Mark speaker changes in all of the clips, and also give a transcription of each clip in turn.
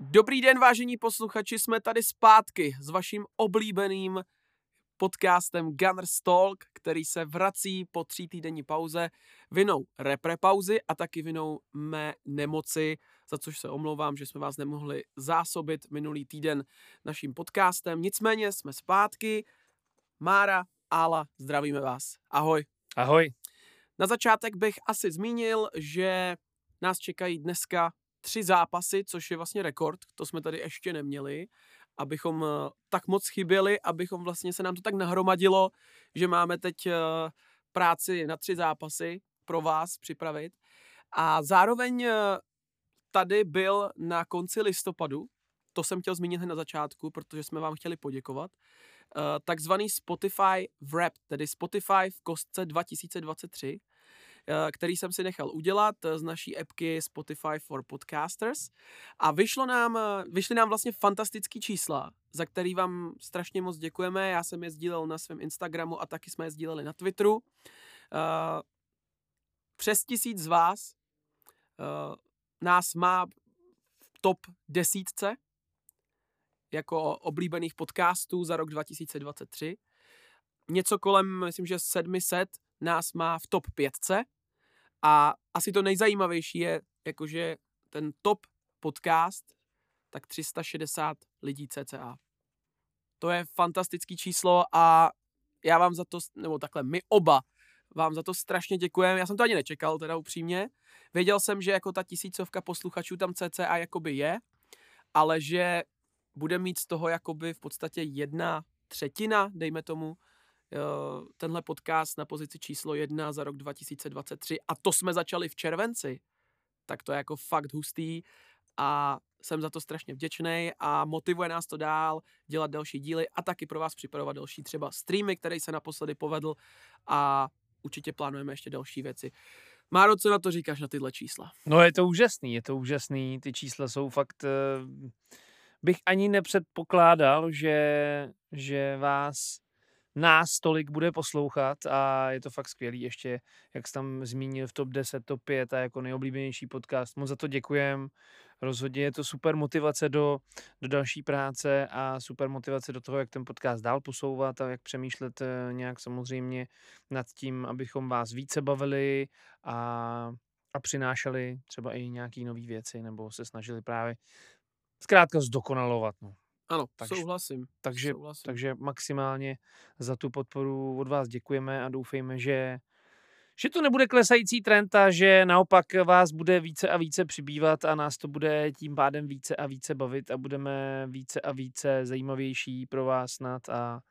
Speaker 1: Dobrý den, vážení posluchači, jsme tady zpátky s vaším oblíbeným podcastem Gunners Talk, který se vrací po 3týdenní pauze vinou repre-pauzy a taky vinou mé nemoci, za což se omlouvám, že jsme vás nemohli zásobit minulý týden naším podcastem. Nicméně jsme zpátky. Mára, Ála, zdravíme vás. Ahoj.
Speaker 2: Ahoj.
Speaker 1: Na začátek bych asi zmínil, že nás čekají dneska 3 zápasy, což je vlastně rekord, to jsme tady ještě neměli, abychom tak moc chyběli, abychom vlastně se nám to tak nahromadilo, že máme teď práci na 3 zápasy pro vás připravit. A zároveň tady byl na konci listopadu, to jsem chtěl zmínit na začátku, protože jsme vám chtěli poděkovat, takzvaný Spotify Wrap, tedy Spotify v kostce 2023, který jsem si nechal udělat z naší appky Spotify for Podcasters a vyšly nám vlastně fantastický čísla, za který vám strašně moc děkujeme. Já jsem je sdílel na svém Instagramu a taky jsme je sdíleli na Twitteru. Přes 1000 z vás nás má v top 10 jako oblíbených podcastů za rok 2023. Něco kolem, myslím, že 700 nás má v top 5. A asi to nejzajímavější je, jakože ten top podcast, tak 360 lidí cca. To je fantastický číslo a já vám za to, nebo takhle, my oba vám za to strašně děkujeme. Já jsem to ani nečekal, teda upřímně. Věděl jsem, že jako ta 1000 posluchačů tam cca jakoby je, ale že bude mít z toho jakoby v podstatě 1/3, dejme tomu, tenhle podcast na pozici číslo 1 za rok 2023 a to jsme začali v červenci, tak to je jako fakt hustý a jsem za to strašně vděčnej a motivuje nás to dál dělat další díly a taky pro vás připravovat další třeba streamy, který se naposledy povedl a určitě plánujeme ještě další věci. Máro, co na to říkáš, na tyhle čísla?
Speaker 2: No je to úžasný, ty čísla jsou fakt, bych ani nepředpokládal, že nás tolik bude poslouchat a je to fakt skvělý ještě, jak jsi tam zmínil v top 10, top 5 a jako nejoblíbenější podcast. Moc za to děkujem. Rozhodně je to super motivace do další práce a super motivace do toho, jak ten podcast dál posouvat a jak přemýšlet nějak samozřejmě nad tím, abychom vás více bavili a přinášeli třeba i nějaký nový věci nebo se snažili právě zkrátka zdokonalovat. No.
Speaker 1: Ano, souhlasím.
Speaker 2: Takže maximálně za tu podporu od vás děkujeme a doufejme, že to nebude klesající trend a že naopak vás bude více a více přibývat a nás to bude tím pádem více a více bavit a budeme více a více zajímavější pro vás snad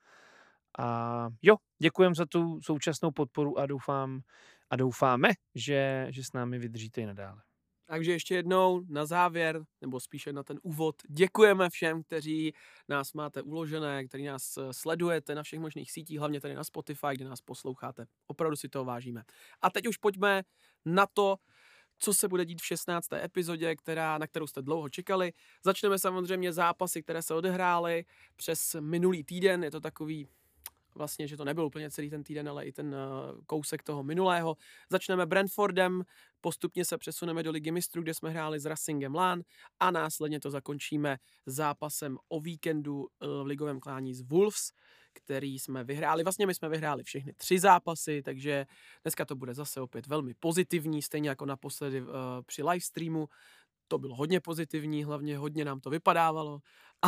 Speaker 2: a jo, děkujeme za tu současnou podporu a doufáme, že s námi vydržíte i nadále.
Speaker 1: Takže ještě jednou na závěr, nebo spíše na ten úvod, děkujeme všem, kteří nás máte uložené, kteří nás sledujete na všech možných sítích, hlavně tady na Spotify, kde nás posloucháte. Opravdu si toho vážíme. A teď už pojďme na to, co se bude dít v 16. epizodě, na kterou jste dlouho čekali. Začneme samozřejmě zápasy, které se odehrály přes minulý týden. Je to takový vlastně, že to nebyl úplně celý ten týden, ale i ten kousek toho minulého. Začneme Brentfordem, postupně se přesuneme do Ligy mistrů, kde jsme hráli s Racingem Lán a následně to zakončíme zápasem o víkendu v ligovém klání s Wolves, který jsme vyhráli. Vlastně my jsme vyhráli všechny 3 zápasy, takže dneska to bude zase opět velmi pozitivní, stejně jako naposledy při livestreamu. To bylo hodně pozitivní, hlavně hodně nám to vypadávalo,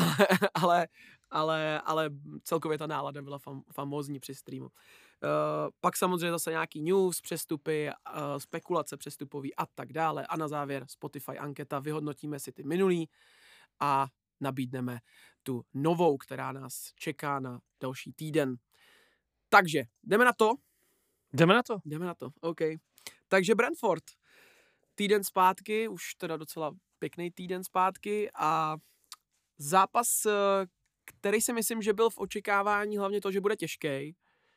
Speaker 1: ale celkově ta nálada byla famózní při streamu. Pak samozřejmě zase nějaký news, přestupy, spekulace přestupový a tak dále. A na závěr Spotify anketa, vyhodnotíme si ty minulý a nabídneme tu novou, která nás čeká na další týden. Takže, jdeme na to? Jdeme na to, OK. Takže Brentford. Týden zpátky, už teda docela pěkný týden zpátky a zápas, který si myslím, že byl v očekávání hlavně to, že bude těžký.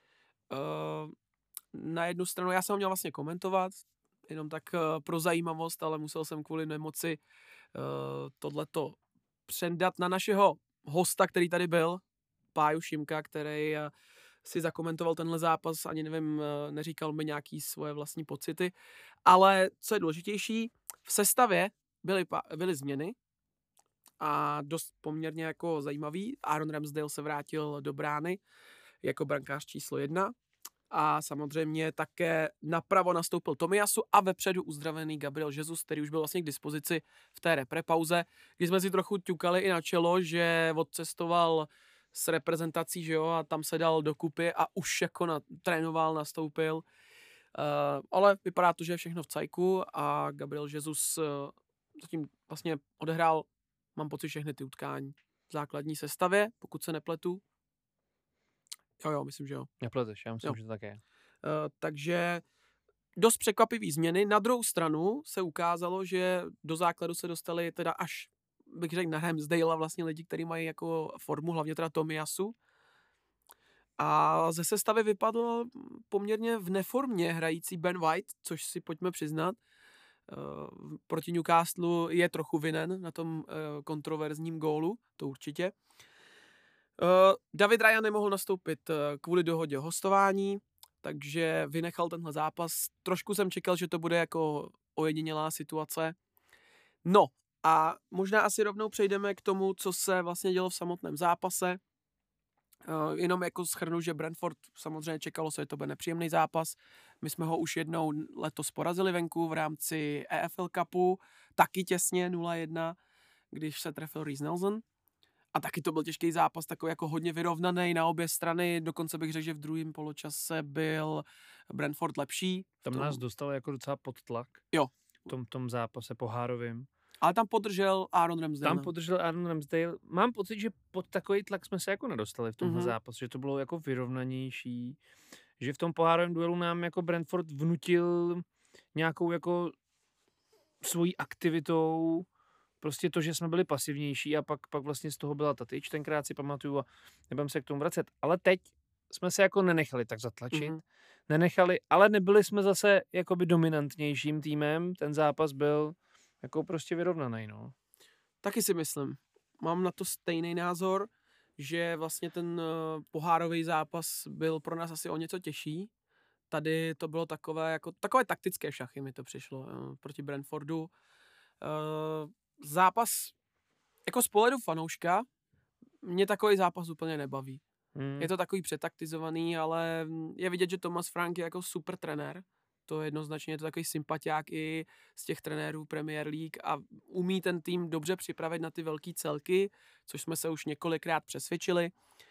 Speaker 1: Na jednu stranu já jsem ho měl vlastně komentovat, jenom tak pro zajímavost, ale musel jsem kvůli nemoci tohleto předat na našeho hosta, který tady byl, Páju Šimka, který si zakomentoval tenhle zápas, ani nevím, neříkal mi nějaký svoje vlastní pocity, ale co je důležitější, v sestavě byly změny a dost poměrně jako zajímavý. Aaron Ramsdale se vrátil do brány jako brankář číslo 1 a samozřejmě také napravo nastoupil Tomiyasu a vepředu uzdravený Gabriel Jesus, který už byl vlastně k dispozici v té reprepauze, kdy jsme si trochu ťukali i na čelo, že odcestoval s reprezentací, že jo, a tam se dal dokupy a už jako trénoval, nastoupil. Ale vypadá to, že je všechno v cajku a Gabriel Jesus zatím vlastně odehrál, mám pocit, všechny ty utkání v základní sestavě, pokud se nepletu. Jo, myslím, že jo.
Speaker 2: Nepleteš, já myslím, že to tak je.
Speaker 1: Takže dost překvapivý změny. Na druhou stranu se ukázalo, že do základu se dostali teda až, bych řekl, na Ramsdale vlastně lidi, kteří mají jako formu, hlavně teda Tomiyasu. A ze sestavy vypadl poměrně v neformě hrající Ben White, což si pojďme přiznat. Proti Newcastlu je trochu vinen na tom kontroverzním gólu, to určitě. David Raya nemohl nastoupit kvůli dohodě o hostování, takže vynechal tenhle zápas. Trošku jsem čekal, že to bude jako ojedinělá situace. No a možná asi rovnou přejdeme k tomu, co se vlastně dělo v samotném zápase. Jenom jako shrnu, že Brentford samozřejmě čekalo se, že to bude nepříjemný zápas. My jsme ho už jednou letos porazili venku v rámci EFL Cupu, taky těsně 0-1, když se trefil Reece Nelson. A taky to byl těžký zápas, takový jako hodně vyrovnaný na obě strany, dokonce bych řekl, že v druhém poločase byl Brentford lepší.
Speaker 2: Tam nás dostal jako docela pod tlak.
Speaker 1: Jo.
Speaker 2: V tom zápase pohárovým.
Speaker 1: Ale tam podržel Aaron Ramsdale.
Speaker 2: Mám pocit, že pod takový tlak jsme se jako nedostali v tomhle zápase, že to bylo jako vyrovnanější, že v tom pohárovém duelu nám jako Brentford vnutil nějakou jako svojí aktivitou, prostě to, že jsme byli pasivnější a pak vlastně z toho byla ta tyč, tenkrát si pamatuju a nebudem se k tomu vracet. Ale teď jsme se jako nenechali tak zatlačit. Ale nebyli jsme zase jakoby dominantnějším týmem. Ten zápas byl jako prostě vyrovnaný, no.
Speaker 1: Taky si myslím. Mám na to stejný názor, že vlastně ten pohárový zápas byl pro nás asi o něco těžší. Tady to bylo takové taktické šachy mi to přišlo proti Brentfordu. Zápas jako z pohledu fanouška mě takový zápas úplně nebaví. Je to takový přetaktizovaný, ale je vidět, že Thomas Frank je jako super trenér. To jednoznačně je to takový sympatiák i z těch trenérů Premier League a umí ten tým dobře připravit na ty velký celky, což jsme se už několikrát přesvědčili.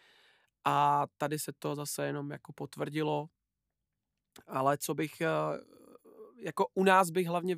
Speaker 1: A tady se to zase jenom jako potvrdilo. Ale co bych, jako u nás bych hlavně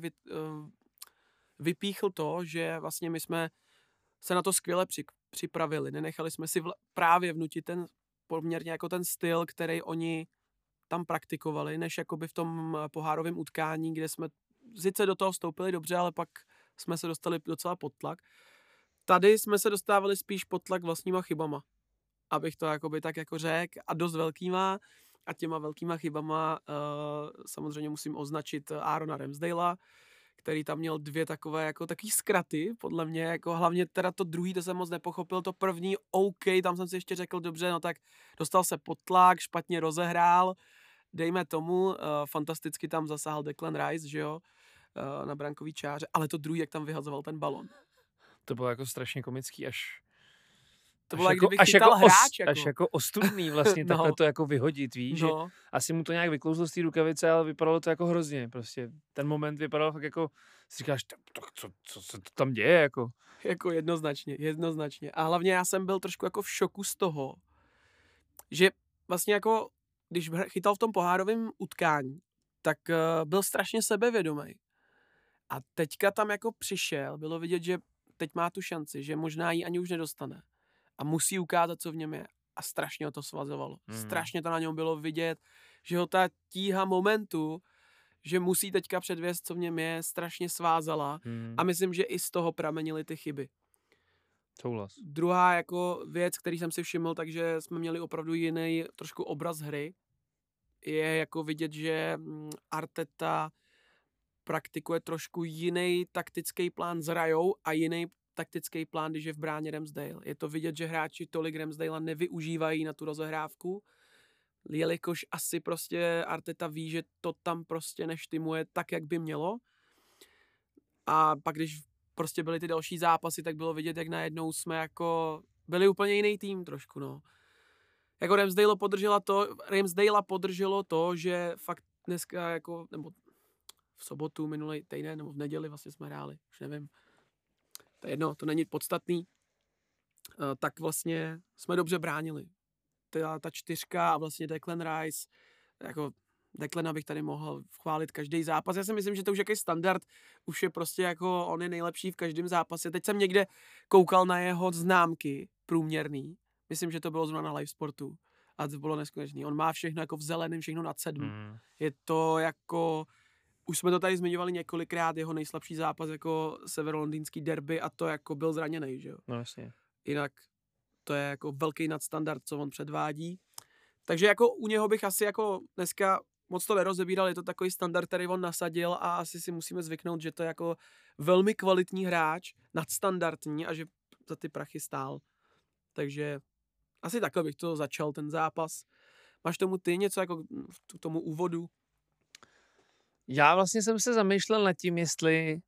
Speaker 1: vypíchl to, že vlastně my jsme se na to skvěle připravili. Nenechali jsme si právě vnutit ten poměrně jako ten styl, který oni tam praktikovali, než jakoby v tom pohárovém utkání, kde jsme sice do toho vstoupili dobře, ale pak jsme se dostali docela pod tlak. Tady jsme se dostávali spíš pod tlak vlastníma chybama, abych to jakoby tak jako řekl, a dost velkýma, a těma velkýma chybama samozřejmě musím označit Aarona Ramsdalea, který tam měl dvě takové jako takový zkraty, podle mě, jako hlavně teda to druhý, to jsem moc nepochopil, to první, OK, tam jsem si ještě řekl, dobře, no tak dostal se pod tlak, špatně rozehrál, dejme tomu, fantasticky tam zasáhl Declan Rice, že jo, na brankový čáře, ale to druhý, jak tam vyhazoval ten balon.
Speaker 2: To bylo jako strašně komický,
Speaker 1: to bylo, jak kdyby chytal hráč.
Speaker 2: Až jako ostudný vlastně takhle to jako vyhodit, víš, že asi mu to nějak vyklouzlo z té rukavice, ale vypadalo to jako hrozně, prostě ten moment vypadal fakt jako, si říkáš, co se to tam děje, jako.
Speaker 1: Jako jednoznačně. A hlavně já jsem byl trošku jako v šoku z toho, že vlastně jako, když chytal v tom pohárovém utkání, tak byl strašně sebevědomý. A teďka tam jako přišel, bylo vidět, že teď má tu šanci, že možná ji ani už nedostane. A musí ukázat, co v něm je. A strašně ho to svazovalo. Strašně to na něm bylo vidět, že ho ta tíha momentu, že musí teďka předvést, co v něm je, strašně svázala. A myslím, že i z toho pramenily ty chyby.
Speaker 2: Souhlas.
Speaker 1: Druhá jako věc, který jsem si všiml, takže jsme měli opravdu jiný trošku obraz hry, je jako vidět, že Arteta praktikuje trošku jiný taktický plán s Rayou a jiný taktický plán, když je v bráně Ramsdale. Je to vidět, že hráči tolik Ramsdalea nevyužívají na tu rozehrávku, jelikož asi prostě Arteta ví, že to tam prostě neštimuje tak, jak by mělo. A pak, když prostě byly ty další zápasy, tak bylo vidět, jak najednou jsme jako byli úplně jiný tým trošku, no. Jako Ramsdale podrželo to, že fakt dneska jako, nebo v sobotu minulý týden, nebo v neděli vlastně jsme hráli, už nevím. To je jedno, to není podstatný. Tak vlastně jsme dobře bránili. Ta 4 a vlastně Declan Rice, jako Declana bych tady mohl chválit každý zápas. Já si myslím, že to už jaký standard, už je prostě jako on je nejlepší v každém zápase. Teď jsem někde koukal na jeho známky průměrný. Myslím, že to bylo zrovna na Live Sportu. A to bylo neskutečný. On má všechno jako v zeleném, všechno nad 7. Je to jako, už jsme to tady zmiňovali několikrát, jeho nejslabší zápas jako severolondýnský derby a to jako byl zraněný, že jo.
Speaker 2: No jasně.
Speaker 1: Jinak to je jako velký nadstandard, co on předvádí. Takže jako u něho bych asi jako dneska moc to nerozebíral, je to takový standard, který on nasadil a asi si musíme zvyknout, že to je jako velmi kvalitní hráč, nadstandardní a že za ty prachy stál. Takže asi takhle bych to začal, ten zápas. Máš tomu ty něco jako k tomu úvodu?
Speaker 2: Já vlastně jsem se zamýšlel nad tím, jestli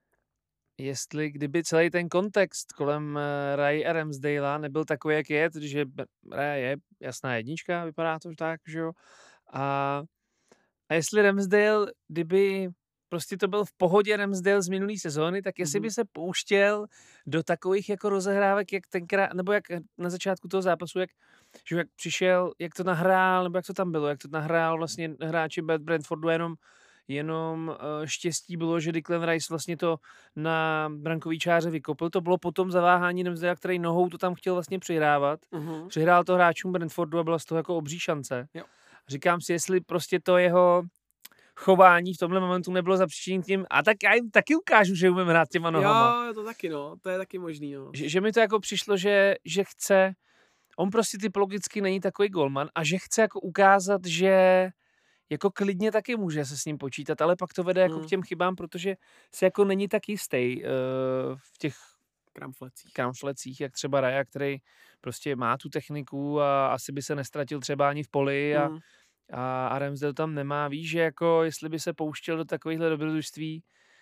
Speaker 2: kdyby celý ten kontext kolem Ray a Ramsdale nebyl takový, jak je, protože Ray je jasná jednička, vypadá to tak, že jo. A jestli Ramsdale, kdyby prostě to byl v pohodě Ramsdale z minulý sezóny, tak jestli by se pouštěl do takových jako rozehrávek, jak tenkrát, nebo jak na začátku toho zápasu, jak přišel, jak to nahrál, nebo jak to tam bylo, jak to nahrál vlastně hráči Brentfordu, jenom štěstí bylo, že Declan Rice vlastně to na brankový čáře vykopl. To bylo potom zaváhání Ramsdale, který nohou to tam chtěl vlastně přihrávat. Přihrál to hráčům Brentfordu a byla z toho jako obří šance.
Speaker 1: Jo.
Speaker 2: Říkám si, jestli prostě to jeho chování v tomhle momentu nebylo zapříčiněné tím, a tak já jim taky ukážu, že umím hrát těma nohama.
Speaker 1: Jo, to taky, no. To je taky možný, no.
Speaker 2: Že mi to jako přišlo, že chce, on prostě typologicky není takový golman a že chce jako ukázat, že jako klidně taky může se s ním počítat, ale pak to vede jako k těm chybám, protože se jako není tak jistý v těch kramflecích, jak třeba Raja, který prostě má tu techniku a asi by se nestratil třeba ani v poli a Ramsdale tam nemá. Víš, že jako jestli by se pouštěl do takovýchhle dobrodružství.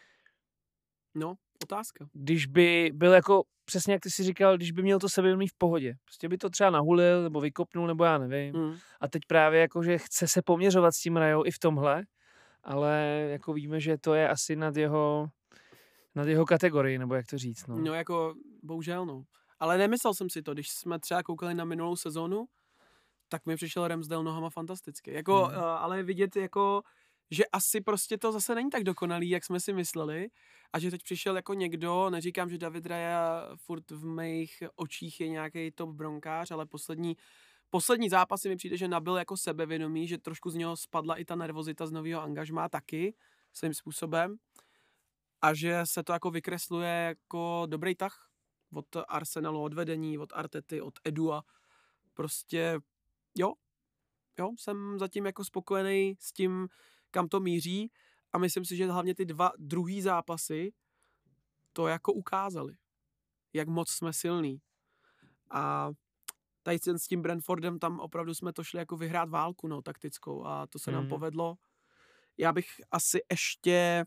Speaker 1: No, otázka.
Speaker 2: Když by byl jako, přesně jak ty si říkal, když by měl to sebevědomí v pohodě. Prostě by to třeba nahulil, nebo vykopnul, nebo já nevím. A teď právě jako, že chce se poměřovat s tím Rajou i v tomhle, ale jako víme, že to je asi nad jeho kategorii, nebo jak to říct.
Speaker 1: No jako, bohužel, no. Ale nemyslel jsem si to, když jsme třeba koukali na minulou sezónu, tak mi přišel Ramsdale nohama fantasticky. Jako, ale vidět jako, že asi prostě to zase není tak dokonalý, jak jsme si mysleli a že teď přišel jako někdo, neříkám, že David Raya furt v mých očích je nějaký top bronkář, ale poslední zápasy mi přijde, že nabyl jako sebevědomí, že trošku z něho spadla i ta nervozita z nového angažmá taky, svým způsobem a že se to jako vykresluje jako dobrý tah od Arsenalu, od vedení, od Artety, od Edua. Prostě jo, jsem zatím jako spokojený s tím, kam to míří a myslím si, že hlavně ty 2 druhý zápasy to jako ukázali, jak moc jsme silní. A tady s tím Brentfordem tam opravdu jsme to šli jako vyhrát válku, no, taktickou a to se nám povedlo. Já bych asi ještě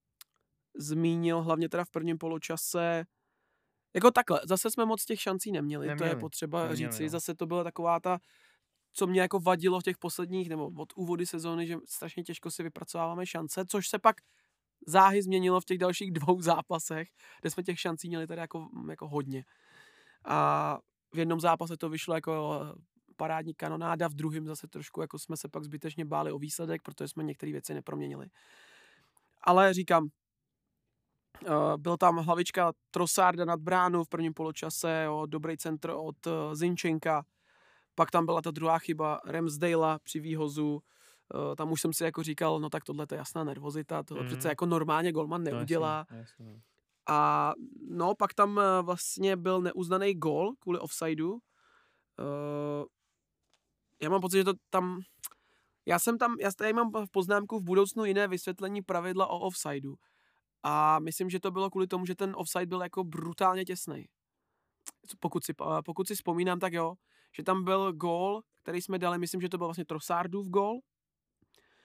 Speaker 1: zmínil hlavně teda v prvním poločase jako takhle, zase jsme moc těch šancí neměli. To je potřeba říci, zase to byla taková ta, co mě jako vadilo v těch posledních, nebo od úvody sezóny, že strašně těžko si vypracováváme šance, což se pak záhy změnilo v těch dalších 2 zápasech, kde jsme těch šancí měli tady jako hodně. A v jednom zápase to vyšlo jako parádní kanonáda, v druhém zase trošku jako jsme se pak zbytečně báli o výsledek, protože jsme některé věci neproměnili. Ale říkám, byl tam hlavička Trossarda nad bránu v prvním poločase, dobrý centr od Zinčenka. Pak tam byla ta druhá chyba Ramsdale při výhozu. Tam už jsem si jako říkal, no tak tohle je jasná nervozita, tohle přece jako normálně golman neudělá.
Speaker 2: Jasně.
Speaker 1: A no, pak tam vlastně byl neuznaný gól kvůli offsideu. Já mám pocit, že to tam... Já tady mám v poznámku v budoucnu jiné vysvětlení pravidla o offsideu. A myslím, že to bylo kvůli tomu, že ten offside byl jako brutálně těsnej. Pokud si vzpomínám, tak jo, že tam byl gól, který jsme dali, myslím, že to byl vlastně Trossardův gól.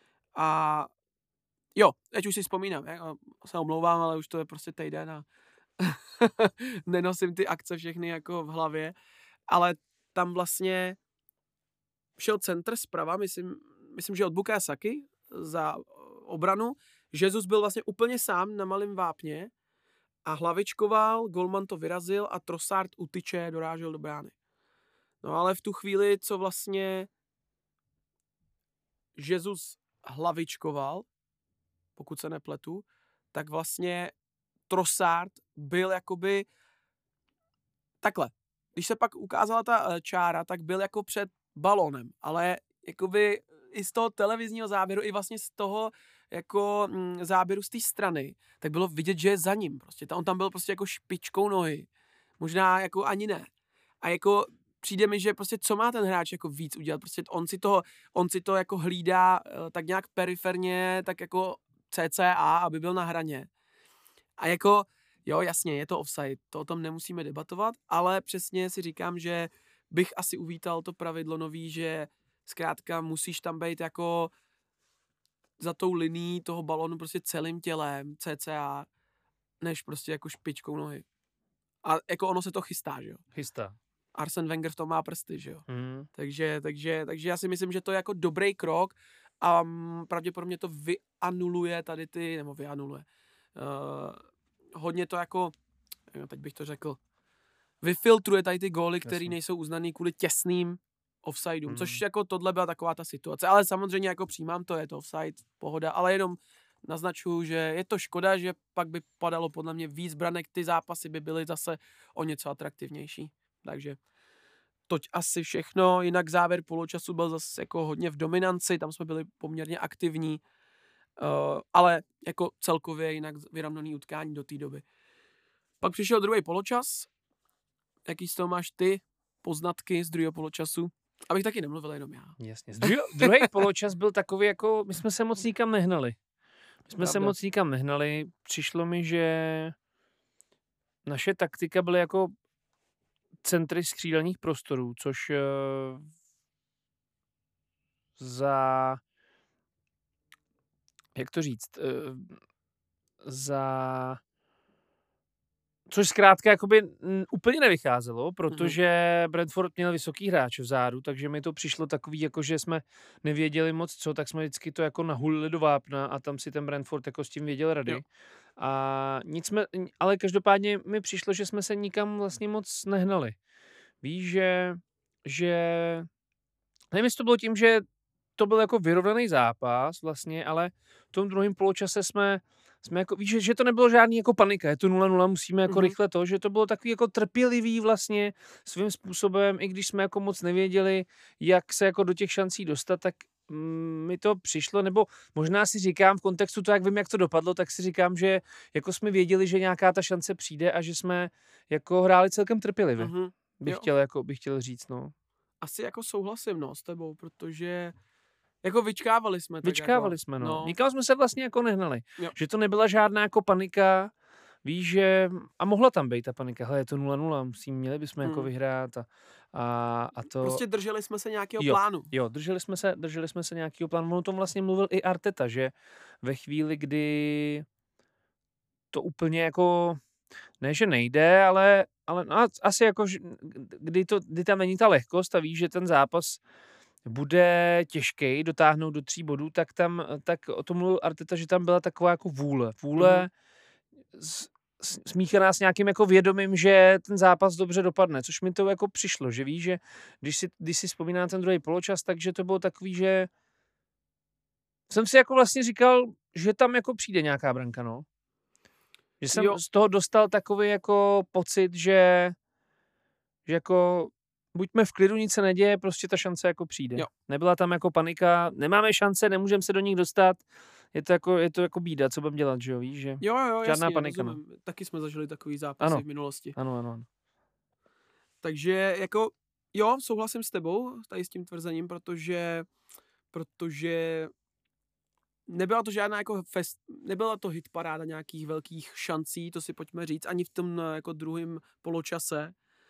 Speaker 1: A jo, teď už si vzpomínám, se omlouvám, ale už to je prostě týden a nenosím ty akce všechny jako v hlavě, ale tam vlastně šel centr zprava, myslím, že od Bukayo Saki za obranu. Jesus byl vlastně úplně sám na malém vápně a hlavičkoval, golman to vyrazil a Trossard u tyče dorážel do brány. No ale v tu chvíli, co vlastně Jesus hlavičkoval, pokud se nepletu, tak vlastně Trossard byl jakoby takhle. Když se pak ukázala ta čára, tak byl jako před balónem, ale jakoby i z toho televizního záběru, i vlastně z toho jako záběru z té strany, tak bylo vidět, že je za ním. Prostě. On tam byl prostě jako špičkou nohy. Možná jako ani ne. A jako přijde mi, že prostě co má ten hráč jako víc udělat. Prostě on si to jako hlídá tak nějak periferně, tak jako cca, aby byl na hraně. A jako jo, jasně, je to offside, to o tom nemusíme debatovat, ale přesně si říkám, že bych asi uvítal to pravidlo nový, že zkrátka musíš tam být jako za tou linií toho balonu prostě celým tělem, cca, než prostě jako špičkou nohy. A jako ono se to chystá, že jo?
Speaker 2: Chystá.
Speaker 1: Arsene Wenger v tom má prsty, že jo? Takže já si myslím, že to je jako dobrý krok a pravděpodobně to vyanuluje tady ty, nebo vyanuluje. Hodně to jako, teď bych to řekl, vyfiltruje tady ty góly, které nejsou uznaný kvůli těsným offsideům, což jako tohle byla taková ta situace, ale samozřejmě jako přijímám to, je to offside, pohoda, ale jenom naznačuju, že je to škoda, že pak by padalo podle mě víc branek, ty zápasy by byly zase o něco atraktivnější, takže toť asi všechno, jinak závěr poločasu byl zase jako hodně v dominanci, tam jsme byli poměrně aktivní, ale jako celkově jinak vyrovnaný utkání do té doby. Pak přišel druhý poločas. Jaký z toho máš ty poznatky z druhého poločasu? Abych taky nemluvil jenom já.
Speaker 2: Jasně. Druhý poločas byl takový jako, my jsme se moc nikam nehnali. Přišlo mi, že naše taktika byly jako centry skřídelních prostorů, což za jak to říct, což zkrátka jakoby úplně nevycházelo, protože Brentford měl vysoký hráč vzadu, takže mi to přišlo takový, jako že jsme nevěděli moc co, tak jsme vždycky to jako nahulili do vápna a tam si ten Brentford jako s tím věděl rady. Jo. Ale každopádně mi přišlo, že jsme se nikam vlastně moc nehnali. Víš, že nevím, jestli to bylo tím, že to byl jako vyrovnaný zápas vlastně, ale v tom druhém poločase jsme jako, víš, že to nebylo žádný jako panika, je to 0-0, musíme jako rychle to, že to bylo takový jako trpělivý vlastně svým způsobem, i když jsme jako moc nevěděli, jak se jako do těch šancí dostat, tak mi to přišlo, nebo možná si říkám v kontextu to, jak vím, jak to dopadlo, tak si říkám, že jako jsme věděli, že nějaká ta šance přijde a že jsme jako hráli celkem trpělivě. Bych chtěl říct, no.
Speaker 1: Asi jako souhlasím, no, s tebou, protože jako vyčkávali jsme.
Speaker 2: No. Nikam jsme se vlastně jako nehnali. Jo. Že to nebyla žádná jako panika, víš, že a mohla tam být ta panika, hele, je to 0-0, měli bychom jako vyhrát a to...
Speaker 1: Prostě drželi jsme se nějakého plánu.
Speaker 2: Jo, drželi jsme se nějakého plánu. On o tom vlastně mluvil i Arteta, že ve chvíli, kdy to úplně jako, ne, že nejde, ale asi jako, kdy tam není ta lehkost a víš, že ten zápas bude těžký dotáhnout do 3 bodů, tak o tom mluvil Arteta, že tam byla taková jako vůle smíchaná s nějakým jako vědomím, že ten zápas dobře dopadne, což mi to jako přišlo, že víš, že když si vzpomínám ten druhý poločas, takže to bylo takový, že jsem si jako vlastně říkal, že tam jako přijde nějaká branka, no. Že jsem z toho dostal takový jako pocit, že jako buďme v klidu, nic se neděje, prostě ta šance jako přijde. Jo. Nebyla tam jako panika, nemáme šance, nemůžeme se do nich dostat, je to jako bída, co budeme dělat, že jo, víš, že
Speaker 1: žádná
Speaker 2: jasně, panika. No.
Speaker 1: Taky jsme zažili takový zápasy v minulosti.
Speaker 2: Ano.
Speaker 1: Takže jako, jo, souhlasím s tebou, tady s tím tvrzením, protože nebyla to žádná jako nebyla to hitparáda nějakých velkých šancí, to si pojďme říct, ani v tom jako druhém poločase,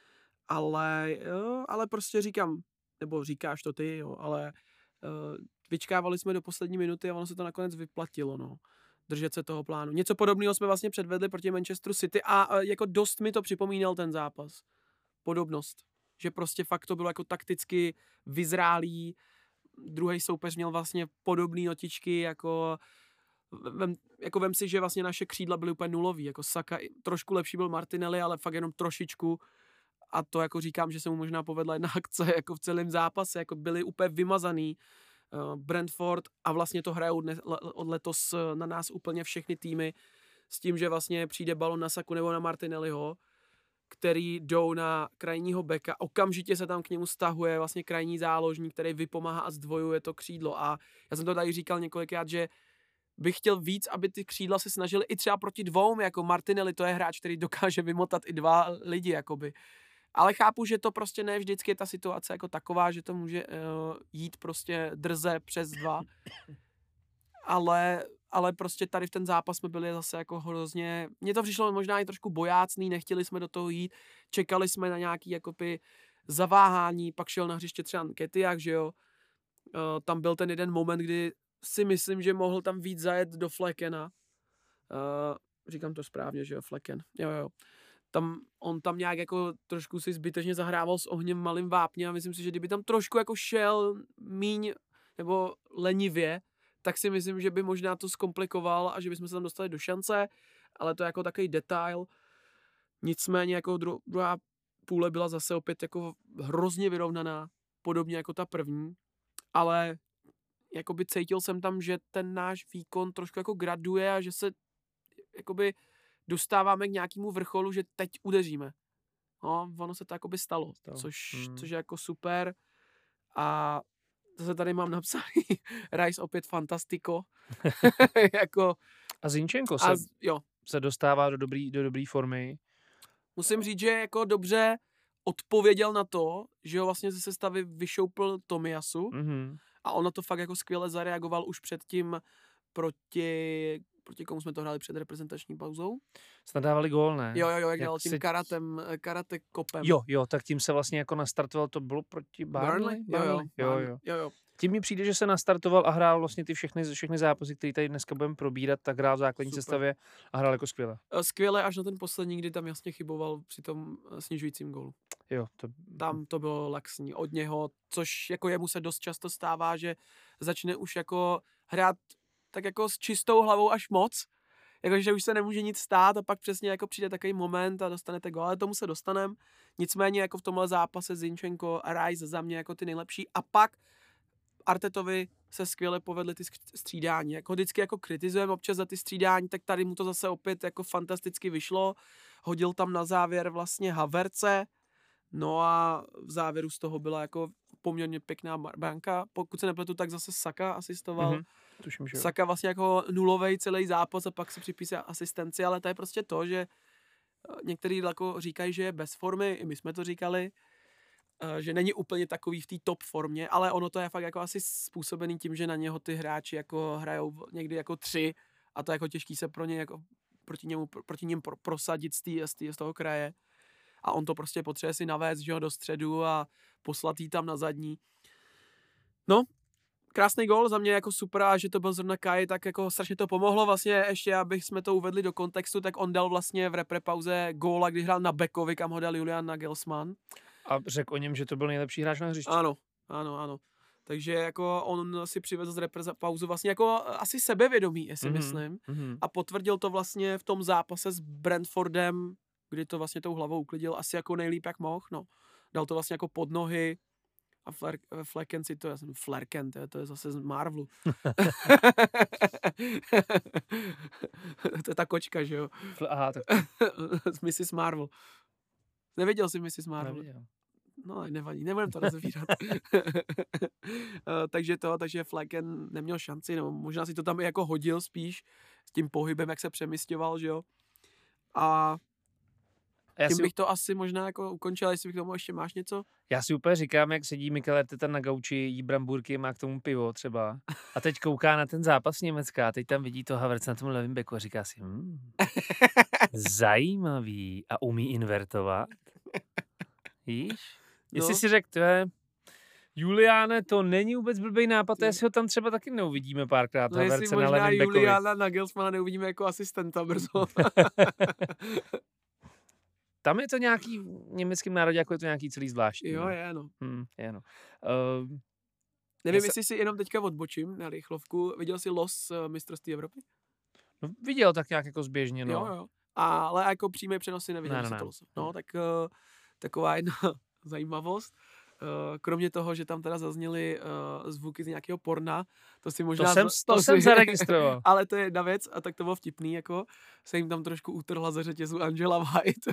Speaker 1: ale prostě říkám, nebo říkáš to ty, jo, ale vyčkávali jsme do poslední minuty a ono se to nakonec vyplatilo, no. držet se toho plánu. Něco podobného jsme vlastně předvedli proti Manchesteru City a jako dost mi to připomínal ten zápas. Podobnost. Že prostě fakt to bylo jako takticky vyzrálý, druhý soupeř měl vlastně podobné notičky, jako vem si, že vlastně naše křídla byly úplně nulový, jako Saka, trošku lepší byl Martinelli, ale fakt jenom trošičku, a to jako říkám, že se mu možná povedla jedna akce jako v celém zápase, jako byli úplně vymazaný Brentford a vlastně to hrajou od letos na nás úplně všechny týmy s tím, že vlastně přijde balon na Saku nebo na Martinelliho, který jdou na krajního beka, okamžitě se tam k němu stahuje vlastně krajní záložník, který vypomáhá a zdvojuje to křídlo. A já jsem to tady říkal několikrát, že bych chtěl víc, aby ty křídla se snažili i třeba proti dvou, jako Martinelli, to je hráč, který dokáže vymotat i dva lidi, jakoby. Ale chápu, že to prostě ne vždycky je ta situace jako taková, že to může jít prostě drze přes dva. Ale prostě tady v ten zápas jsme byli zase jako hrozně, mně to přišlo možná i trošku bojácný, nechtěli jsme do toho jít, čekali jsme na nějaký jakoby zaváhání, pak šel na hřiště třeba Nketiah, že jo, tam byl ten jeden moment, kdy si myslím, že mohl tam víc zajet do Fleckena, říkám to správně, že jo, Flecken, jo. On tam nějak jako trošku si zbytečně zahrával s ohněm malým vápně a myslím si, že kdyby tam trošku jako šel míň nebo lenivě, tak si myslím, že by možná to zkomplikoval a že bychom se tam dostali do šance, ale to je jako takový detail. Nicméně jako druhá půle byla zase opět jako hrozně vyrovnaná, podobně jako ta první, ale jakoby cítil jsem tam, že ten náš výkon trošku jako graduje a že se jakoby dostáváme k nějakému vrcholu, že teď udeříme. No, ono se to jakoby stalo, což je jako super. A zase tady mám napsaný Rice opět fantastico. Jako,
Speaker 2: a Zinchenko se dostává do dobrý formy.
Speaker 1: Musím říct, že jako dobře odpověděl na to, že ho vlastně ze sestavy vyšoupl Tomiyasu a on na to fakt jako skvěle zareagoval už předtím proti komu jsme to hráli před reprezentační pauzou.
Speaker 2: Jsme dávali gól, ne?
Speaker 1: Jo, jak dal tím karate kopem.
Speaker 2: Jo, tak tím se vlastně jako nastartoval, to bylo proti Burnley?
Speaker 1: Jo.
Speaker 2: Tím mi přijde, že se nastartoval a hrál vlastně ty všechny zápasy, které tady dneska budeme probírat, tak hrál v základní sestavě a hrál jako skvěle.
Speaker 1: Skvěle až na ten poslední, kdy tam jasně chyboval při tom snižujícím gólu.
Speaker 2: Jo.
Speaker 1: Tam to bylo laxní od něho, což jako jemu se dost často stává, že začne už jako hrát tak jako s čistou hlavou až moc, jakože už se nemůže nic stát a pak přesně jako přijde takový moment a dostanete gól, ale tomu se dostanem. Nicméně jako v tomhle zápase Zinchenko a Rice za mě jako ty nejlepší a pak Artetovi se skvěle povedly ty střídání. Jako vždycky jako kritizujeme občas za ty střídání, tak tady mu to zase opět jako fantasticky vyšlo. Hodil tam na závěr vlastně Havertze, no a v závěru z toho byla jako poměrně pěkná branka. Pokud se nepletu, tak zase Saka asistoval.
Speaker 2: Tuším, že
Speaker 1: Saka vlastně jako nulovej celý zápas a pak se připíše asistenci, ale to je prostě to, že některý jako říkají, že je bez formy, i my jsme to říkali, že není úplně takový v té top formě, ale ono to je fakt jako asi způsobený tím, že na něho ty hráči jako hrajou někdy jako 3 a to je jako těžký se pro ně jako proti něm prosadit z toho kraje. A on to prostě potřebuje si navést, že ho do středu a poslat jí tam na zadní. No, krásný gól za mě jako super a že to byl zrovna Kai, tak jako strašně to pomohlo. Vlastně ještě, abych jsme to uvedli do kontextu, tak on dal vlastně v reprepauze góla, když hrál na backovi, kam ho dal Julian Nagelsmann.
Speaker 2: A řekl o něm, že to byl nejlepší hráč na hřišti.
Speaker 1: Ano. Takže jako on si přivezl z reprepauzu vlastně jako asi sebevědomí, jestli myslím. A potvrdil to vlastně v tom zápase s Brentfordem, kdy to vlastně tou hlavou uklidil asi jako nejlíp, jak mohl, no. Dal to vlastně jako pod nohy a Flecken si to, Flerken, to je zase z Marvelu. To je ta kočka, že jo?
Speaker 2: Aha, tak.
Speaker 1: Z Mrs. Marvel. Neviděl jsi Mrs. Marvel?
Speaker 2: Neviděl.
Speaker 1: No, nevadí, nebudem to rozvírat. takže Flecken neměl šanci, no, možná si to tam i jako hodil spíš s tím pohybem, jak se přemysťoval, že jo? A tím bych to asi možná jako ukončil, jestli k tomu ještě máš něco?
Speaker 2: Já si úplně říkám, jak sedí Mikel Arteta na gauči, jí brambůrky, má k tomu pivo třeba. A teď kouká na ten zápas Německa a teď tam vidí to Havertz na tom levém beku a říká si, zajímavý a umí invertovat. Víš? Jestli si řekl, Juliáne, to není vůbec blbý nápad, jestli ho tam třeba taky neuvidíme párkrát.
Speaker 1: No jestli možná Juliána Nagelsmana neuvidíme jako asistenta brzo.
Speaker 2: Tam je to nějaký, v německém národě, jako je to nějaký celý zvláštní.
Speaker 1: Jo, je, no.
Speaker 2: Je, no.
Speaker 1: Nevím, jestli si jenom teďka odbočím na rychlovku. Viděl jsi los mistrovství Evropy?
Speaker 2: No, viděl tak nějak jako zběžně, no.
Speaker 1: Jo. Ale jako přímé přenosy neviděl.
Speaker 2: Ne.
Speaker 1: No, tak taková jedna zajímavost. Kromě toho, že tam teda zazněly zvuky z nějakého porna, to si možná...
Speaker 2: To jsem zaregistroval.
Speaker 1: Ale to je jedna věc a tak to bylo vtipný, jako se jim tam trošku utrhla ze řetězu Angela White.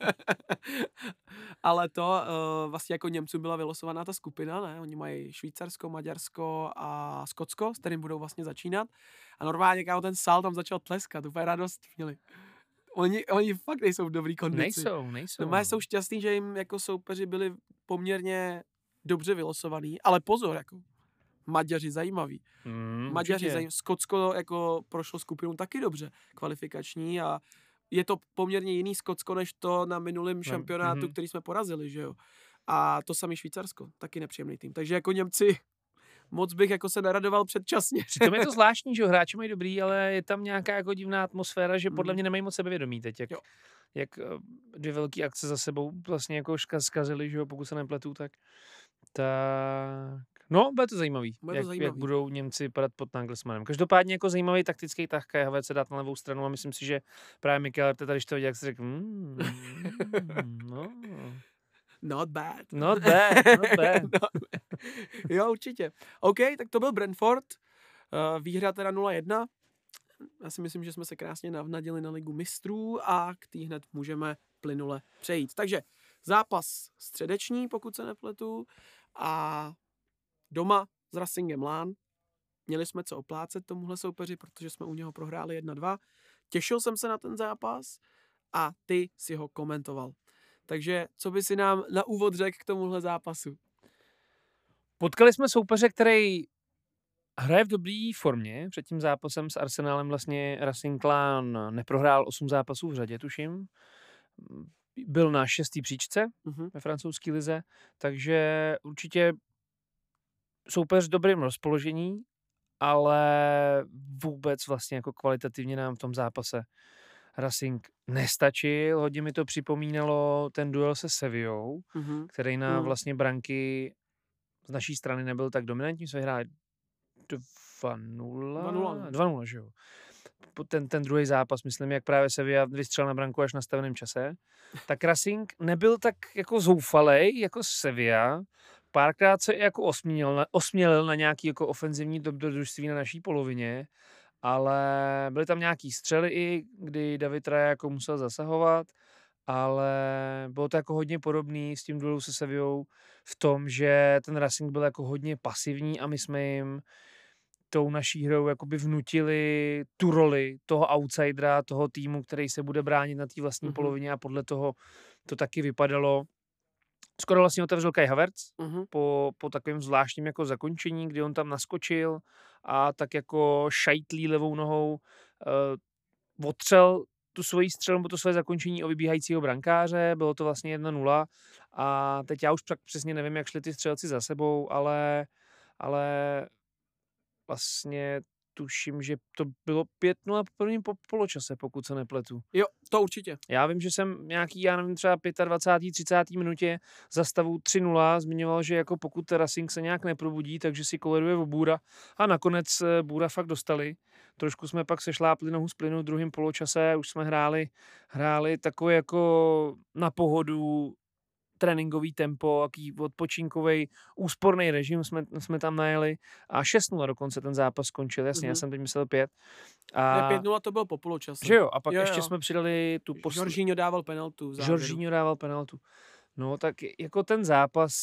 Speaker 1: Ale to vlastně jako Němců byla vylosovaná ta skupina, ne? Oni mají Švýcarsko, Maďarsko a Skotsko, s kterým budou vlastně začínat. A normálně kámo ten sál tam začal tleskat, úplně radost měli. Oni fakt nejsou v dobrý kondici.
Speaker 2: Nejsou.
Speaker 1: No, jsou šťastný, že jim jako soupeři byli poměrně dobře vylosovaný, ale pozor, jako Maďaři zajímaví. Skotsko jako prošlo skupinu taky dobře, kvalifikační a je to poměrně jiný Skotsko, než to na minulém šampionátu, který jsme porazili, že jo. A to samý Švýcarsko, taky nepříjemný tým. Takže jako Němci moc bych jako se neradoval předčasně.
Speaker 2: Přitom je to zvláštní, že hráči mají dobrý, ale je tam nějaká jako divná atmosféra, že podle mě nemají moc sebevědomí teď. Jak dvě velké akce za sebou vlastně jako zkazili, že jo, pokud se nepletu, tak no, bude to zajímavý, jak budou Němci vypadat pod Nagelsmannem. Každopádně jako zajímavý taktický tah Kai Havertz se dát na levou stranu a myslím si, že právě Mikel Arteta, když to viděl, jak si řekl, no...
Speaker 1: Not bad. Jo, určitě. OK, tak to byl Brentford. Výhra teda 0-1. Já si myslím, že jsme se krásně navnadili na Ligu mistrů a k té hned můžeme plynule přejít. Takže zápas středeční, pokud se nepletu, a doma s Racingem Lán. Měli jsme co oplácet tomuhle soupeři, protože jsme u něho prohráli 1-2. Těšil jsem se na ten zápas a ty si ho komentoval. Takže co by si nám na úvod řekl k tomuhle zápasu?
Speaker 2: Potkali jsme soupeře, který hraje v dobré formě. Před tím zápasem s Arsenálem vlastně Racing Lán neprohrál 8 zápasů v řadě, tuším. Byl na 6. příčce ve francouzské lize, takže určitě soupeř v dobrém rozpoložení, ale vůbec vlastně jako kvalitativně nám v tom zápase Racing nestačil. Hodně mi to připomínalo ten duel se Sevillou, který na vlastně branky z naší strany nebyl tak dominantní. Jsme hráli 2-0, že jo. Ten druhý zápas, myslím, jak právě Sevilla vystřelil na branku až na nastaveném čase, tak Racing nebyl tak jako zoufalej jako Sevilla. Párkrát se jako osmělil na nějaký jako ofenzivní dobrodružství na naší polovině, ale byly tam nějaký střely i, kdy David Raya jako musel zasahovat, ale bylo to jako hodně podobný s tím duelu se Sevillou v tom, že ten Racing byl jako hodně pasivní a my jsme jim tou naší hrou jakoby vnutili tu roli toho outsidera, toho týmu, který se bude bránit na té vlastní polovině a podle toho to taky vypadalo. Skoro vlastně otevřel Kai Havertz po takovém zvláštním jako zakončení, kdy on tam naskočil a tak jako šajtlí levou nohou otřel tu svoji střelu, to své zakončení o vybíhajícího brankáře, bylo to vlastně 1-0 a teď já už přesně nevím, jak šli ty střelci za sebou, ale vlastně tuším, že to bylo 5-0 po prvním poločase, pokud se nepletu.
Speaker 1: Jo, to určitě.
Speaker 2: Já vím, že jsem nějaký, třeba 25. 30. minutě za stavu 3-0 zmiňoval, že jako pokud Racing se nějak neprobudí, takže si koleduje o Bůra a nakonec Bůra fakt dostali. Trošku jsme pak sešlápli nohu z plynu v druhém poločase, už jsme hráli takový jako na pohodu tréninkový tempo, jaký odpočinkový úsporný režim jsme tam najeli a 6-0 dokonce ten zápas skončil, jasně, já jsem teď myslel 5.
Speaker 1: A 5-0 to bylo po poločase.
Speaker 2: Že jo, a pak ještě jsme přidali tu
Speaker 1: Jorginho dával penaltu.
Speaker 2: No tak jako ten zápas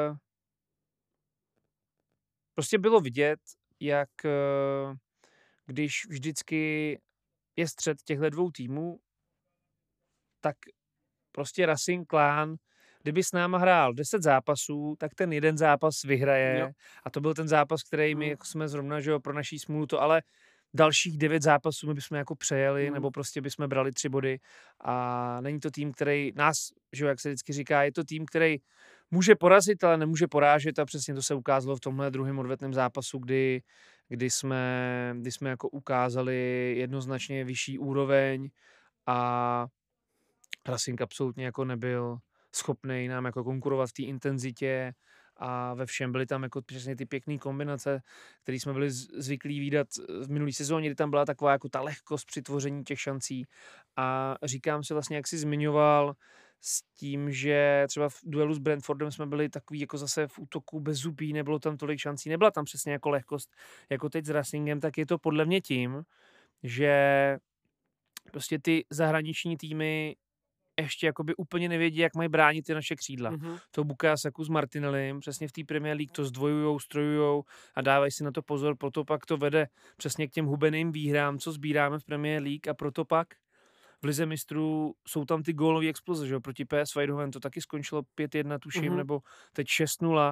Speaker 2: prostě bylo vidět, jak když vždycky je střed těchto dvou týmů, tak prostě Racing Lán, kdyby s náma hrál 10 zápasů, tak ten jeden zápas vyhraje. Jo. A to byl ten zápas, který my jako jsme zrovna, že jo, pro naší smůlu to ale dalších 9 zápasů my bychom jako přejeli, nebo prostě bychom brali 3 body a není to tým, který nás, že jak se vždycky říká, je to tým, který může porazit, ale nemůže porážet a přesně to se ukázalo v tomhle druhém odvetném zápasu, kdy jsme jako ukázali jednoznačně vyšší úroveň a Racing absolutně jako nebyl schopný nám jako konkurovat v té intenzitě a ve všem byly tam jako přesně ty pěkné kombinace, které jsme byli zvyklí vídat v minulý sezóně, kdy tam byla taková jako ta lehkost při tvoření těch šancí a říkám si vlastně, jak jsi zmiňoval s tím, že třeba v duelu s Brentfordem jsme byli takový jako zase v útoku bez zubí, nebylo tam tolik šancí, nebyla tam přesně jako lehkost jako teď s Racingem, tak je to podle mě tím, že prostě ty zahraniční týmy ještě jakoby úplně nevědí, jak mají bránit ty naše křídla. To Bukayo Saku s Martinellim, přesně v té Premier League to zdvojujou, strojujou a dávají si na to pozor, proto pak to vede přesně k těm hubeným výhrám, co sbíráme v Premier League a proto pak v Lize mistrů jsou tam ty gólové exploze, že jo, proti PSV Eindhoven to taky skončilo 5-1 tuším, nebo teď 6-0.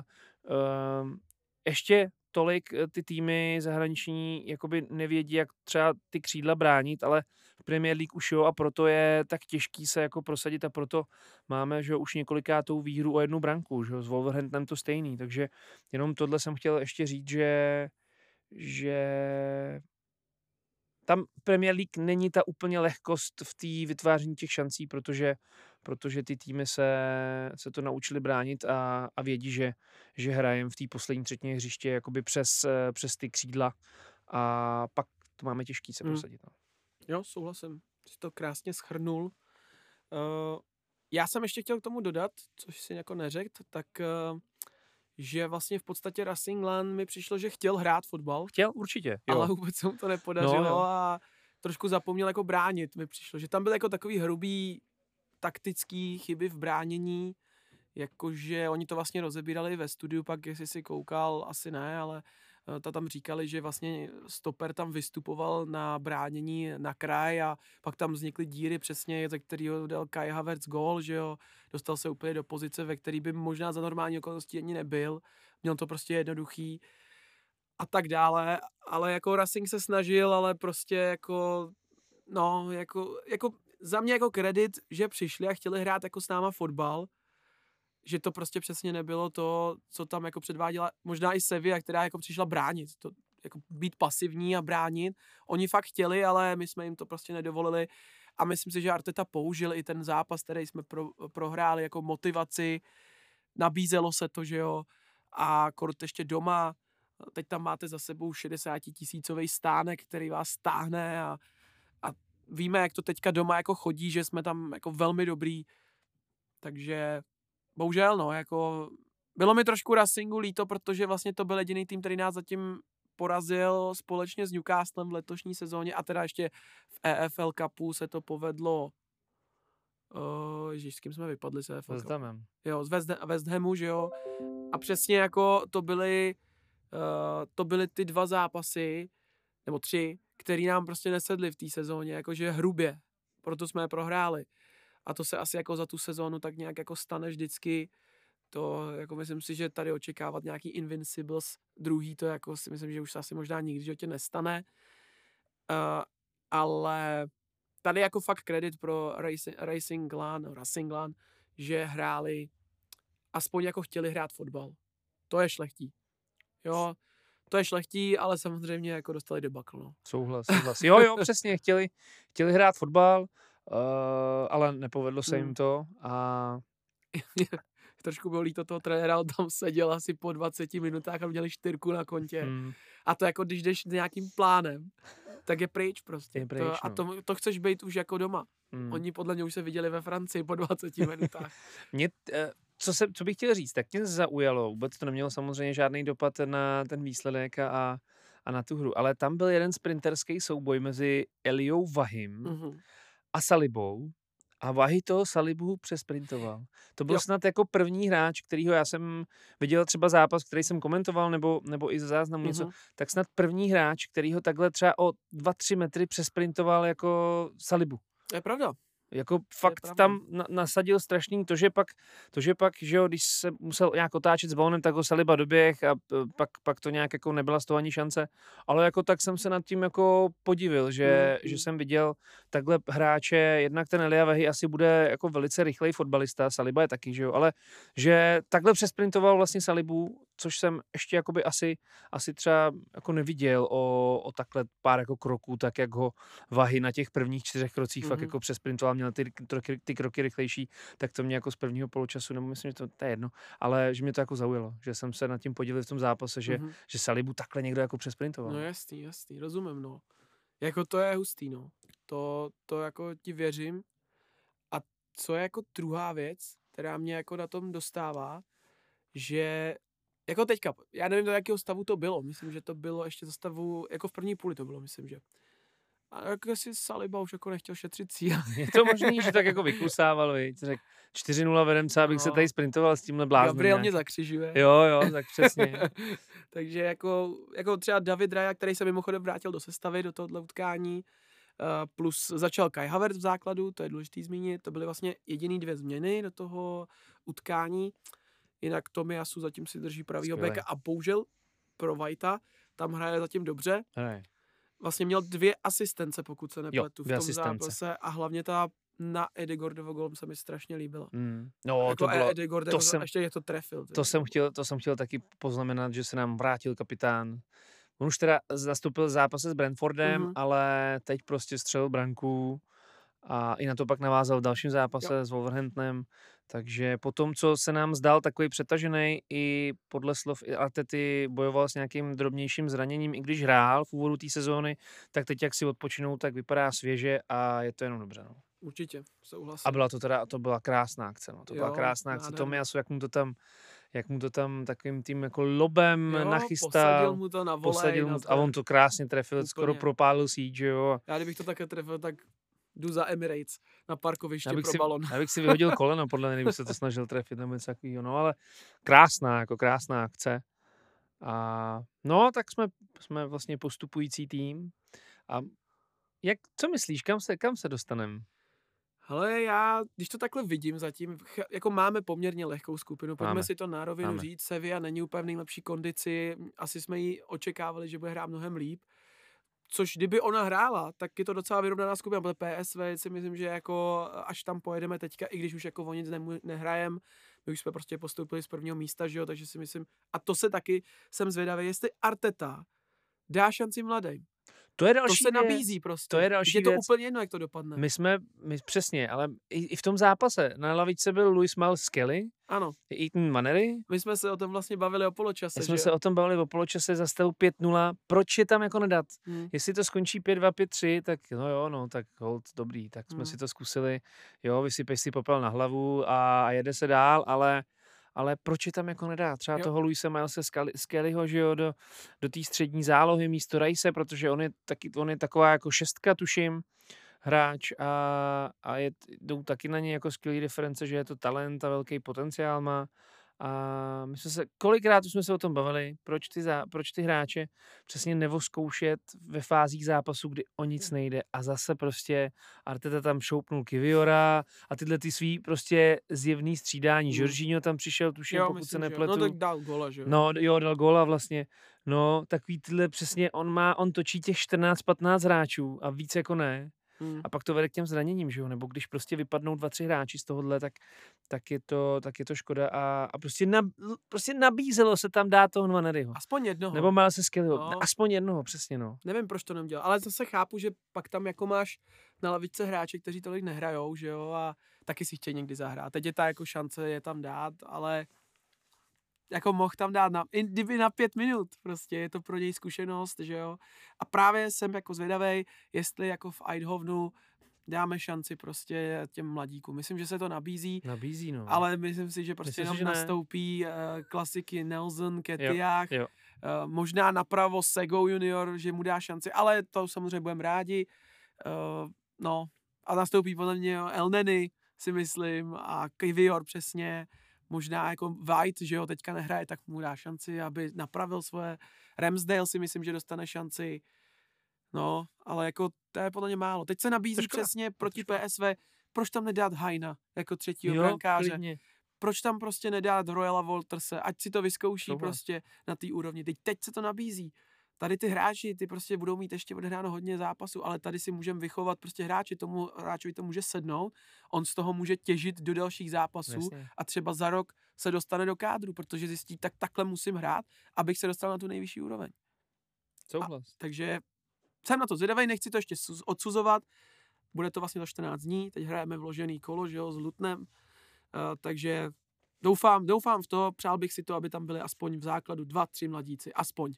Speaker 2: Ještě tolik ty týmy zahraniční jakoby nevědí, jak třeba ty křídla bránit, ale v Premier League už jo a proto je tak těžký se jako prosadit a proto máme, že už několikátou výhru o 1 branku, že s Wolverhamptonem to stejný, takže jenom tohle jsem chtěl ještě říct, že tam Premier League není ta úplně lehkost v té vytváření těch šancí, protože ty týmy se to naučili bránit a vědí, že hrajeme v té poslední třetině hřiště jakoby přes ty křídla a pak to máme těžký se prosadit. No.
Speaker 1: Jo, souhlasím. Jsi to krásně shrnul. Já jsem ještě chtěl k tomu dodat, což si jako neřekl, tak že vlastně v podstatě Racing Lan mi přišlo, že chtěl hrát fotbal.
Speaker 2: Chtěl, určitě. Jo.
Speaker 1: Ale vůbec se mu to nepodařilo a trošku zapomněl jako bránit, mi přišlo. Že tam byly jako takový hrubý taktický chyby v bránění, jakože oni to vlastně rozebírali ve studiu, pak jestli si koukal, asi ne, ale tam říkali, že vlastně stoper tam vystupoval na bránění na kraj a pak tam vznikly díry přesně, ze kterého dal Kai Havertz gól, že jo, dostal se úplně do pozice, ve který by možná za normální okolností ani nebyl, měl to prostě jednoduchý a tak dále, ale jako Racing se snažil, ale prostě jako, no, jako za mě jako kredit, že přišli a chtěli hrát jako s náma fotbal, že to prostě přesně nebylo to, co tam jako předváděla možná i Sevilla, která jako přišla bránit, to jako být pasivní a bránit. Oni fakt chtěli, ale my jsme jim to prostě nedovolili a myslím si, že Arteta použil i ten zápas, který jsme prohráli jako motivaci, nabízelo se to, že jo, a kort ještě doma, teď tam máte za sebou 60 000 stánek, který vás stáhne a víme, jak to teďka doma jako chodí, že jsme tam jako velmi dobrý, takže bohužel, no, jako bylo mi trošku Racingu líto, protože vlastně to byl jediný tým, který nás zatím porazil společně s Newcastlem v letošní sezóně a teda ještě v EFL Cupu se to povedlo s kým jsme vypadli z EFL Cupu? Jo, z West Hamu, že jo, a přesně jako to byly ty 2 zápasy, nebo 3, který nám prostě nesedli v té sezóně, jakože hrubě, proto jsme je prohráli. A to se asi jako za tu sezónu tak nějak jako stane vždycky. To jako myslím si, že tady očekávat nějaký Invincibles druhý, to jako si myslím, že už se asi možná nikdy v životě nestane. Ale tady jako fakt kredit pro Racing Lan, že hráli, aspoň jako chtěli hrát fotbal. To je šlechtí. Jo, to je šlechtí, ale samozřejmě jako dostali debakl. No.
Speaker 2: Souhlas. Jo, přesně, chtěli hrát fotbal, ale nepovedlo se jim to a
Speaker 1: trošku bylo líto toho trenéra, on tam seděl asi po 20 minutách a měli 4 na kontě. A to jako když jdeš s nějakým plánem, tak je pryč prostě.
Speaker 2: Je pryč,
Speaker 1: a to chceš být už jako doma. Oni podle mě už se viděli ve Francii po 20 minutách.
Speaker 2: Co bych chtěl říct, tak mě zaujalo, vůbec to nemělo samozřejmě žádný dopad na ten výsledek a na tu hru, ale tam byl jeden sprinterský souboj mezi Eliou Vahim a Salibou a Vahy toho Salibu přesprintoval. To byl snad jako první hráč, kterýho já jsem viděl třeba zápas, který jsem komentoval, nebo i ze záznamu něco, tak snad první hráč, kterýho takhle třeba o 2-3 metry přesprintoval jako Salibu.
Speaker 1: To je pravda.
Speaker 2: Jako fakt tam nasadil strašný to, že pak, že jo, když se musel nějak otáčet s balonem, tak ho Saliba doběh a pak to nějak jako nebyla z toho ani šance. Ale jako tak jsem se nad tím jako podivil, že jsem viděl takhle hráče, jednak ten Elia Vehy asi bude jako velice rychlej fotbalista, Saliba je taky, že jo, ale že takhle přesprintoval vlastně Salibu, což jsem ještě jakoby asi třeba jako neviděl o takhle pár jako kroků, tak jak ho Vahy na těch prvních 4 krocích fakt jako přesprintoval, měl ty kroky rychlejší, tak to mě jako z prvního poločasu, nebo myslím, že to je jedno, ale že mě to jako zaujalo, že jsem se nad tím podílel v tom zápase, že Salibu takhle někdo jako přesprintoval.
Speaker 1: No jasný, rozumím, no. Jako to je hustý, no. To jako ti věřím. A co je jako druhá věc, která mě jako na tom dostává, že jako teďka, já nevím, do jakého stavu to bylo, myslím, že to bylo ještě za stavu, jako v první půli to bylo, myslím, že. A jako si Saliba už jako nechtěl šetřit cíl.
Speaker 2: Je to možný, že tak jako vyklusával, viď? Řekl 4-0 vedem, co abych se tady sprintoval s tímhle bláznem.
Speaker 1: Gabriel mě zakřižuje.
Speaker 2: Jo, tak přesně.
Speaker 1: Takže jako třeba David Raya, který se mimochodem vrátil do sestavy, do tohohle utkání, plus začal Kai Havertz v základu, to je důležitý zmínit, to byly vlastně jediný 2 změny do toho utkání. Jinak Tomiyasu zatím si drží pravýho beka a bohužel pro Whitea tam hraje zatím dobře. Vlastně měl 2 asistence, pokud se nepletu, v tom zápase a hlavně ta na Edegordovo gól se mi strašně líbila.
Speaker 2: No,
Speaker 1: jako
Speaker 2: to bylo,
Speaker 1: Edegord, ještě je to trefil.
Speaker 2: To jsem chtěl taky poznamenat, že se nám vrátil kapitán. On už teda nastoupil v zápase s Brentfordem, ale teď prostě střelil branku a i na to pak navázal v dalším zápase s Wolverhamptonem. Takže po tom, co se nám zdal takový přetažený, i podle slov Artety bojoval s nějakým drobnějším zraněním, i když hrál v úvodu té sezóny, tak teď jak si odpočinou, tak vypadá svěže a je to jenom dobře. No.
Speaker 1: Určitě, souhlasím.
Speaker 2: A byla to byla krásná akce. No. To byla krásná akce Tomiyasu, jak mu to tam takovým tím jako lobem nachystal.
Speaker 1: Posadil mu to na volej.
Speaker 2: A on to krásně trefil, úplně. Skoro propálil síť, že jo.
Speaker 1: Já kdybych to také trefil, tak jdu za Emirates na parkoviště pro balon.
Speaker 2: Abych si vyhodil koleno, podle mě, kdyby se to snažil trefit nebo něco takového. No ale krásná akce. A no, tak jsme vlastně postupující tým. A co myslíš, kam se dostaneme?
Speaker 1: Hele, já, když to takhle vidím zatím, jako máme poměrně lehkou skupinu, pojďme si to na rovinu říct, Sevilla není úplně v nejlepší kondici, asi jsme ji očekávali, že bude hrát mnohem líp, což kdyby ona hrála, tak je to docela vyrovnaná skupina, protože PSV si myslím, že jako až tam pojedeme teďka, i když už jako o nic nehrajem, my už jsme prostě postoupili z prvního místa, že jo, takže si myslím, a to se taky jsem zvědavý, jestli Arteta dá šanci mladým.
Speaker 2: To je další
Speaker 1: to se nabízí prostě.
Speaker 2: To je další
Speaker 1: je to
Speaker 2: věc.
Speaker 1: úplně jedno, jak to dopadne.
Speaker 2: My přesně, ale i v tom zápase na lavičce byl Luis Miles Skelly,
Speaker 1: ano.
Speaker 2: Ethan Manery.
Speaker 1: My jsme se o tom vlastně bavili o poločase.
Speaker 2: My jsme se o tom bavili o poločase za stavu 5-0. Proč je tam jako nedat? Jestli to skončí 5-2, 5-3, tak tak hold, dobrý, tak jsme si to zkusili. Jo, vysypeš si popel na hlavu a jede se dál, ale proč je tam jako nedá? Třeba toho Luise Milese Skellyho, že jo, do té střední zálohy místo Rice, protože on je taková jako 6, tuším, hráč a jdou taky na něj jako skvělý reference, že je to talent a velký potenciál má. A my kolikrát už jsme se o tom bavili, proč ty hráče přesně nevoskoušet ve fázích zápasu, kdy o nic nejde a zase prostě Arteta tam šoupnul Kiviora a tyhle ty svý prostě zjevný střídání. Jorginho tam přišel, tuším, pokud se nepletu.
Speaker 1: No tak dal góla, že jo?
Speaker 2: No jo, dal góla vlastně. No, takový tyhle přesně, on točí těch 14-15 hráčů a víc jako ne. A pak to vede k těm zraněním, že jo? Nebo když prostě vypadnou 2-3 hráči z tohohle, tak je to škoda a prostě nabízelo se tam dát toho Nwaneryho.
Speaker 1: Aspoň jednoho.
Speaker 2: Nebo mal se Skellyho. Aspoň jednoho, přesně, no.
Speaker 1: Nevím, proč to neudělal, ale zase chápu, že pak tam jako máš na lavičce hráče, kteří tolik nehrajou, že jo? A taky si chtějí někdy zahrát. Teď je ta jako šance je tam dát, ale jako mohl tam dát kdyby na 5 minut, prostě je to pro něj zkušenost, že jo. A právě jsem jako zvědavej, jestli jako v Eindhovenu dáme šanci prostě těm mladíkům. Myslím, že se to nabízí.
Speaker 2: Nabízí, no.
Speaker 1: Ale myslím si, že prostě jenom nastoupí klasiky Nelson, Ketiach, možná napravo Sego junior, že mu dá šanci, ale to samozřejmě budeme rádi. A nastoupí podle mě Elneny, si myslím, a Kivior přesně. Možná jako White, že jo, teďka nehraje, tak mu dá šanci, aby napravil svoje. Ramsdale si myslím, že dostane šanci. No, ale jako to je podle mě málo. Teď se nabízí přesně proti PSV proč tam nedát Haina jako třetího brankáře?
Speaker 2: Klidně.
Speaker 1: Proč tam prostě nedát Royala Walterse, ať si to vyzkouší
Speaker 2: Souhlas.
Speaker 1: prostě na té úrovni. Teď se to nabízí. Tady ty hráči, ty prostě budou mít ještě odehráno hodně zápasů, ale tady si můžeme vychovat prostě hráčovi to může sednout, on z toho může těžit do dalších zápasů.
Speaker 2: Jasně.
Speaker 1: A třeba za rok se dostane do kádru, protože zjistí, tak takhle musím hrát, abych se dostal na tu nejvyšší úroveň.
Speaker 2: Souhlas.
Speaker 1: Takže jsem na to zvědavej, nechci to ještě odsuzovat. Bude to vlastně za 14 dní, teď hrajeme vložený kolo, že jo, s Lutnem. Takže doufám v to, přál bych si to, aby tam byly aspoň v základu 2-3 mladíci, aspoň.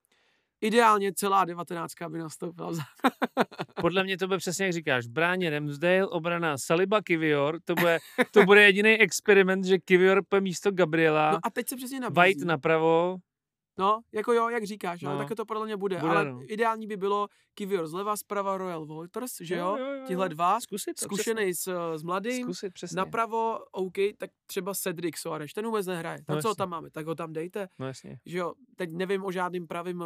Speaker 1: Ideálně celá 19 by nastoupila.
Speaker 2: Podle mě to bude přesně jak říkáš. V bráně Ramsdale, obrana Saliba, Kiwior, to bude jediný experiment, že Kiwior půjde místo Gabriela,
Speaker 1: No a teď se přesně nabízí.
Speaker 2: White napravo.
Speaker 1: No, jako jo, jak říkáš,
Speaker 2: No.
Speaker 1: ale tak to podle mě bude.
Speaker 2: Bude,
Speaker 1: Ale
Speaker 2: no.
Speaker 1: ideální by bylo Kiwior zleva, zprava Royal Walters, že jo? Tihle dva,
Speaker 2: Zkusit to,
Speaker 1: zkušenej s mladým.
Speaker 2: Zkusit, přesně.
Speaker 1: Napravo, OK, tak třeba Cedric Soares, ten vůbec nehraje. Tak
Speaker 2: No
Speaker 1: co ho
Speaker 2: jasně.
Speaker 1: tam máme? Tak ho tam dejte.
Speaker 2: No jasně.
Speaker 1: Že jo, teď nevím o žádným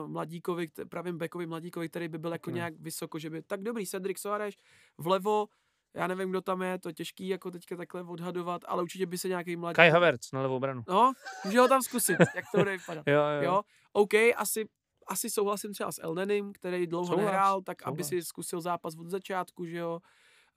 Speaker 1: pravým backovým mladíkovi, který by byl jako
Speaker 2: Ne.
Speaker 1: nějak vysoko, že by, tak dobrý, Cedric Soares, vlevo, já nevím, kdo tam je, to je těžký jako teďka takhle odhadovat, ale určitě by se nějaký mladý...
Speaker 2: Kai Havertz na levou branu.
Speaker 1: No, může ho tam zkusit, jak to bude vypadat. Jo, OK, asi souhlasím třeba s Elnenym, který dlouho
Speaker 2: Souhlas,
Speaker 1: nehrál, tak
Speaker 2: souhlas.
Speaker 1: aby si zkusil zápas od začátku, že jo.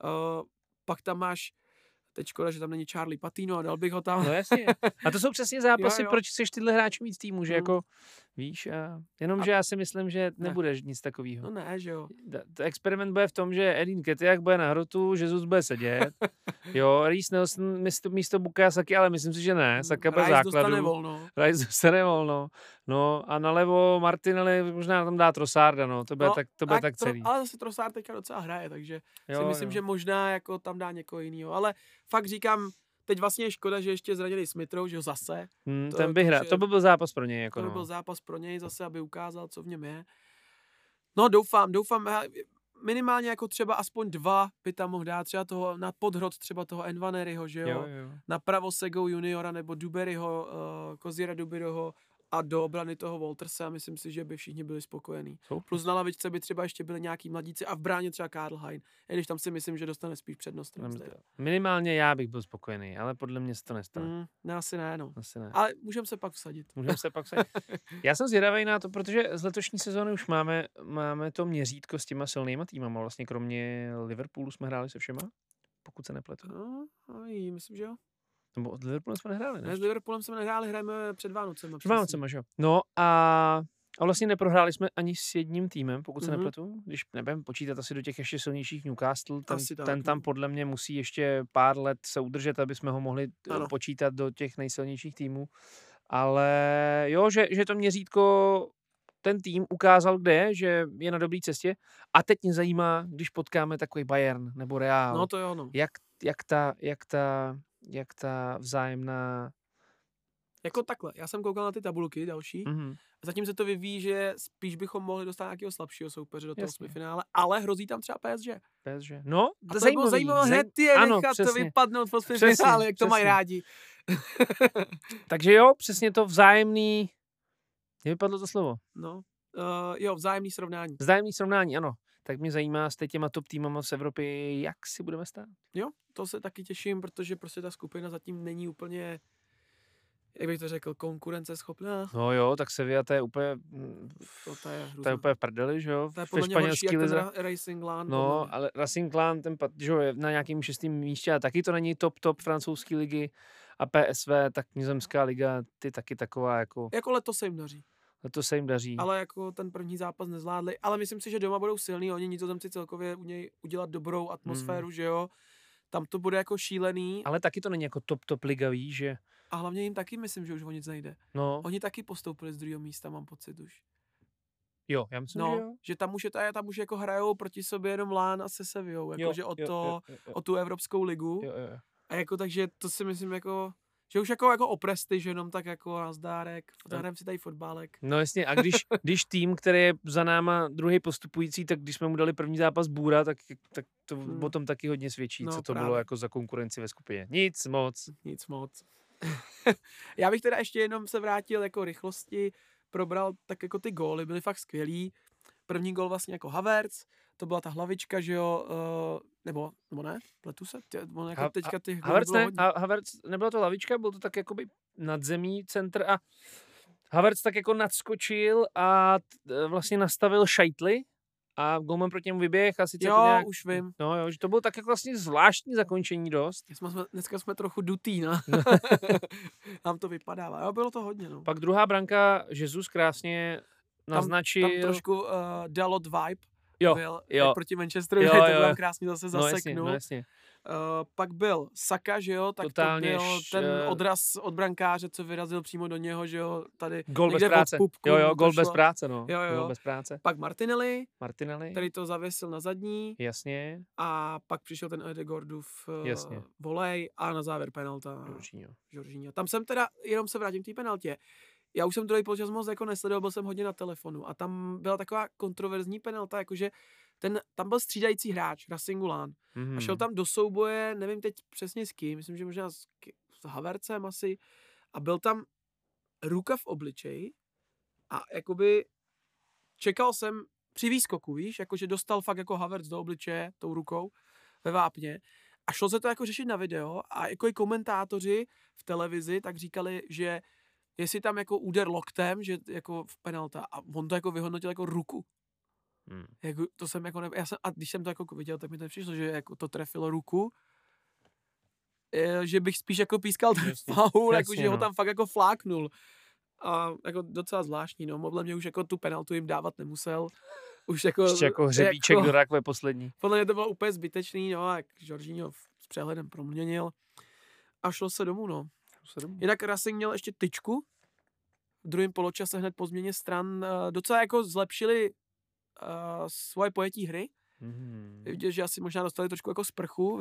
Speaker 1: Pak tam máš, teď škoda, že tam není Charlie Patino a dal bych ho tam.
Speaker 2: No jasně. A to jsou přesně zápasy,
Speaker 1: Jo.
Speaker 2: proč chceš tyhle hráči mít z týmu, že jako, víš, jenomže já si myslím, že
Speaker 1: Ne.
Speaker 2: nebude nic takového.
Speaker 1: No ne, že jo.
Speaker 2: Experiment bude v tom, že Edin Ketiak bude na hrotu, Jesus bude sedět, jo, Reece Nelson místo Bukayo Saky, ale myslím si, že ne, Saka bude
Speaker 1: Rice dostane
Speaker 2: základu.
Speaker 1: volno.
Speaker 2: Rice dostane volno. No a nalevo Martinelli možná tam dá Trossarda, no, to bude tak celý.
Speaker 1: Ale zase Trossard teďka docela hraje, takže
Speaker 2: Jo,
Speaker 1: si myslím, že možná jako tam dá někoho jiného. Ale fakt říkám, teď vlastně je škoda, že ještě zraněný Smith Rowe, že jo, zase.
Speaker 2: Ten by hrál, to by byl zápas pro něj. Jako
Speaker 1: To by
Speaker 2: no.
Speaker 1: byl zápas pro něj zase, aby ukázal, co v něm je. No doufám, minimálně jako třeba aspoň 2 by tam mohl dát, třeba toho na podhrot třeba toho Nwaneryho, že jo?
Speaker 2: Jo.
Speaker 1: Napravo Segou juniora nebo Duberyho, Kozira Duberyho a do obrany toho Walterse a myslím si, že by všichni byli spokojení. Plus na lavičce by třeba ještě byli nějaký mladíci a v bráně třeba Karl Hein, i když tam si myslím, že dostane spíš přednost.
Speaker 2: Minimálně já bych byl spokojený, ale podle mě se to nestane.
Speaker 1: Ne, asi ne, no.
Speaker 2: Asi ne.
Speaker 1: Ale můžeme se pak vsadit.
Speaker 2: Já jsem zvědavý na to, protože z letošní sezóny už máme to měřítko s těma silnýma týmama. Vlastně kromě Liverpoolu jsme hráli se všema, pokud se nepletu.
Speaker 1: No, myslím, že jo.
Speaker 2: Nebo od Liverpoolu jsme nehráli, ne?
Speaker 1: Ne, s Liverpoolem jsme nehráli, hrajeme před Vánocema.
Speaker 2: Před Vánocema, že jo. No a vlastně neprohráli jsme ani s jedním týmem, pokud se nepletu. Když nebudeme počítat asi do těch ještě silnějších Newcastle, ten tam podle mě musí ještě pár let se udržet, aby jsme ho mohli počítat do těch nejsilnějších týmů. Ale jo, že to měřítko ten tým ukázal, kde je, že je na dobré cestě. A teď mě zajímá, když potkáme takový Bayern nebo Real.
Speaker 1: No to jo, no.
Speaker 2: Jak ta vzájemná...
Speaker 1: Jako takhle, já jsem koukal na ty tabulky další. Zatím se to vyvíjí, že spíš bychom mohli dostat nějakého slabšího soupeře do toho semifinále, ale hrozí tam třeba PSG.
Speaker 2: No,
Speaker 1: to je zajímavé hned je nechat to vypadnout v semifinále, jak to mají rádi.
Speaker 2: Takže jo, přesně to vzájemný... Mě vypadlo to slovo.
Speaker 1: No, jo, vzájemný srovnání.
Speaker 2: Vzájemný srovnání, ano. Tak mě zajímá s těma top týmama z Evropy, jak si budeme stát.
Speaker 1: Jo, to se taky těším, protože prostě ta skupina zatím není úplně, jak bych to řekl, konkurenceschopná.
Speaker 2: No jo, tak Sevilla to je úplně to je úplně v prdeli, že jo?
Speaker 1: To je podle mě horší jak ten Racing Lan.
Speaker 2: No, ale Racing Lan, ten že jo, je na nějakém 6. místě a taky to není top francouzské ligy a PSV, tak nizozemská liga, ty taky taková jako...
Speaker 1: Jako letos se jim daří.
Speaker 2: Letos se jim daří.
Speaker 1: Ale jako ten první zápas nezvládli, ale myslím si, že doma budou silný, oni Nizozemci celkově u něj udělat dobrou atmosféru, že jo. Tam to bude jako šílený.
Speaker 2: Ale taky to není jako top liga, víš, že...
Speaker 1: A hlavně jim taky myslím, že už o nic nejde.
Speaker 2: No.
Speaker 1: Oni taky postoupili z druhého místa, mám pocit už.
Speaker 2: Jo, já myslím, že jo.
Speaker 1: Že tam už jako hrajou proti sobě jenom Lán a se Sevillou, jakože o tu Evropskou ligu.
Speaker 2: Jo.
Speaker 1: A jako takže to si myslím jako... Že už jako o prestiž, jenom tak jako nazdárek, zahrajeme si tady fotbálek.
Speaker 2: No jasně, a když tým, který je za náma druhý postupující, tak když jsme mu dali první zápas Bůra, tak to o tom taky hodně svědčí, co to bylo jako za konkurenci ve skupině. Nic moc.
Speaker 1: Já bych teda ještě jenom se vrátil jako rychlosti, probral tak jako ty góly, byly fakt skvělý. První gól vlastně jako Havertz, to byla ta hlavička, že jo, nebo ne, pletu se, on jako teďka těch
Speaker 2: Havertz
Speaker 1: bylo
Speaker 2: ne,
Speaker 1: hodně.
Speaker 2: Havertz, nebyla to hlavička, byl to tak jakoby nadzemí centr a Havertz tak jako nadskočil a vlastně nastavil šajtly a golman proti němu vyběh a sice
Speaker 1: Jo,
Speaker 2: to nějak...
Speaker 1: už vím.
Speaker 2: No jo, že to bylo tak jako vlastně zvláštní zakončení dost.
Speaker 1: Dneska jsme trochu dutý, no. Nám to vypadává. Jo, bylo to hodně, no.
Speaker 2: Pak druhá branka, Jesus krásně naznačil.
Speaker 1: Tam trošku Dalot vibe
Speaker 2: jo,
Speaker 1: byl
Speaker 2: jo.
Speaker 1: proti Manchesteru,
Speaker 2: jo,
Speaker 1: to
Speaker 2: jo.
Speaker 1: tam krásně zase zaseknul.
Speaker 2: No jasně.
Speaker 1: Pak byl Saka, že jo, tak
Speaker 2: totálně
Speaker 1: to byl ten odraz od brankáře, co vyrazil přímo do něho, že jo, tady
Speaker 2: gol bez práce. Gol bez práce, no.
Speaker 1: Jo.
Speaker 2: Gol bez práce.
Speaker 1: Pak Martinelli,
Speaker 2: který
Speaker 1: to zavěsil na zadní.
Speaker 2: Jasně.
Speaker 1: A pak přišel ten Ødegaardův volej a na závěr penalta. Jorginho. Tam jsem teda, jenom se vrátím k té penaltě. Já už jsem druhý poločas moc jako nesledoval, byl jsem hodně na telefonu a tam byla taková kontroverzní penalta, jakože tam byl střídající hráč, Racing Ulan, a šel tam do souboje, nevím teď přesně s kým, myslím, že možná s Havertzem asi, a byl tam ruka v obličeji a jakoby čekal jsem při výskoku, víš, jakože dostal fakt jako Havertz do obličeje tou rukou ve vápně a šlo se to jako řešit na video a jako i komentátoři v televizi tak říkali, že jestli tam jako úder loktem, že jako v penalta a on to jako vyhodnotil jako ruku. Jako, to jsem jako a když jsem to jako viděl, tak mi to nepřišlo, že jako to trefilo ruku, že bych spíš jako pískal ten faul, jako že ho tam fakt jako fláknul. A jako docela zvláštní, no, podle mě už jako tu penaltu jim dávat nemusel. Už jako...
Speaker 2: Ještě jako hřebíček do rakve poslední.
Speaker 1: Podle mě to bylo úplně zbytečný, no, a Jorginho s přehledem proměnil a šlo se domů, no. Jinak Racing měl ještě tyčku. V druhém poločase hned po změně stran docela jako zlepšili svoje pojetí hry. Viděl, že asi možná dostali trošku jako sprchu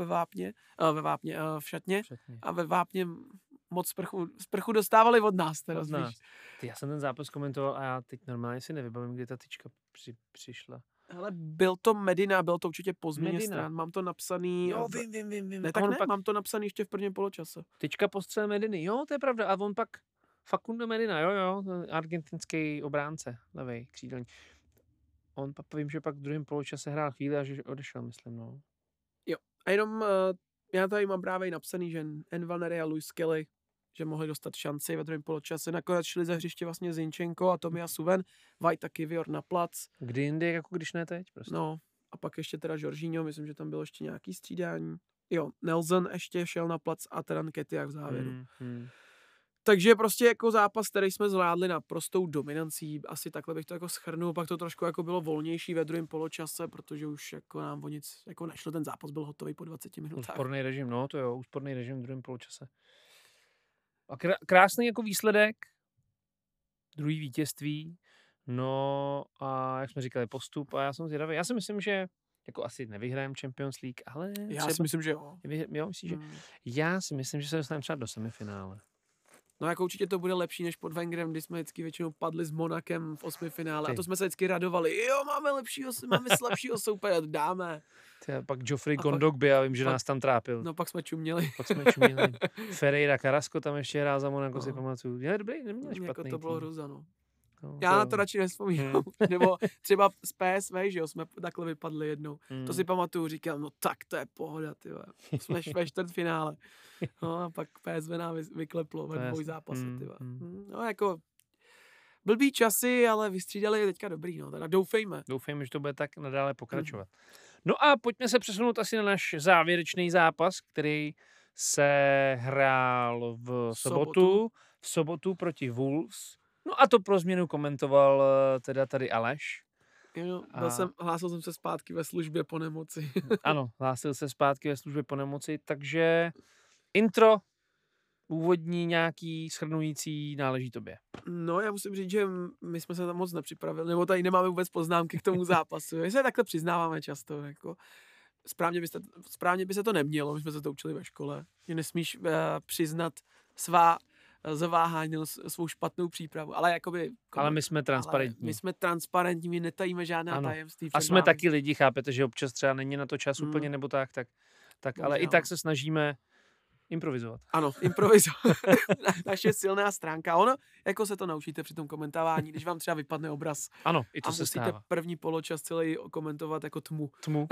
Speaker 1: v šatně. A ve vápně moc sprchu dostávali od nás. Teda, od nás.
Speaker 2: Já jsem ten zápas komentoval a já teď normálně si nevybavím, kdy ta tyčka přišla.
Speaker 1: Hele, byl to Medina, byl to určitě po změně stran. Mám to napsaný...
Speaker 2: Jo, vím.
Speaker 1: Ne, tak ne, mám to napsaný ještě v prvním poločase.
Speaker 2: Tyčka po střele Mediny, jo, to je pravda. A on pak Facundo Medina, jo, argentinský obránce, levej, křídelní. On vím, že pak v druhém poločase hrál chvíli a že odešel, myslím, no.
Speaker 1: Jo, a jenom já tady mám právě napsaný, že Nvanery a Luis Kelly, že mohli dostat šanci ve druhém poločase. Nakonec šli ze hřiště vlastně Zinchenko a Tomia Suven, Vajta Kivior na plac.
Speaker 2: Kdy jindy, jako když ne teď? Prostě.
Speaker 1: No, a pak ještě teda Jorginho, myslím, že tam bylo ještě nějaký střídání. Jo, Nelson ještě šel na plac a teda Nketiah v závěru. Takže prostě jako zápas, který jsme zvládli na prostou dominancí, asi takhle bych to jako shrnul, pak to trošku jako bylo volnější ve druhém poločase, protože už jako nám o nic jako nešlo, ten zápas byl hotový po 20 minutách.
Speaker 2: Úsporný režim, no to jo, úsporný režim v druhém poločase. A krásný jako výsledek, druhý vítězství, no a jak jsme říkali, postup a já jsem zvědavý. Já si myslím, že jako asi nevyhrajeme Champions League, ale...
Speaker 1: Já si myslím, že jo.
Speaker 2: Jo, myslíš, že? Já si myslím, že se dostaneme třeba do semifinále.
Speaker 1: No jako určitě to bude lepší než pod Wengerem, kdy jsme vždycky většinou padli s Monakem v 8. finále. A to jsme se vždycky radovali. Jo, máme slabšího soupeře, dáme.
Speaker 2: Pak Geoffrey Kondogbia, já vím, že nás tam trápil.
Speaker 1: No pak jsme čuměli.
Speaker 2: Ferreira Carrasco tam ještě hrál za Monaco, si pamatuju. Je dobrý, neměl špatný
Speaker 1: jako to bylo hruza, no.
Speaker 2: No,
Speaker 1: já na to radši nevzpomínám. Nebo třeba z PSV, že jo, jsme takhle vypadli jednou. To si pamatuju, říkám, no tak to je pohoda, tyhle. Jsme ve čtvrtfinále. No a pak PSV nám vykleplo ve dvou zápasech, tyhle. No jako blbý časy, ale vystřídali je teďka dobrý, no. Teda doufejme.
Speaker 2: Doufejme, že to bude tak nadále pokračovat. No a pojďme se přesunout asi na náš závěrečný zápas, který se hrál v sobotu proti Wolves. No a to pro změnu komentoval teda tady Aleš.
Speaker 1: Jo, hlásil jsem se zpátky ve službě po nemoci.
Speaker 2: Ano, hlásil se zpátky ve službě po nemoci, takže intro, úvodní nějaký shrnující náleží tobě.
Speaker 1: No já musím říct, že my jsme se tam moc nepřipravili, nebo tady nemáme vůbec poznámky k tomu zápasu. My se takhle přiznáváme často, jako správně by se to nemělo, my jsme se to učili ve škole, že nesmíš přiznat svá zaváhání, svou špatnou přípravu, ale jakoby...
Speaker 2: Ale my jsme transparentní.
Speaker 1: My jsme transparentní, my netajíme žádná tajemství.
Speaker 2: A jsme taky lidi, chápete, že občas třeba není na to čas úplně nebo tak ale i tak se snažíme Improvizovat.
Speaker 1: Ano, improvizovat. Naše silná stránka. Ono, jako se to naučíte při tom komentování, když vám třeba vypadne obraz
Speaker 2: Ano, i to
Speaker 1: a
Speaker 2: se
Speaker 1: musíte
Speaker 2: stává.
Speaker 1: první poločas celý komentovat jako tmu.
Speaker 2: Tmu.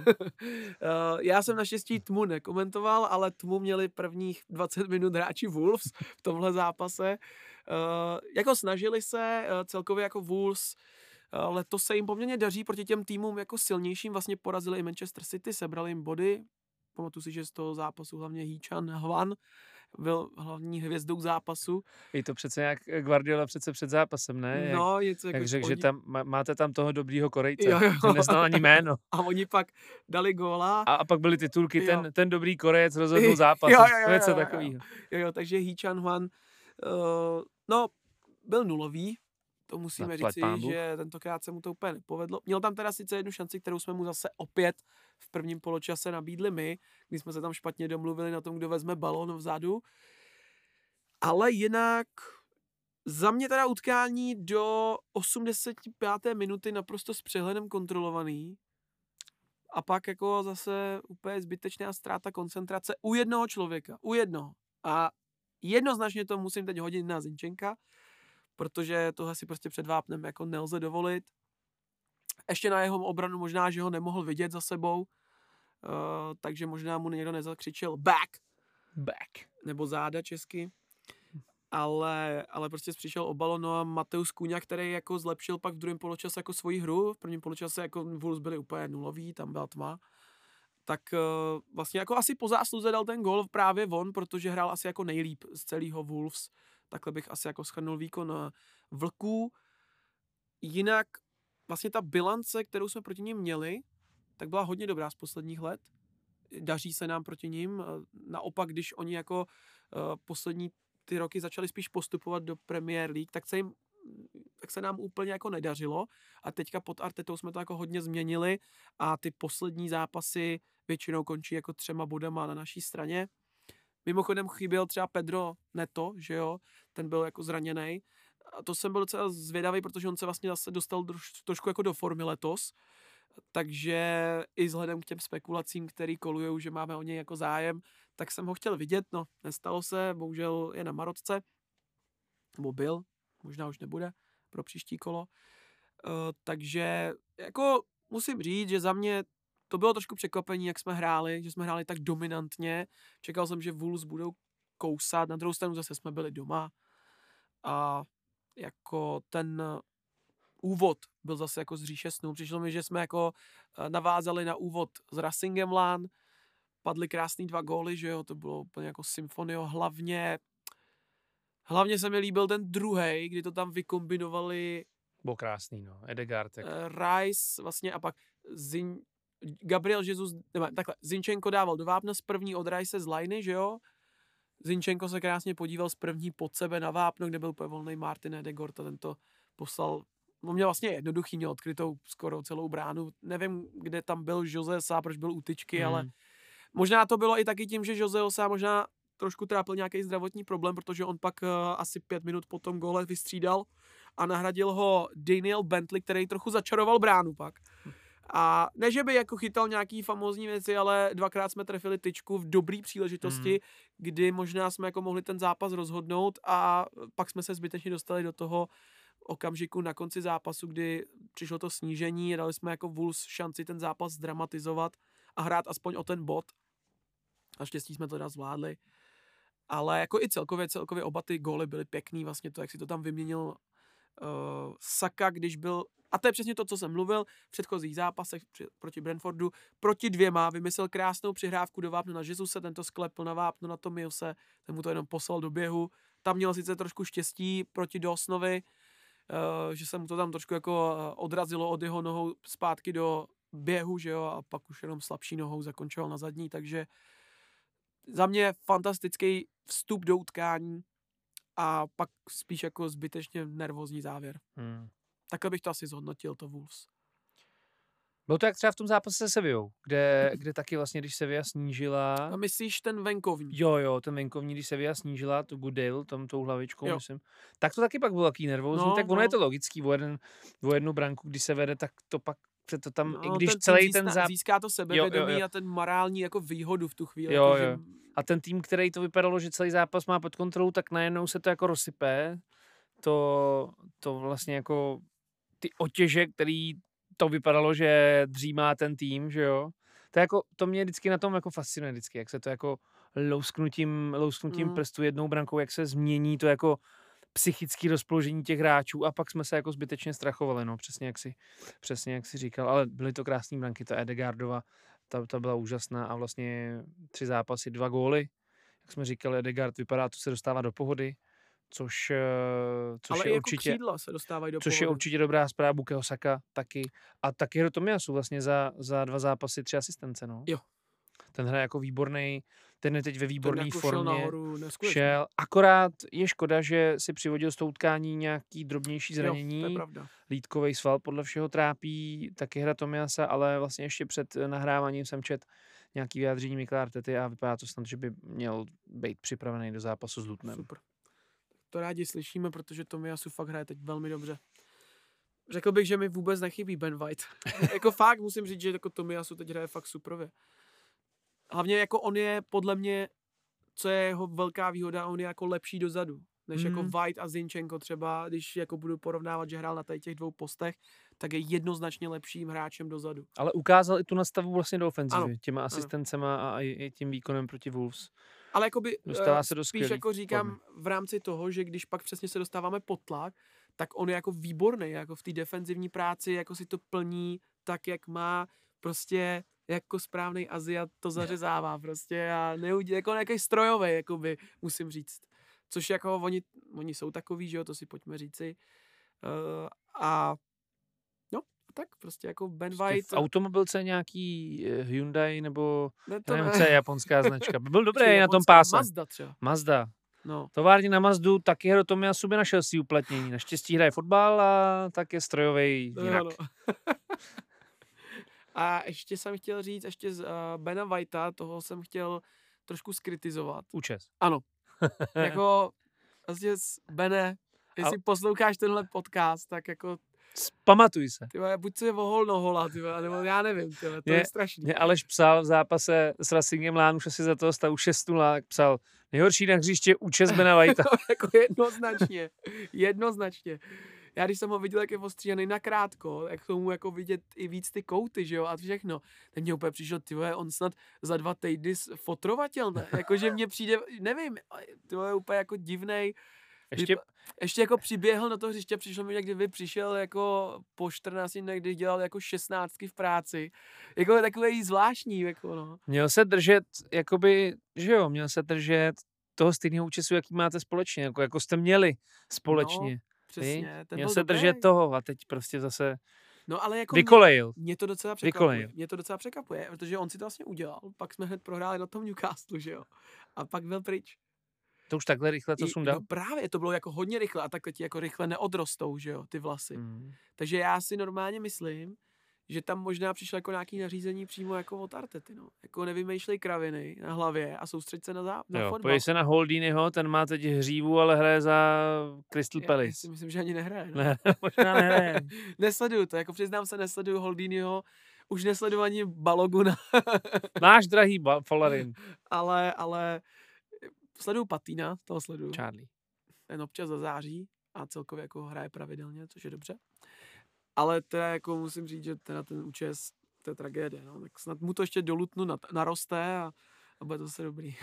Speaker 1: Já jsem naštěstí tmu nekomentoval, ale tmu měli prvních 20 minut hráči Wolves v tomhle zápase. Jako snažili se celkově jako Wolves, letos se jim poměrně daří proti těm týmům jako silnějším, vlastně porazili i Manchester City, sebrali jim body. Pamatuju si, že z toho zápasu hlavně Hee-chan Hwan byl hlavní hvězdou zápasu.
Speaker 2: Je to přece jak Guardiola přece před zápasem, ne?
Speaker 1: No, něco
Speaker 2: jak
Speaker 1: jako...
Speaker 2: řekl, že tam, máte tam toho dobrýho Korejce,
Speaker 1: Jo.
Speaker 2: že neznal ani jméno.
Speaker 1: A oni pak dali góla.
Speaker 2: A pak byly titulky,
Speaker 1: Jo.
Speaker 2: ten dobrý Korejec rozhodl zápas. Něco takového.
Speaker 1: Jo, takže Hee-chan Hwan, no, byl nulový. To musíme říci, že tentokrát se mu to úplně nepovedlo. Měl tam teda sice jednu šanci, kterou jsme mu zase opět v prvním poločase nabídli my, když jsme se tam špatně domluvili na tom, kdo vezme balón vzadu. Ale jinak za mě teda utkání do 85. minuty naprosto s přehledem kontrolovaný. A pak jako zase úplně zbytečná ztráta koncentrace u jednoho člověka. U jednoho. A jednoznačně to musím teď hodit na Zinchenka, protože tohle si prostě před vápnem jako nelze dovolit. Ještě na jeho obranu možná, že ho nemohl vidět za sebou, takže možná mu někdo nezakřičel back, nebo záda česky, ale prostě přišel o balon, no a Mateus Cunha, který jako zlepšil pak v druhém poločase jako svoji hru, v prvním poločase jako Wolves byli úplně nulový, tam byla tma, tak vlastně jako asi po zásluze dal ten gól právě on, protože hrál asi jako nejlíp z celého Wolves. Takhle bych asi jako shrnul výkon Vlků. Jinak vlastně ta bilance, kterou jsme proti nim měli, tak byla hodně dobrá z posledních let. Daří se nám proti nim. Naopak, když oni jako poslední ty roky začali spíš postupovat do Premier League, tak se nám úplně jako nedařilo. A teďka pod Artetou jsme to jako hodně změnili a ty poslední zápasy většinou končí jako 3 bodama na naší straně. Mimochodem chyběl třeba Pedro Neto, že jo, ten byl jako zraněný. A to jsem byl docela zvědavý, protože on se vlastně zase dostal trošku jako do formy letos. Takže i vzhledem k těm spekulacím, který kolujou, že máme o něj jako zájem, tak jsem ho chtěl vidět, no nestalo se, bohužel je na Marotce, nebo byl, možná už nebude pro příští kolo. Takže jako musím říct, že za mě to bylo trošku překvapení, jak jsme hráli, že jsme hráli tak dominantně. Čekal jsem, že Wolves budou kousat, na druhou stranu zase jsme byli doma a jako ten úvod byl zase jako z říše snů. Přišlo mi, že jsme jako navázali na úvod s Racingem Lán, padly krásný 2 góly, že jo, to bylo úplně jako symfonio, hlavně se mi líbil ten druhej, kdy to tam vykombinovali.
Speaker 2: Bylo krásný, no, Edegard.
Speaker 1: Rice vlastně a pak Gabriel Jesus, takhle, Zinchenko dával do vápna z první od Rice z liney, že jo? Zinchenko se krásně podíval z první pod sebe na vápno, kde byl úplně volný Martin Edegord a ten to poslal, on měl vlastně jednoduchý, měl odkrytou skoro celou bránu, nevím, kde tam byl Jose Sá, proč byl u tyčky, ale možná to bylo i taky tím, že Jose Sá možná trošku trápil nějaký zdravotní problém, protože on pak asi 5 minut po tom góle vystřídal a nahradil ho Daniel Bentley, který trochu začaroval bránu pak. A ne, že by jako chytal nějaký famózní věci, ale 2krát jsme trefili tyčku v dobrý příležitosti, kdy možná jsme jako mohli ten zápas rozhodnout a pak jsme se zbytečně dostali do toho okamžiku na konci zápasu, kdy přišlo to snížení a dali jsme jako Wolves šanci ten zápas zdramatizovat a hrát aspoň o ten bod. Naštěstí jsme to teda zvládli. Ale jako i celkově oba ty góly byly pěkný, vlastně to, jak si to tam vyměnil Saka, když byl, a to je přesně to, co jsem mluvil, v předchozích zápasech proti Brentfordu, proti 2 vymyslel krásnou přihrávku do vápna na Jesuse, ten to sklepl na vápno na Tomiose, ten mu to jenom poslal do běhu, tam měl sice trošku štěstí proti Dawsonovi, že se mu to tam trošku jako odrazilo od jeho nohou zpátky do běhu, že jo, a pak už jenom slabší nohou zakončoval na zadní, takže za mě fantastický vstup do utkání a pak spíš jako zbytečně nervózní závěr. Takhle bych to asi zhodnotil, to Wolves.
Speaker 2: Bylo to jak třeba v tom zápase se Sevillou, kde taky vlastně, když Sevilla snížila...
Speaker 1: A myslíš ten venkovní?
Speaker 2: Jo, ten venkovní, když Sevilla snížila tu Goodale, tou hlavičkou, myslím. Tak to taky pak bylo taký nervózní, tak ono je to logický, o jednu branku, když se vede, tak to pak se to tam, i když celý ten zápas...
Speaker 1: Získá to sebevědomí a ten morální jako výhodu v tu chvíli.
Speaker 2: Jo. a ten tým, který to vypadalo, že celý zápas má pod kontrolou, tak najednou se to jako rozsype. To vlastně jako ty otěže, který to vypadalo, že dřímá ten tým, že jo. To mě vždycky na tom jako fascinuje vždycky, jak se to jako lousknutím prstu jednou brankou, jak se změní to jako psychické rozpoložení těch hráčů a pak jsme se jako zbytečně strachovali, no, přesně jak si říkal, ale byly to krásné branky, ta Edegaardova, ta byla úžasná a vlastně 3 zápasy, 2 góly, jak jsme říkali, Edegaard vypadá, to se dostává do pohody, což
Speaker 1: ale
Speaker 2: je
Speaker 1: jako
Speaker 2: určitě,
Speaker 1: křídla se dostávají do
Speaker 2: což
Speaker 1: pohody.
Speaker 2: je určitě dobrá zpráva. Bukayo Saka taky a taky Hiro Tomiyasu vlastně za 2 zápasy 3 asistence, no.
Speaker 1: Jo.
Speaker 2: Ten hraje jako výborný, ten je teď ve výborné
Speaker 1: jako
Speaker 2: formě.
Speaker 1: Šel nahoru,
Speaker 2: šel. Akorát je škoda, že si přivodil z toho utkání nějaký drobnější zranění.
Speaker 1: Jo, to je pravda.
Speaker 2: Lítkovej sval podle všeho trápí taky hra Tomiyasa, ale vlastně ještě před nahráváním jsem čet nějaký vyjádření Mikela Artety a vypadá to snad, že by měl být připravený do zápasu s Lutnem.
Speaker 1: Super. To rádi slyšíme, protože Tomiyasu fakt hraje teď velmi dobře. Řekl bych, že mi vůbec nechybí Ben White. Jako fakt musím říct, že jako Tomiyasu teď hraje fakt superově. Hlavně jako on je podle mě, co je jeho velká výhoda, on je jako lepší dozadu, než jako White a Zinchenko třeba, když jako budu porovnávat, že hrál na těch 2 postech, tak je jednoznačně lepším hráčem dozadu.
Speaker 2: Ale ukázal i tu nastavu vlastně do ofenzivy, těma asistencema a i tím výkonem proti Wolves.
Speaker 1: Ale jakoby
Speaker 2: dostává se do
Speaker 1: spíš jako říkám v rámci toho, že když pak přesně se dostáváme pod tlak, tak on je jako výborný, jako v té defenzivní práci, jako si to plní tak, jak má, prostě jako správný Aziat to zařezává prostě a jako nějaký strojový, jakoby, musím říct. Což jako oni jsou takový, že jo, to si pojďme říci. A no, tak prostě jako Ben White.
Speaker 2: V automobilce nějaký Hyundai nebo nevím, co je japonská značka. Byl dobrý na tom páse.
Speaker 1: Mazda třeba.
Speaker 2: Mazda.
Speaker 1: No.
Speaker 2: Tovární na Mazdu, taky Hiro Tomiyasu by našel si uplatnění. Naštěstí hraje fotbal a tak je strojovej jinak. No.
Speaker 1: A ještě jsem chtěl říct, ještě z Bena Whitea, toho jsem chtěl trošku skritizovat.
Speaker 2: Účes.
Speaker 1: Ano. Jako vlastně Bene, jestli posloucháš tenhle podcast, tak jako
Speaker 2: pamatuj se.
Speaker 1: Tyhle, buď se vohol nohola, tyhle, nebo já nevím, tyhle, to je strašný.
Speaker 2: Mě Aleš psal v zápase s Racingem Lán, už asi za toho stavu 6-0, jak psal, nejhorší na hřiště účes Bena Whitea.
Speaker 1: Jako jednoznačně. Já když jsem ho viděl, jak je ostříhaný nakrátko, jak tomu jako vidět i víc ty kouty, že jo, a všechno, tak mě úplně přišlo, tyhle, on snad za 2 týdny fotrovatelný, jakože mně přijde, nevím, tyhle je úplně jako divnej. Ještě jako přiběhl na to hřiště, přišlo mi, kdyby přišel jako po 14 dnech, když dělal jako 16 v práci. Jako takový zvláštní, jako no.
Speaker 2: Měl se držet, jakoby, že jo, měl se držet toho stejného účesu, jaký máte společně, jako jste měli společně.
Speaker 1: No, přesně.
Speaker 2: Měl se držet toho a teď prostě zase
Speaker 1: no, ale jako
Speaker 2: vykolejil.
Speaker 1: Mě to docela překvapuje, protože on si to vlastně udělal, pak jsme hned prohráli na tom Newcastlu, že jo. A pak byl pryč.
Speaker 2: To už takhle rychle to sundal?
Speaker 1: No právě, to bylo jako hodně rychle a takhle ti jako rychle neodrostou, že jo, ty vlasy. Takže já si normálně myslím, že tam možná přišlo jako nějaký nařízení přímo jako od Artety, no. Jako nevymýšlej kraviny na hlavě a soustřeď se na fotbal.
Speaker 2: Pojď se na Holdiniho, ten má teď hřívu, ale hraje za Crystal Palace.
Speaker 1: Já si myslím, že ani nehraje. No.
Speaker 2: Ne, možná nehraje.
Speaker 1: Nesleduju to, jako přiznám se, nesleduju Holdiniho, už nesleduju ani Baloguna.
Speaker 2: Náš drahý Folarin.
Speaker 1: Ale sleduju Patina, toho sleduju.
Speaker 2: Charlie.
Speaker 1: Ten občas zazáří a celkově jako hraje pravidelně, což je dobře. Ale teda jako musím říct, že teda ten účes, to je tragédie, no. Tak snad mu to ještě do Lutnu naroste a bude to zase dobrý.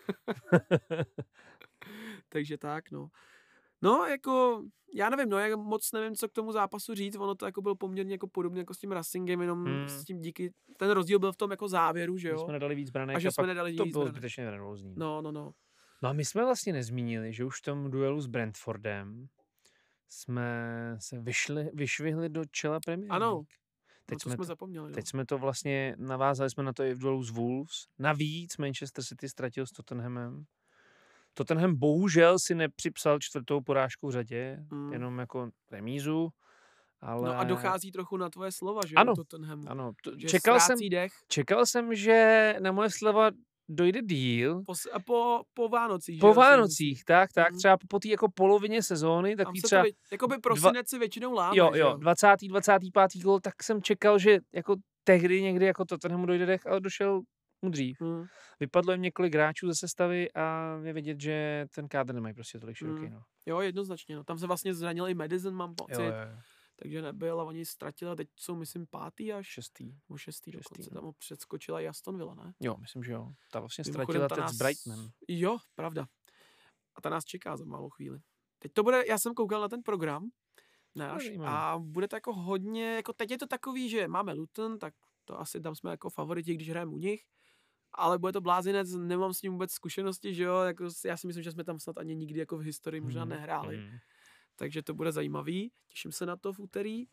Speaker 1: Takže tak, no. No, jako, já nevím, no, já moc nevím, co k tomu zápasu říct, ono to jako bylo poměrně jako podobně jako s tím Racingem, jenom s tím díky, ten rozdíl byl v tom jako závěru, že jo.
Speaker 2: My jsme nedali víc branek
Speaker 1: a že jsme nedali
Speaker 2: to
Speaker 1: víc
Speaker 2: bylo
Speaker 1: branek.
Speaker 2: zbytečně nervózní.
Speaker 1: No.
Speaker 2: No a my jsme vlastně nezmínili, že už v tom duelu s Brentfordem jsme se vyšvihli do čela Premier League.
Speaker 1: Ano, teď jsme zapomněli.
Speaker 2: Teď jsme to vlastně, navázali jsme na to i v duelu s Wolves. Navíc Manchester City ztratil s Tottenhamem. Tottenham bohužel si nepřipsal 4. porážku v řadě, jenom jako remízu. Ale...
Speaker 1: No a dochází trochu na tvoje slova, že
Speaker 2: ano,
Speaker 1: Tottenhamu.
Speaker 2: Ano,
Speaker 1: čekal
Speaker 2: jsem, že na moje slova dojde díl.
Speaker 1: Po Vánocích.
Speaker 2: Po Vánocích, tak, třeba po té jako polovině sezóny. Takový třeba
Speaker 1: jakoby prosinec si většinou láme.
Speaker 2: Jo, 25. gól, tak jsem čekal, že jako tehdy někdy jako Tottenhamu dojde dech, ale došel dřív. Vypadlo jim několik hráčů ze sestavy a je vidět, že ten kádr nemají prostě tolik široký. No.
Speaker 1: Jo, jednoznačně. No. Tam se vlastně zranil i Madison, mám pocit.
Speaker 2: Jo.
Speaker 1: Takže nebyl a oni ztratili a teď jsou, myslím, 5. až
Speaker 2: 6.
Speaker 1: Nebo 6. dokonce.
Speaker 2: No.
Speaker 1: Tam ho předskočila i Aston Villa, ne?
Speaker 2: Jo, myslím, že jo. Ta vlastně
Speaker 1: Mimochodem,
Speaker 2: ztratila teď s Brightonem.
Speaker 1: Jo, pravda. A ta nás čeká za malou chvíli. Teď to bude, já jsem koukal na ten program náš a bude to jako hodně, jako teď je to takový, že máme Luton, tak to asi tam jsme jako favoriti, když hrajeme u nich, ale bude to blázinec, nemám s ním vůbec zkušenosti, že jo, jako já si myslím, že jsme tam snad ani nikdy jako v historii možná nehráli, takže to bude zajímavý, těším se na to v úterý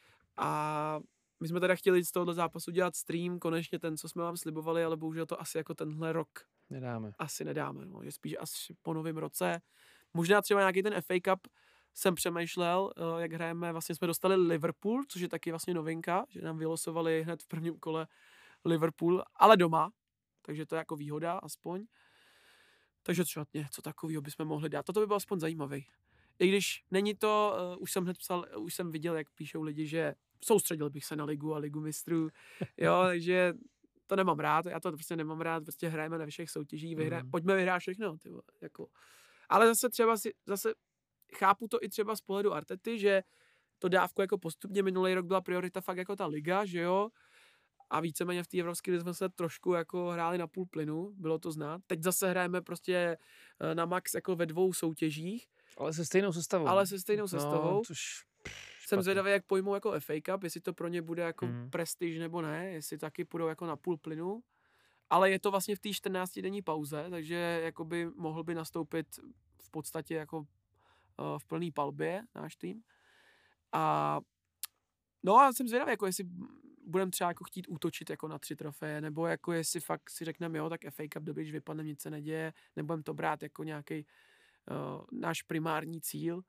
Speaker 1: a my jsme teda chtěli z tohohle zápasu dělat stream, konečně ten, co jsme vám slibovali, ale bohužel to asi jako tenhle rok asi nedáme, no, je spíš asi po novém roce, možná třeba nějaký ten FA Cup jsem přemýšlel, jak hrajeme, vlastně jsme dostali Liverpool, což je taky vlastně novinka, že nám vylosovali hned v prvním kole Liverpool, ale doma, takže to je jako výhoda aspoň. Takže třeba něco takového bychom mohli dát. Toto by bylo aspoň zajímavý. I když není to, už jsem hned psal, už jsem viděl, jak píšou lidi, že soustředil bych se na ligu a ligu mistrů, jo, takže to nemám rád, já to prostě nemám rád, prostě hrajeme na všech soutěžích, pojďme vyhrát všechno, tyvo, jako. Ale zase třeba chápu to i třeba z pohledu Artety, že to dávku jako postupně minulý rok byla priorita fakt jako ta liga, že jo, a víceméně v té evropské lize jsme se trošku jako hráli na půl plynu, bylo to znát. Teď zase hrajeme prostě na max jako ve 2 soutěžích.
Speaker 2: Ale se stejnou sestavou. Což
Speaker 1: jsem zvědavý, jak pojmou jako FA Cup, jestli to pro ně bude jako prestiž nebo ne, jestli taky půjdou jako na půl plynu. Ale je to vlastně v té 14denní pauze, takže jakoby mohl by nastoupit v podstatě jako v plný palbě náš tým. A no a jsem zvědavý, jako jestli budeme třeba jako chtít útočit jako na 3 trofeje, nebo jako jestli fakt si řekneme, jo, tak FA Cup dobrý, když vypadne, nic se neděje, nebudeme to brát jako nějaký náš primární cíl.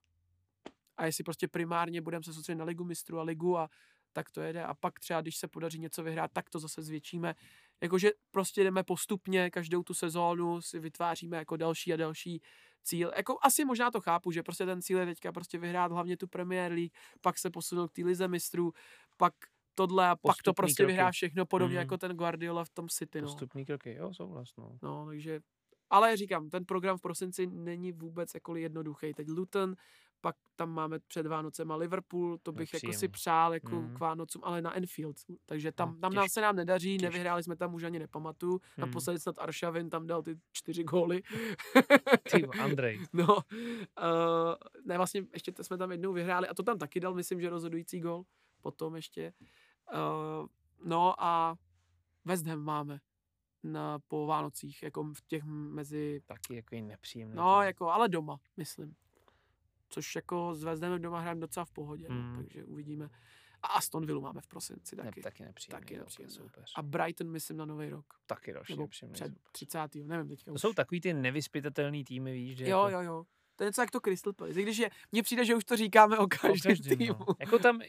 Speaker 1: A jestli prostě primárně budeme se soustředit na ligu mistrů a ligu a tak to jede. A pak třeba, když se podaří něco vyhrát, tak to zase zvětšíme. Jakože prostě jdeme postupně, každou tu sezónu si vytváříme jako další a další cíl. Jako asi možná to chápu, že prostě ten cíl je teďka prostě vyhrát hlavně tu Premier League, pak se posunout k té lize mistrů, pak tohle a postupný pak to prostě kroky. Vyhrá všechno podobně jako ten Guardiola v tom City. No.
Speaker 2: Postupný kroky, jo, souhlas.
Speaker 1: No, takže, ale říkám, ten program v prosinci není vůbec jako jednoduchý. Teď Luton, pak tam máme před Vánocema Liverpool, to bych jako si přál jako k Vánocům, ale na Anfield, takže tam se nám nedaří, nevyhráli jsme tam už ani nepamatuju, naposledy snad Arshavin tam dal ty 4 góly.
Speaker 2: Ty Andrej.
Speaker 1: No, ne, vlastně ještě jsme tam jednou vyhráli a to tam taky dal, myslím, že rozhodující gól, potom ještě. No a West Ham máme po Vánocích, jako v těch mezi...
Speaker 2: Taky jako nepříjemný.
Speaker 1: No, jako, ale doma, myslím. Což jako s West Hamem doma hrajeme docela v pohodě, no, takže uvidíme. A Aston Villa máme v prosinci taky.
Speaker 2: Taky nepříjemný.
Speaker 1: A Brighton, myslím, na Nový rok.
Speaker 2: Taky další nepříjemný.
Speaker 1: Před 30. nevím teďka.
Speaker 2: To jsou takový ty nevyzpytatelný týmy, víš, že
Speaker 1: Jo. To je něco jak to Crystal Palace. I když mně přijde, že už to říkáme o každém týmu.
Speaker 2: No. Jako tam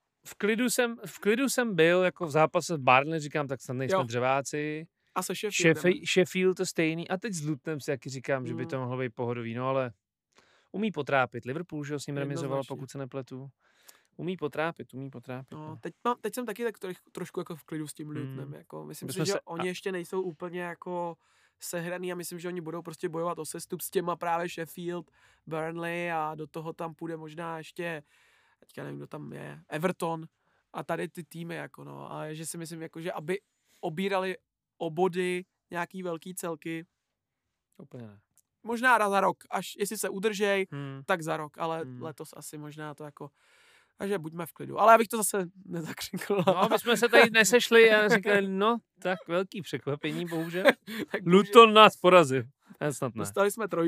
Speaker 2: v klidu jsem byl, jako v zápase s Barnley, říkám, tak snad nejsme dřeváci.
Speaker 1: A se
Speaker 2: Sheffield to stejný. A teď s Lutonem si taky říkám, že by to mohlo být pohodový, no ale umí potrápit. Liverpool, že ho s ním remizoval, pokud se nepletu. Umí potrápit.
Speaker 1: No, teď jsem taky tak trošku jako v klidu s tím Lutonem. Jako, myslím si, že oni ještě nejsou úplně jako sehraný a myslím, že oni budou prostě bojovat o sestup s těma právě Sheffield, Burnley a do toho tam půjde možná ještě, teďka nevím, kdo tam je, Everton a tady ty týmy, jako no. A že si myslím, jako, že aby obírali o body nějaký velký celky.
Speaker 2: Úplně ne.
Speaker 1: Možná za rok, až jestli se udržej, tak za rok, ale letos asi možná to jako, takže buďme v klidu. Ale abych to zase nezakřikl.
Speaker 2: No, my jsme se tady nesešli a říkali, no, tak velký překvapení, bohužel. Luton nás porazil. Snad ne.
Speaker 1: Dostali jsme 3.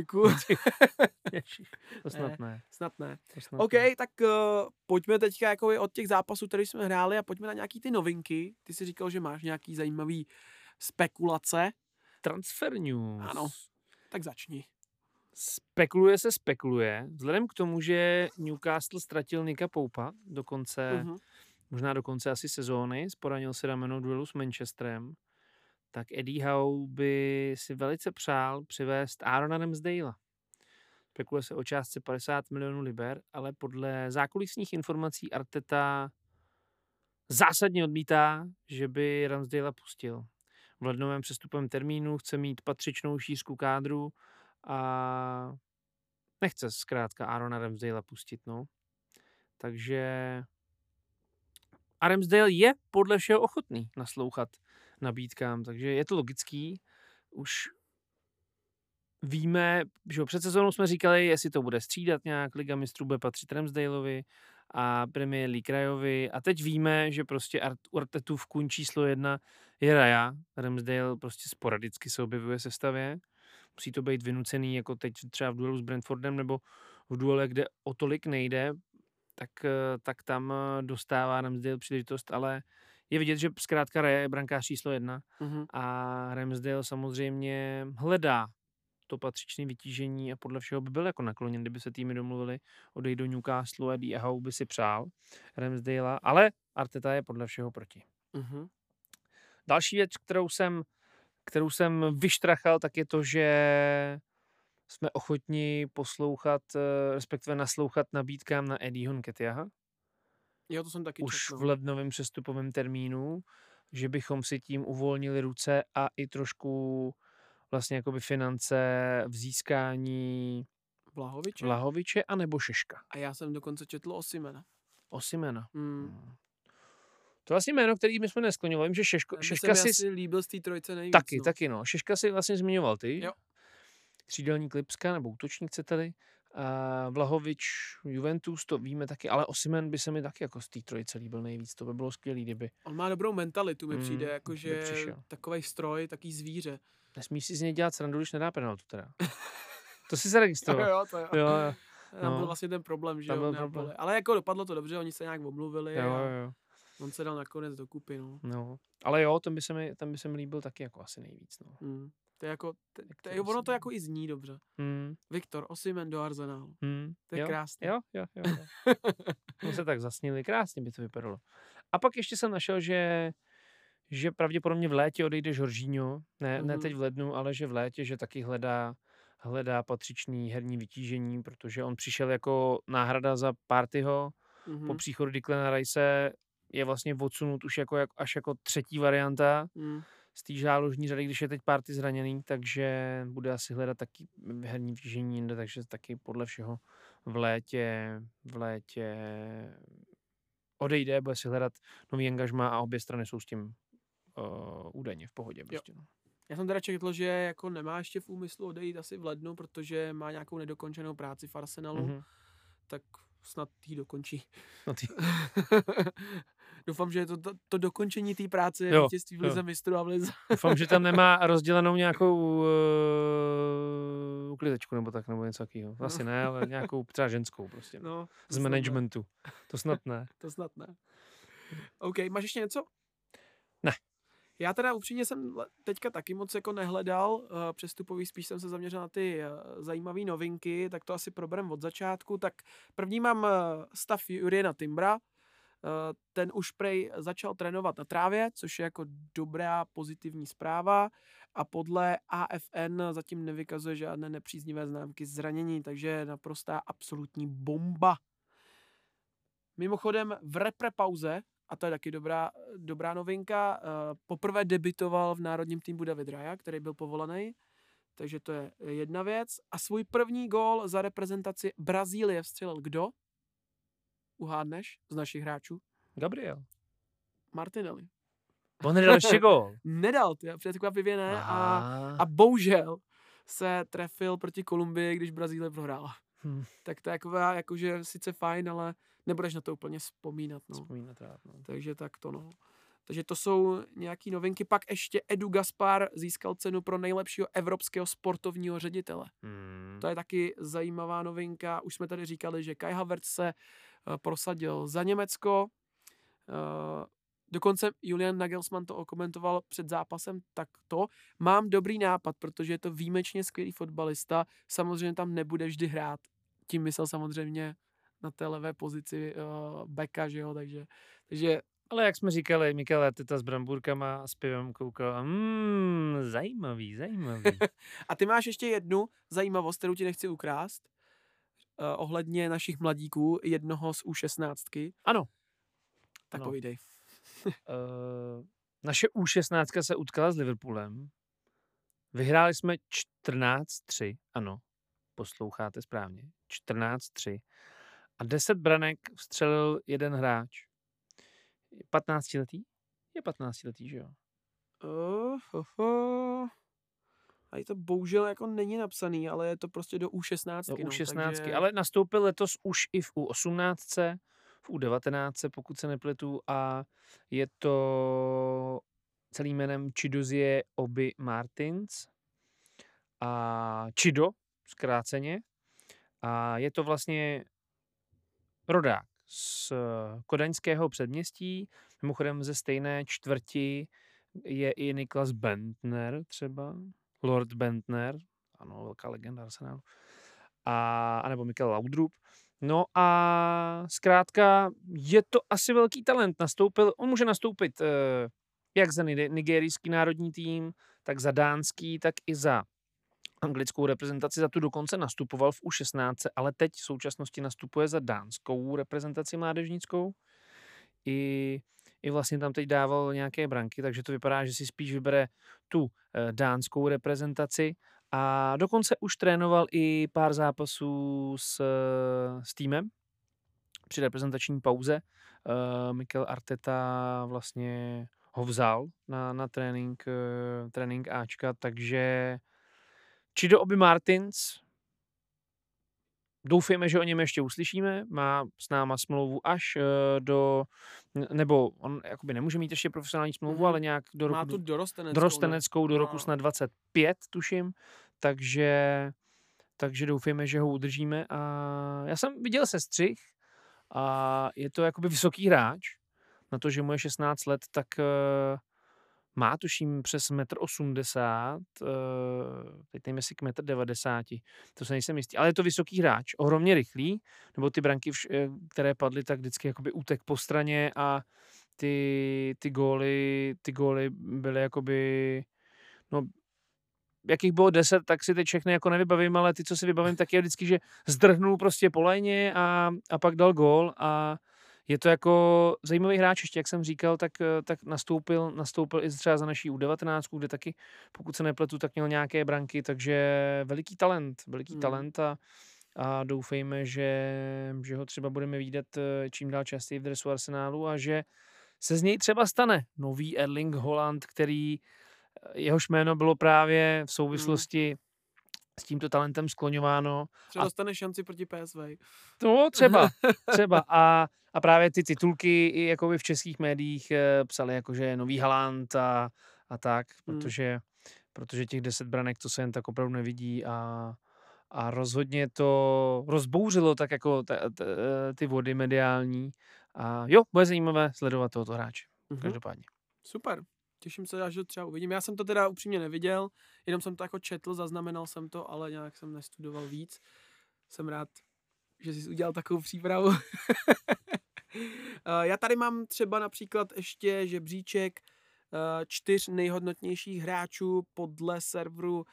Speaker 2: To snad ne.
Speaker 1: OK, tak pojďme teďka jako od těch zápasů, které jsme hráli a pojďme na nějaký ty novinky. Ty jsi říkal, že máš nějaký zajímavý spekulace.
Speaker 2: Transfer news.
Speaker 1: Ano, tak začni.
Speaker 2: Spekuluje. Vzhledem k tomu, že Newcastle ztratil Nicka Poupa možná do konce asi sezóny, poranil se rameno duelu s Manchesterem, tak Eddie Howe by si velice přál přivést Aarona Ramsdalea. Spekuluje se o částce 50 milionů liber, ale podle zákulisních informací Arteta zásadně odmítá, že by Ramsdalea pustil. v lednovém přestupovém termínu, chce mít patřičnou šířku kádru a nechce zkrátka Aarona Ramsdale pustit, no. Takže a Ramsdale je podle všeho ochotný naslouchat nabídkám, takže je to logický. Už víme, že před sezónou jsme říkali, jestli to bude střídat nějak, Liga mistrů bude patřit Ramsdaleovi a Premier League Rayovi a teď víme, že prostě Artetův kůň číslo 1 je Raya. Ramsdale prostě sporadicky se objevuje v sestavě. Musí to být vynucený, jako teď třeba v duelu s Brentfordem nebo v duele, kde o tolik nejde, tak tam dostává Ramsdale příležitost, ale je vidět, že zkrátka Raya je brankář číslo 1 a Ramsdale samozřejmě hledá to patřičné vytížení a podle všeho by byl jako nakloněn, kdyby se týmy domluvili odejít do Newcastle a Eddie Howe by si přál Ramsdale, ale Arteta je podle všeho proti. Další věc, kterou jsem vyštrachal, tak je to, že jsme ochotni poslouchat, respektive naslouchat nabídkám na Eddieho Nketiaha.
Speaker 1: Jo, to jsem taky
Speaker 2: už
Speaker 1: četl.
Speaker 2: V lednovém přestupovém termínu, že bychom si tím uvolnili ruce a i trošku vlastně jakoby finance v získání Vlahoviče anebo Šeška.
Speaker 1: A já jsem dokonce četl Osimena.
Speaker 2: To je vlastně jméno, který my jsme neskloňovali. Vím, že Šeška si
Speaker 1: asi líbil z té trojce nejvíc.
Speaker 2: Taky no. Šeška si vlastně zmiňoval ty.
Speaker 1: Jo.
Speaker 2: Křídelník Lipska nebo útočník, chcete-li. A Vlahovič, Juventus, to víme taky, ale Osimhen by se mi taky jako z té trojice líbil nejvíc. To by bylo skvělý, kdyby.
Speaker 1: On má dobrou mentalitu, mi přijde, jakože takovej stroj, taký zvíře.
Speaker 2: Nesmíš si z něj dělat srandu, když nedá penaltu teda. To si zaregistroval.
Speaker 1: Jo, to jo.
Speaker 2: Jo.
Speaker 1: Tam byl vlastně ten problém, že jo. Ale jako dopadlo to dobře, oni se nějak omluvili.
Speaker 2: Jo.
Speaker 1: On se dal nakonec dokupy,
Speaker 2: no. Ale jo, ten by se mi líbil taky jako asi nejvíc, no.
Speaker 1: To je jako, ono to jako i zní dobře. Viktor Osimhen do Arsenalu. To je krásné.
Speaker 2: Jo. My se tak zasnili, krásně by to vypadalo. A pak ještě jsem našel, že pravděpodobně v létě odejde Jorginho, ne teď v lednu, ale že v létě, že taky hledá patřičný herní vytížení, protože on přišel jako náhrada za Parteyho, po příchodu Declana Rice je vlastně odsunut už až jako třetí varianta z té záložní řady, když je teď Partey zraněný, takže bude asi hledat taky herní vytížení jinde, takže taky podle všeho v létě odejde, bude si hledat nový angažmá a obě strany jsou s tím údajně v pohodě. Prostě, no.
Speaker 1: Já jsem teda četl, že jako nemá ještě v úmyslu odejít asi v lednu, protože má nějakou nedokončenou práci v Arsenalu, tak snad ji dokončí. Doufám, že je to dokončení té práce je vítězství v lize mistrů a v lize.
Speaker 2: Doufám, že tam nemá rozdělenou nějakou uklizečku nebo tak, nebo něco takového. Asi ne, ale nějakou třeba ženskou prostě. Z managementu. To snad ne.
Speaker 1: OK, máš ještě něco?
Speaker 2: Ne.
Speaker 1: Já teda upřímně jsem teďka taky moc jako nehledal přestupový, spíš jsem se zaměřil na ty zajímavé novinky, tak to asi proberem od začátku. Tak první mám stav Juriena Timbra. Ten už prej začal trénovat na trávě, což je jako dobrá pozitivní zpráva a podle AFN zatím nevykazuje žádné nepříznivé známky zranění, takže naprostá absolutní bomba. Mimochodem v reprepauze, a to je taky dobrá novinka, poprvé debutoval v národním týmu David Raya, který byl povolaný, takže to je jedna věc. A svůj první gól za reprezentaci Brazílie vstřelil kdo? Uhádneš z našich hráčů?
Speaker 2: Gabriel.
Speaker 1: Martinelli.
Speaker 2: On nedal ještě gól.
Speaker 1: Nedal, překvapivě ne. A bohužel se trefil proti Kolumbii, když Brazílie prohrála. Tak to je jakože sice fajn, ale nebudeš na to úplně vzpomínat. Takže tak to, no. Takže to jsou nějaký novinky. Pak ještě Edu Gaspar získal cenu pro nejlepšího evropského sportovního ředitele. To je taky zajímavá novinka. Už jsme tady říkali, že Kai Havertz se prosadil za Německo. Dokonce Julian Nagelsmann to okomentoval před zápasem takto. Mám dobrý nápad, protože je to výjimečně skvělý fotbalista. Samozřejmě tam nebude vždy hrát. Tím myslel samozřejmě na té levé pozici beka, že jo, takže
Speaker 2: ale jak jsme říkali, Mikel Arteta s bramburkama a s pivem koukal. Zajímavý.
Speaker 1: A ty máš ještě jednu zajímavost, kterou ti nechci ukrást, ohledně našich mladíků, jednoho z U16.
Speaker 2: Ano.
Speaker 1: Tak povídej.
Speaker 2: naše U16 se utkala s Liverpoolem. Vyhráli jsme 14-3, ano, posloucháte správně, 14-3. A 10 branek vstřelil jeden hráč. 15letý? Je 15letý, že jo?
Speaker 1: A to bohužel jako není napsaný, ale je to prostě do U16.
Speaker 2: Do U16,
Speaker 1: takže...
Speaker 2: ale nastoupil letos už i v U18, v U19, pokud se nepletu, a je to celým jménem Chidozie Obi Martins a Chido, zkráceně. A je to vlastně rodák z kodaňského předměstí, mimochodem ze stejné čtvrti je i Niklas Bentner třeba, Lord Bentner, ano, velká legenda Arsenalu, a nebo Mikel Laudrup. No a zkrátka je to asi velký talent. On může nastoupit jak za nigerijský národní tým, tak za dánský, tak i za anglickou reprezentaci. Za tu dokonce nastupoval v U16, ale teď v současnosti nastupuje za dánskou reprezentaci mládežnickou. I vlastně tam teď dával nějaké branky, takže to vypadá, že si spíš vybere tu dánskou reprezentaci. A dokonce už trénoval i pár zápasů s týmem při reprezentační pauze. Mikel Arteta vlastně ho vzal na trénink Ačka, takže Chido Obi Martins, doufejme, že o něm ještě uslyšíme, má s náma smlouvu až nebo on jakoby nemůže mít ještě profesionální smlouvu, ale nějak do roku...
Speaker 1: Má tu
Speaker 2: dorosteneckou do roku snad 25, tuším, takže doufejme, že ho udržíme. A já jsem viděl sestřih a je to jakoby vysoký hráč, na to, že mu je 16 let, tak má tuším přes 1,80 m, teď nevím, jestli k 1,90 m, to se nejsem jistý, ale je to vysoký hráč, ohromně rychlý, nebo ty branky, které padly, tak vždycky jakoby útek po straně a ty góly byly jakoby, no, jakých bylo 10, tak si teď všechny jako nevybavím, ale ty, co si vybavím, tak je vždycky, že zdrhnul prostě po lajně a pak dal gól a je to jako zajímavý hráč, ještě jak jsem říkal, tak nastoupil i třeba za naší U19, kde taky, pokud se nepletu, tak měl nějaké branky, takže veliký talent a doufejme, že ho třeba budeme vidět čím dál častěji v dresu Arsenálu a že se z něj třeba stane nový Erling Haaland, jehož jméno bylo právě v souvislosti s tímto talentem skloňováno.
Speaker 1: Třeba dostane šanci proti PSV.
Speaker 2: No, třeba. A právě ty titulky i jakoby v českých médiích psali jakože nový Haaland a tak, protože těch 10 branek to se jen tak opravdu nevidí a rozhodně to rozbouřilo tak jako ty vody mediální. A jo, bude zajímavé sledovat tohoto hráče. Každopádně.
Speaker 1: Super. Těším se, že to třeba uvidím. Já jsem to teda upřímně neviděl, jenom jsem to jako četl, zaznamenal jsem to, ale nějak jsem nestudoval víc. Jsem rád, že jsi udělal takovou přípravu. Já tady mám třeba například ještě žebříček 4 nejhodnotnějších hráčů podle serveru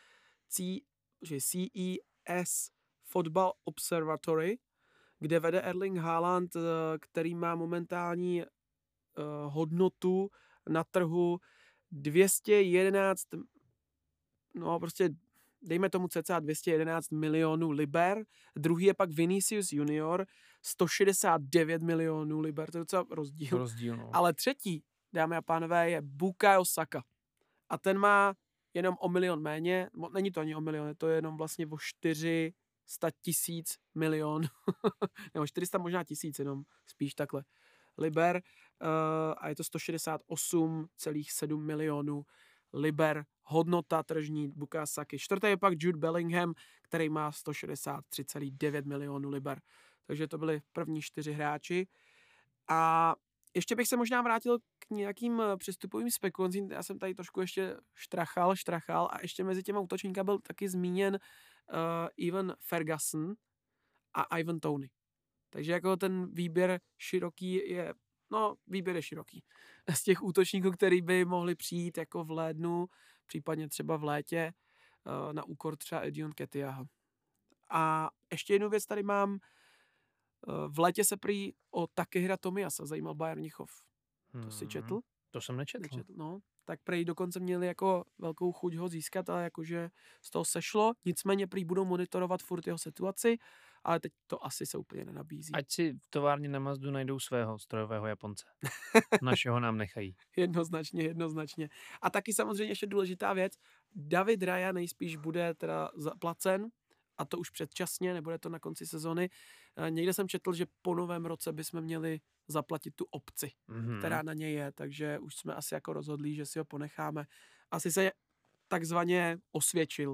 Speaker 1: CES Football Observatory, kde vede Erling Haaland, který má momentální hodnotu na trhu 211, no prostě dejme tomu cca 211 milionů liber. Druhý je pak Vinicius Junior, 169 milionů liber, to je docela rozdíl.
Speaker 2: No.
Speaker 1: Ale třetí, dámy a pánové, je Bukayo Saka. A ten má jenom o milion méně, není to ani o milion, je to jenom vlastně o 400 tisíc milion, nebo 400 možná tisíc, jenom spíš takhle liber, a je to 168,7 milionů liber hodnota tržní Bukayo Saky. Čtvrtý je pak Jude Bellingham, který má 163,9 milionů liber. Takže to byli první 4 hráči. A ještě bych se možná vrátil k nějakým přestupovým spekulacím. Já jsem tady trošku ještě štrachal a ještě mezi těma útočníka byl taky zmíněn Evan Ferguson a Ivan Toney. Takže jako ten výběr je široký. Z těch útočníků, který by mohli přijít jako v lednu, případně třeba v létě, na úkor třeba Edion Ketiaha. A ještě jednu věc tady mám. V létě se prý o Takehira Tomiyasa zajímal Bayern Mnichov. To si četl?
Speaker 2: To jsem nečetl.
Speaker 1: No, tak prej dokonce měli jako velkou chuť ho získat, ale jakože z toho sešlo, nicméně prý budou monitorovat furt jeho situaci, ale teď to asi se úplně nenabízí.
Speaker 2: Ať si v továrně na Mazdu najdou svého strojového Japonce. Našeho nám nechají.
Speaker 1: Jednoznačně. A taky samozřejmě ještě důležitá věc, David Raya nejspíš bude teda zaplacen, a to už předčasně, nebude to na konci sezony. Někde jsem četl, že po novém roce bychom měli zaplatit tu opci, která na něj je, takže už jsme asi jako rozhodli, že si ho ponecháme. Asi se takzvaně osvědčil.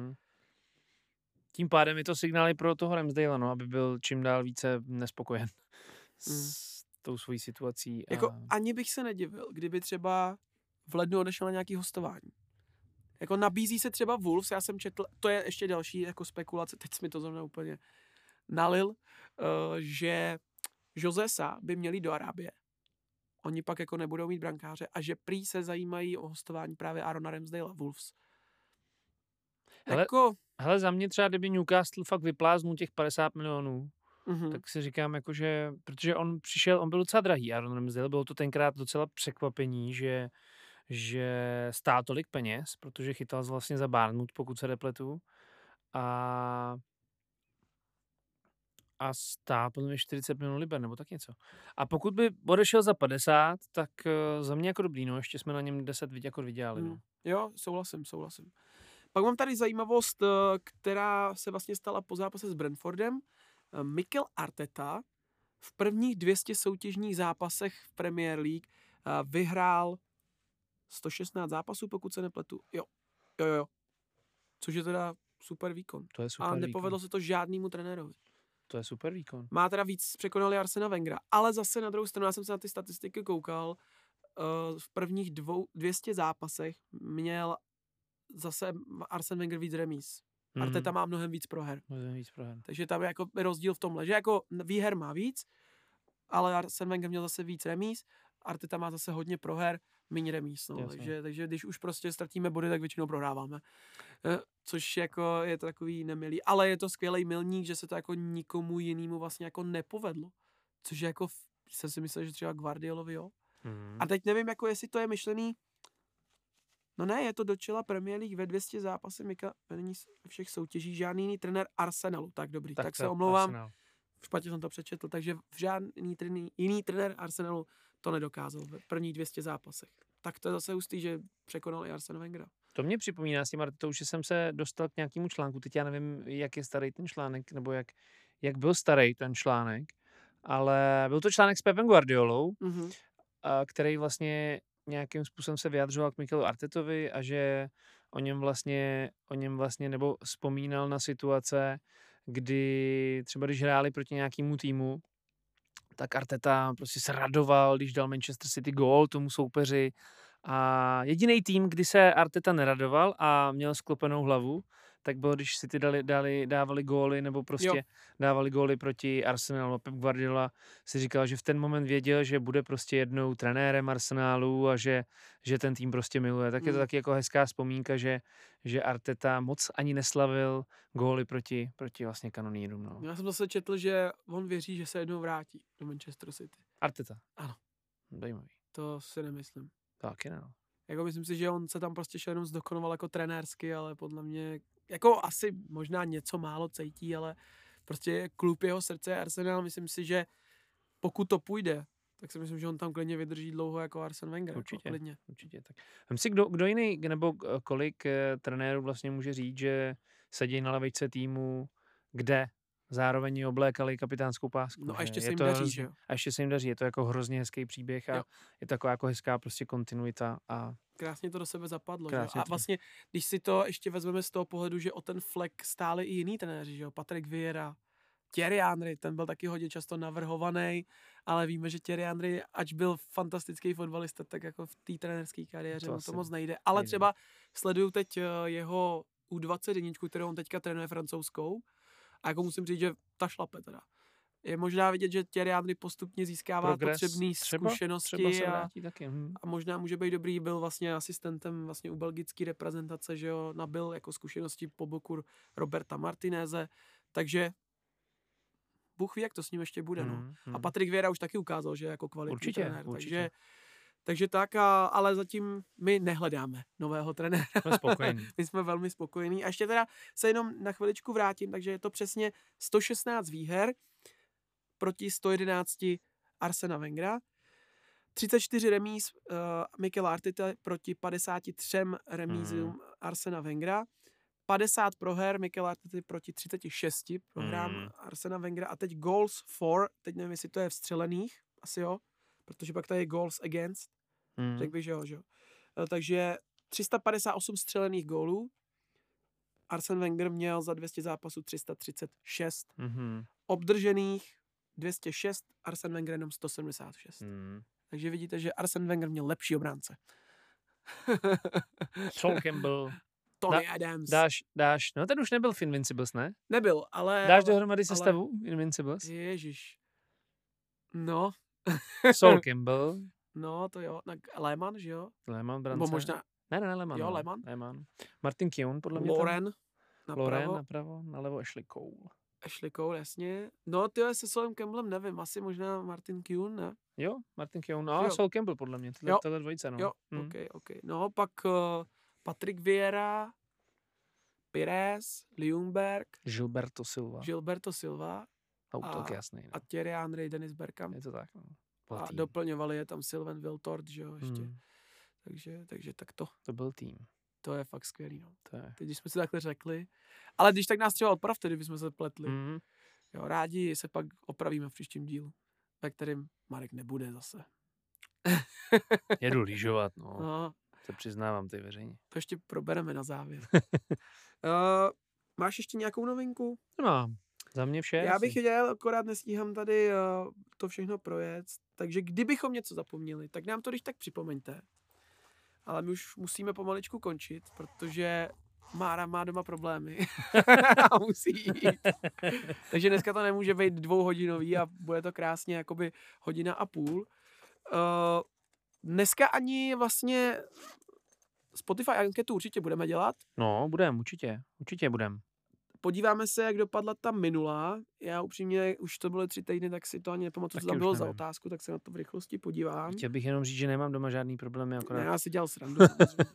Speaker 2: Tím pádem je to signály pro toho Ramsdale, no, aby byl čím dál více nespokojen s tou svojí situací.
Speaker 1: Jako ani bych se nedivil, kdyby třeba v lednu odešel na nějaký hostování. Jako nabízí se třeba Wolves, já jsem četl, to je ještě další jako spekulace, teď jsi mi to zrovna úplně nalil, že Josesa by měli do Arábie. Oni pak jako nebudou mít brankáře a že prý se zajímají o hostování právě Aarona Ramsdale a Wolves.
Speaker 2: Hele, za mě třeba, kdyby Newcastle fakt vypláznul těch 50 milionů, tak si říkám, jakože, protože on byl docela drahý, Aaron Ramsdale, bylo to tenkrát docela překvapení, že stál tolik peněz, protože chytal vlastně za Bournemouth, pokud se nepletu. A stál podle mě 40 milionů liber, nebo tak něco. A pokud by odešel za 50, tak za mě jako dobrý, no, ještě jsme na něm 10 jako vydělali. No.
Speaker 1: Jo, souhlasím. Pak mám tady zajímavost, která se vlastně stala po zápase s Brentfordem. Mikel Arteta v prvních 200 soutěžních zápasech v Premier League vyhrál 116 zápasů, pokud se nepletu. Jo. Což je teda super výkon.
Speaker 2: To je super
Speaker 1: a nepovedlo se to žádnému trenérovi.
Speaker 2: To je super výkon.
Speaker 1: Má teda víc překonali Arsena Wengera, ale zase na druhou stranu, já jsem se na ty statistiky koukal, v prvních 200 zápasech měl zase Arsene Wenger víc remíz. Arteta má mnohem víc proher. Takže tam je jako rozdíl v tomhle, že jako výher má víc, ale Arsene Wenger měl zase víc remíz, Arteta má zase hodně proher, méně remíz. No. Takže když už prostě ztratíme body, tak většinou prohráváme. Což jako je to takový nemilý. Ale je to skvělý milník, že se to jako nikomu jinému vlastně jako nepovedlo. Což jako jsem si myslel, že třeba Guardiolovi, jo. A teď nevím, jako jestli to je myšlený. No ne, je to do čela Premier League ve 200 zápasech, není všech soutěží žádný jiný trenér Arsenalu. Tak dobrý, tak se omlouvám. Arsenal. Špatně jsem to přečetl, takže žádný jiný trenér Arsenalu to nedokázal v prvních 200 zápasech. Tak to je zase hustý, že překonal i Arsena Wengera.
Speaker 2: To mě připomíná s tím Artetou, že jsem se dostal k nějakému článku. Teď já nevím, jak je starý ten článek, nebo jak byl starý ten článek, ale byl to článek s Pepem Guardiolou, který vlastně nějakým způsobem se vyjadřoval k Mikelu Artetovi a že o něm vlastně nebo vzpomínal na situace, kdy třeba když hráli proti nějakému týmu, tak Arteta prostě se radoval, když dal Manchester City gól tomu soupeři. A jediný tým, kdy se Arteta neradoval a měl sklopenou hlavu, tak bylo, když City dávali góly nebo prostě dávali góly proti Arsenalu. A Pep Guardiola si říkal, že v ten moment věděl, že bude prostě jednou trenérem Arsenalu a že ten tým prostě miluje. Tak je to taky jako hezká vzpomínka, že Arteta moc ani neslavil góly proti vlastně kanonýrům. No.
Speaker 1: Já jsem zase četl, že on věří, že se jednou vrátí do Manchester City.
Speaker 2: Arteta?
Speaker 1: Ano.
Speaker 2: Zajímavý.
Speaker 1: To si nemyslím.
Speaker 2: Taky ne.
Speaker 1: Jako myslím si, že on se tam prostě šel jenom zdokonoval jako trenérsky, ale podle mě, jako asi možná něco málo cítí, ale prostě klub jeho srdce je Arsenal. Myslím si, že pokud to půjde, tak si myslím, že on tam klidně vydrží dlouho jako Arsene Wenger.
Speaker 2: Určitě,
Speaker 1: jako
Speaker 2: určitě. Tak. Vem si, kdo jiný, nebo kolik trenérů vlastně může říct, že sedí na lavičce týmu, kde zároveň oblékali kapitánskou pásku.
Speaker 1: No a ještě se jim daří, že jo?
Speaker 2: A ještě se jim daří, je to jako hrozně hezký příběh a je to jako hezká prostě kontinuita. A
Speaker 1: krásně to do sebe zapadlo. Že? A vlastně, když si to ještě vezmeme z toho pohledu, že o ten flek stáli i jiný trenéři, že jo? Patrick Vieira, Thierry Henry, ten byl taky hodně často navrhovaný, ale víme, že Thierry Henry, ač byl fantastický fotbalista, tak jako v té trenérské kariéře to moc nejde. Ale třeba sleduju teď jeho U21, kterou on teďka trénuje francouzskou, a jako musím říct, že ta šlape teda. Je možná vidět, že Thierry Henry postupně získává potřebné zkušenosti a možná může být dobrý. Byl vlastně asistentem vlastně u belgické reprezentace, že jo, nabyl jako zkušenosti po boku Roberta Martineze, takže Bůh ví, jak to s ním ještě bude. No. A Patrick Vieira už taky ukázal, že je jako kvalitní trenér. Takže tak, ale zatím my nehledáme nového trenéra.
Speaker 2: Jsme spokojení.
Speaker 1: My jsme velmi spokojení. A ještě teda se jenom na chviličku vrátím, takže je to přesně 116 výher proti 111 Arsena Wengera. 34 remíz Mikel Arteta proti 53 remízům Arsena Wengera. 50 proher Mikel Arteta proti 36 prohrám Arsena Wengera. A teď goals for, teď nevím, jestli to je vstřelených, asi jo, protože pak tady je goals against. Řekl bych, že jo. Takže 358 střelených gólů. Arsene Wenger měl za 200 zápasů 336. Obdržených 206, Arsene Wenger jenom 176. Takže vidíte, že Arsene Wenger měl lepší obránce.
Speaker 2: Sol Campbell.
Speaker 1: Tony Adams.
Speaker 2: Dáš, no ten už nebyl v Invincibles, ne?
Speaker 1: Nebyl, ale...
Speaker 2: Dáš dohromady sestavu Invincibles?
Speaker 1: Ježiš. No.
Speaker 2: Sol Campbell.
Speaker 1: No, to jo. Lehmann, že jo?
Speaker 2: Lehmann, brance.
Speaker 1: Nebo možná...
Speaker 2: Ne, Lehmann.
Speaker 1: Jo,
Speaker 2: no. Lehmann. Martin Keown, podle mě.
Speaker 1: Lauren.
Speaker 2: Lauren napravo, nalevo Ashley Cole.
Speaker 1: Ashley Cole, jasně. No, tyhle se Solem Campbellem nevím, asi možná Martin Keown, ne?
Speaker 2: Jo, Martin Keown, no a Sol Campbell podle mě, tohle dvojice, no.
Speaker 1: Jo, ok. No, pak Patrick Vieira, Pires, Ljungberg, Gilberto Silva
Speaker 2: Autok, jasný. No.
Speaker 1: A Thierry Henry, Dennis Bergkamp.
Speaker 2: Je to tak, no.
Speaker 1: A doplňovali je tam Sylvain Wiltord, že jo, ještě. Takže tak to.
Speaker 2: To byl tým.
Speaker 1: To je fakt skvělý, no.
Speaker 2: To je.
Speaker 1: Teď, když jsme si takhle řekli. Ale když tak nás třeba odpravte, kdybychom se pletli. Jo, rádi se pak opravíme v příštím dílu, ve kterém Marek nebude zase.
Speaker 2: Jedu lyžovat, no. To přiznávám ty veřejně.
Speaker 1: To ještě probereme na závěr. Máš ještě nějakou novinku?
Speaker 2: Nemám. Za mě vše.
Speaker 1: Já bych chtěl, akorát nestíhám tady to všechno projet. Takže kdybychom něco zapomněli, tak nám to když tak připomeňte. Ale my už musíme pomaličku končit, protože Mára má doma problémy a musí jít. Takže dneska to nemůže být 2hodinový a bude to krásně jakoby 1.5 hodiny. Dneska ani vlastně Spotify anketu určitě budeme dělat.
Speaker 2: No, budeme, určitě budeme.
Speaker 1: Podíváme se, jak dopadla ta minulá. Já upřímně, už to bylo 3 týdny, tak si to ani nepamatuju, co tam bylo za otázku, tak se na to v rychlosti podívám.
Speaker 2: Chtěl bych jenom říct, že nemám doma žádný problémy. Akorát...
Speaker 1: Ne, já si dělal srandu, samozřejmě.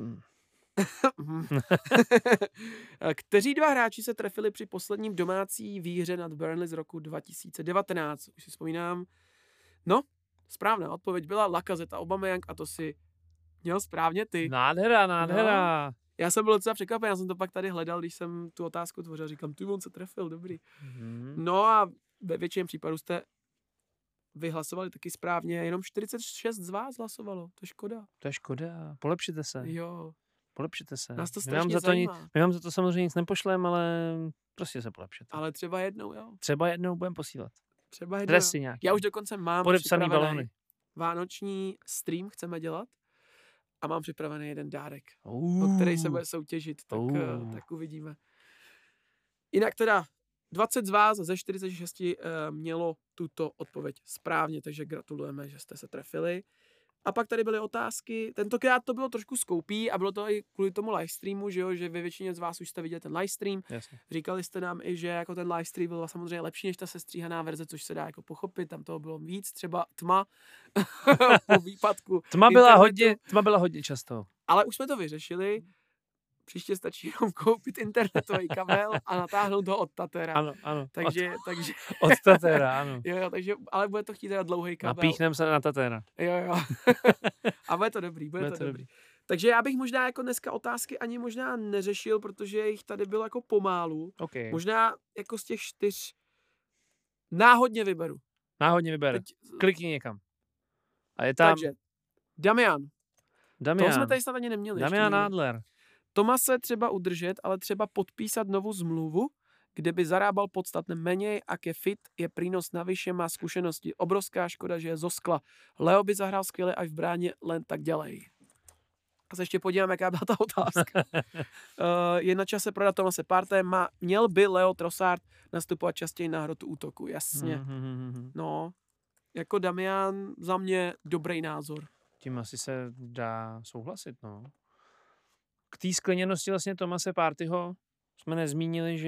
Speaker 1: Kteří 2 hráči se trefili při posledním domácí výhře nad Burnley z roku 2019? Už si vzpomínám. No, správná odpověď byla Lacazette a Aubameyang a to si měl správně ty.
Speaker 2: Nádhera.
Speaker 1: No. Já jsem byl docela překvapen, já jsem to pak tady hledal, když jsem tu otázku tvořil, říkám, on se trefil, dobrý. No a ve většině případů jste vyhlasovali taky správně, jenom 46 z vás hlasovalo, to je škoda.
Speaker 2: To je škoda, polepšite se.
Speaker 1: Jo.
Speaker 2: Polepšite se.
Speaker 1: Nás to strašně zajímá.
Speaker 2: My vám za to samozřejmě nic nepošlem, ale prostě se polepšete.
Speaker 1: Ale třeba jednou, jo.
Speaker 2: Třeba jednou budeme posílat.
Speaker 1: Třeba jednou.
Speaker 2: Dresy nějaký.
Speaker 1: Já už dokonce mám
Speaker 2: podepsaný balony.
Speaker 1: Vánoční stream chceme dělat a mám připravený jeden dárek, o který se bude soutěžit, tak uvidíme. Jinak teda 20 z vás ze 46 mělo tuto odpověď správně, takže gratulujeme, že jste se trefili. A pak tady byly otázky, tentokrát to bylo trošku skoupý a bylo to i kvůli tomu livestreamu, že jo, že ve většině z vás už jste viděli ten livestream.
Speaker 2: Jasně.
Speaker 1: Říkali jste nám i, že jako ten livestream byl samozřejmě lepší než ta sestříhaná verze, což se dá jako pochopit, tam toho bylo víc, třeba tma po výpadku.
Speaker 2: Tma byla hodně často.
Speaker 1: Ale už jsme to vyřešili. Příště stačí jenom koupit internetový kabel a natáhnout ho od Tatera.
Speaker 2: Ano.
Speaker 1: Takže
Speaker 2: od Tatera, ano.
Speaker 1: Jo, takže, ale bude to chtít teda dlouhý kabel.
Speaker 2: Napíchnem se na Tatera.
Speaker 1: Jo. A bude to dobrý, bude to dobrý. Takže já bych možná jako dneska otázky ani možná neřešil, protože jich tady bylo jako pomálu.
Speaker 2: Okay.
Speaker 1: Možná jako z těch 4 náhodně vyberu.
Speaker 2: Teď... Klikni někam. A je tam...
Speaker 1: Takže Damian. Toho jsme tady snad ani neměli.
Speaker 2: Damian Adler.
Speaker 1: Tomase třeba udržet, ale třeba podpísat novou zmluvu, kde by zarábal podstatně méně, ak je fit, je prínos navyše, má zkušenosti. Obrovská škoda, že je zo skla. Leo by zahrál skvěle aj v bráně, len tak ďalej. A se ještě podíváme, jaká byla ta otázka. Je na čase prodat Thomase Partey. Měl by Leo Trossard nastupovat častěji na hrotu útoku. Jasně. No, jako Damian za mě dobrý názor.
Speaker 2: Tím asi se dá souhlasit, no. K té skleněnosti vlastně Thomase Parteyho jsme nezmínili,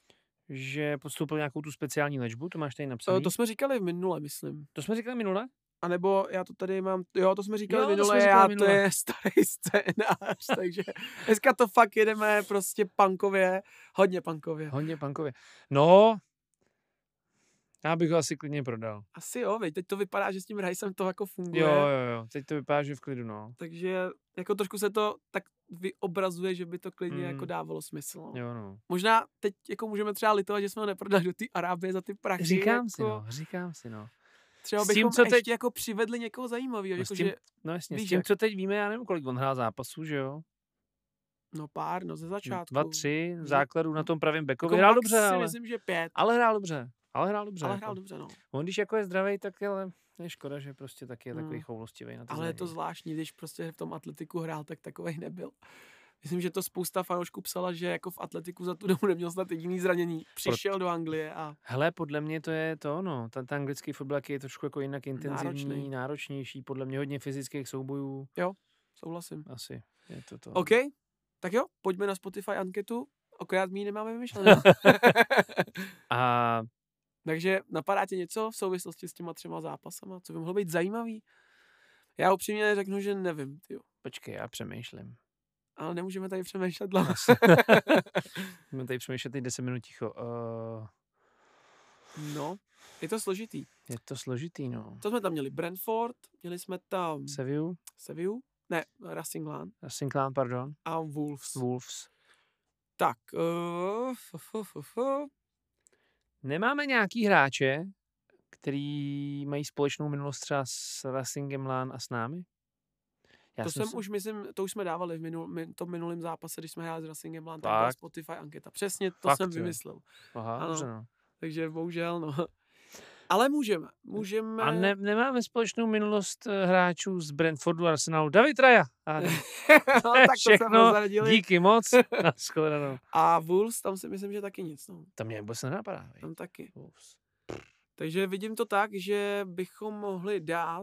Speaker 2: že podstoupil nějakou tu speciální léčbu, to máš tady napsaný.
Speaker 1: To jsme říkali minule, myslím.
Speaker 2: To jsme říkali minule?
Speaker 1: A nebo já to tady mám, jo, to jsme říkali
Speaker 2: Jo, to
Speaker 1: minule,
Speaker 2: jsme říkali
Speaker 1: to je starý scénář, takže dneska to fakt jedeme prostě punkově, hodně punkově.
Speaker 2: Hodně punkově. No, já bych ho asi klidně prodal.
Speaker 1: Asi jo, veď, teď to vypadá, že s tím Ricem to jako funguje.
Speaker 2: Jo, teď to vypadá, že v klidu, no.
Speaker 1: Takže jako trošku se to tak vyobrazuje, že by to klidně jako dávalo smysl. No.
Speaker 2: Jo, no.
Speaker 1: Možná teď jako můžeme třeba litovat, že jsme ho neprodali do té Arábie za ty prachy.
Speaker 2: Říkám si, no.
Speaker 1: Třeba
Speaker 2: S tím,
Speaker 1: bychom
Speaker 2: co
Speaker 1: ještě
Speaker 2: teď-
Speaker 1: jako přivedli někoho zajímavého.
Speaker 2: No,
Speaker 1: Jako,
Speaker 2: s tím,
Speaker 1: že,
Speaker 2: no jasně,
Speaker 1: víš
Speaker 2: s tím,
Speaker 1: jak.
Speaker 2: co teď víme, já nevím, kolik on hrál zápasů, že jo?
Speaker 1: no pár, no ze začátku.
Speaker 2: 2, 3 základů na tom pravém backovi.
Speaker 1: Jako
Speaker 2: Hrál
Speaker 1: max
Speaker 2: dobře,
Speaker 1: si
Speaker 2: ale
Speaker 1: myslím, že 5.
Speaker 2: hrál dobře. Ale hrál
Speaker 1: Ale dobře, no.
Speaker 2: On když jako je zdravý, tak ale je škoda, že prostě taky je takový choulostivý na to
Speaker 1: Ale je to
Speaker 2: zranění.
Speaker 1: zvláštní, když prostě v tom atletiku hrál, tak takovej nebyl. Myslím, že to spousta fanoušků psala, že jako v atletiku za tu dobu neměl snad jediný zranění. Přišel do Anglie a
Speaker 2: Hele, podle mě to je to, no. Ten anglický fotbal je trošku jako jinak intenzivní,
Speaker 1: Náročný.
Speaker 2: náročnější, podle mě hodně fyzických soubojů.
Speaker 1: souhlasím.
Speaker 2: Asi je to to.
Speaker 1: OK, tak jo, pojďme na Spotify anketu. Akorát my ji nemáme vymyšlenou.
Speaker 2: A
Speaker 1: Takže napadá tě něco v souvislosti s těma 3 zápasama? Co by mohlo být zajímavý? Já upřímně řeknu, že nevím, tyjo.
Speaker 2: počkej, já přemýšlím.
Speaker 1: Ale nemůžeme tady přemýšlet dlouho.
Speaker 2: Můžeme tady přemýšlet teď 10 minut ticho.
Speaker 1: No, je to složitý.
Speaker 2: Je to složitý, no.
Speaker 1: Co jsme tam měli? Brentford, měli jsme tam Sevillu, ne, Racing Lan
Speaker 2: Sinclair, pardon.
Speaker 1: a Wolves.
Speaker 2: Wolves.
Speaker 1: Tak,
Speaker 2: Nemáme nějaký hráče, který mají společnou minulost třeba s Racingem Lan a s námi?
Speaker 1: to už jsme dávali v tom minulém zápase, když jsme hráli s Racingem Lan, tak byla Spotify anketa. Přesně to jsem vymyslel.
Speaker 2: Aha,
Speaker 1: ano.
Speaker 2: dobře, no.
Speaker 1: Takže bohužel, no. Ale můžeme.
Speaker 2: A nemáme společnou minulost hráčů z Brentfordu a Arsenalu. David Raya.
Speaker 1: No, tak to
Speaker 2: všechno,
Speaker 1: jsme
Speaker 2: díky moc. Nashledanou.
Speaker 1: A Wolves, tam si myslím, že taky nic. No.
Speaker 2: Tam mě vůbec nenapadá.
Speaker 1: Tam taky.
Speaker 2: Wolves.
Speaker 1: Takže vidím to tak, že bychom mohli dát...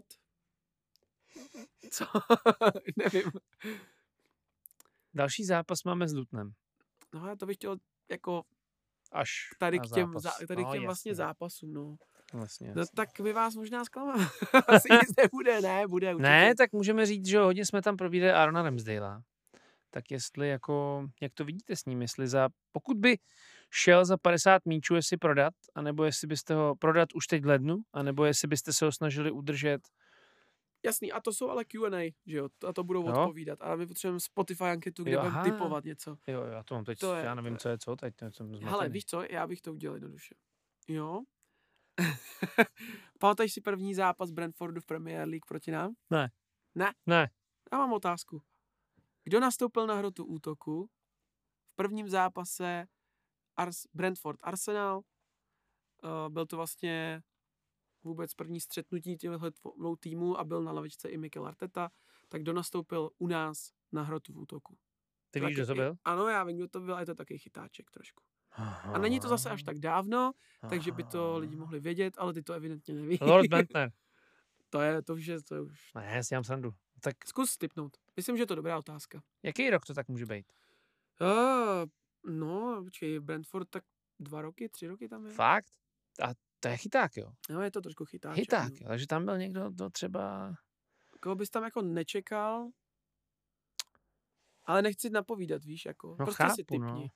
Speaker 1: Co? Nevím.
Speaker 2: Další zápas máme s Lutonem.
Speaker 1: No já to bych chtěl jako
Speaker 2: Až
Speaker 1: tady
Speaker 2: na
Speaker 1: k těm,
Speaker 2: zápas.
Speaker 1: tady k těm
Speaker 2: No,
Speaker 1: vlastně
Speaker 2: jasně.
Speaker 1: zápasům, no.
Speaker 2: Vlastně,
Speaker 1: No
Speaker 2: jasně.
Speaker 1: tak my vás možná zklamáme. Asi nic nebude, ne, bude určitě.
Speaker 2: Ne, tak můžeme říct, že hodně jsme tam probírali Aarona Ramsdalea. Tak jestli jako, jak to vidíte s ním, jestli pokud by šel za 50 míčů, jestli prodat, anebo jestli byste ho prodat už teď v lednu, anebo jestli byste se ho snažili udržet.
Speaker 1: Jasný, a to jsou ale Q&A, že jo, a to budou odpovídat. Ale my potřebujeme Spotify anketu, kde budeme typovat něco.
Speaker 2: Jo, já to mám teď,
Speaker 1: To je,
Speaker 2: já nevím, co je co, teď jsem zmatený.
Speaker 1: Hele, víš co, já bych to udělal jednoduše. Jo? Pamatuješ si první zápas Brentfordu v Premier League proti nám?
Speaker 2: Ne.
Speaker 1: Ne?
Speaker 2: Ne.
Speaker 1: Já mám otázku. Kdo nastoupil na hrotu útoku v prvním zápase Brentford Arsenal? Byl to vlastně vůbec první střetnutí těchto dvou týmů a byl na lavičce i Mikel Arteta. Tak kdo nastoupil u nás na hrotu v útoku?
Speaker 2: Ty víš, kdo to byl?
Speaker 1: Ano, já vím, kdo to byl, a je to taky chytáček trošku. A není to zase až tak dávno, takže by to lidi mohli vědět, ale ty to evidentně neví.
Speaker 2: Lord Bentner.
Speaker 1: to už je.
Speaker 2: Ne, já si dělám srandu. Tak
Speaker 1: zkus tipnout. Myslím, že je to dobrá otázka.
Speaker 2: jaký rok to tak může být?
Speaker 1: No, počkej, Brentford tak 2 roky, 3 roky tam je.
Speaker 2: Fakt? A to je chyták, jo?
Speaker 1: No, je to trošku chytáček.
Speaker 2: Chyták,
Speaker 1: no.
Speaker 2: jo. Takže tam byl někdo, to třeba...
Speaker 1: Koho bys tam jako nečekal, ale nechci napovídat, víš, jako.
Speaker 2: No
Speaker 1: prostě
Speaker 2: chápu,
Speaker 1: si tipni.
Speaker 2: no.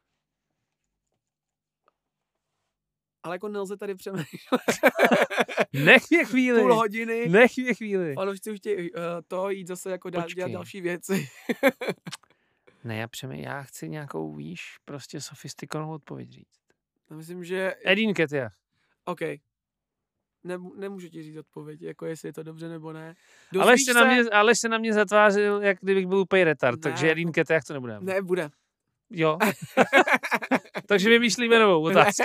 Speaker 1: Ale jako nelze tady přemýšlet.
Speaker 2: Nech mě chvíli.
Speaker 1: Půl hodiny.
Speaker 2: Nech mě chvíli.
Speaker 1: Fanoušci už chtějí to jít zase jako dělat další věci.
Speaker 2: Ne, já chci nějakou, víš, prostě sofistikovanou odpověď říct.
Speaker 1: Já myslím, že...
Speaker 2: Edin Ketia.
Speaker 1: OK. Nemůžu ti říct odpověď, jako jestli je to dobře nebo ne.
Speaker 2: Ale se na mě zatvářil, jak kdybych byl úplně retard, takže Edin Ketia to nebude.
Speaker 1: Nebude.
Speaker 2: Jo. Takže vymýšlíme novou otázku.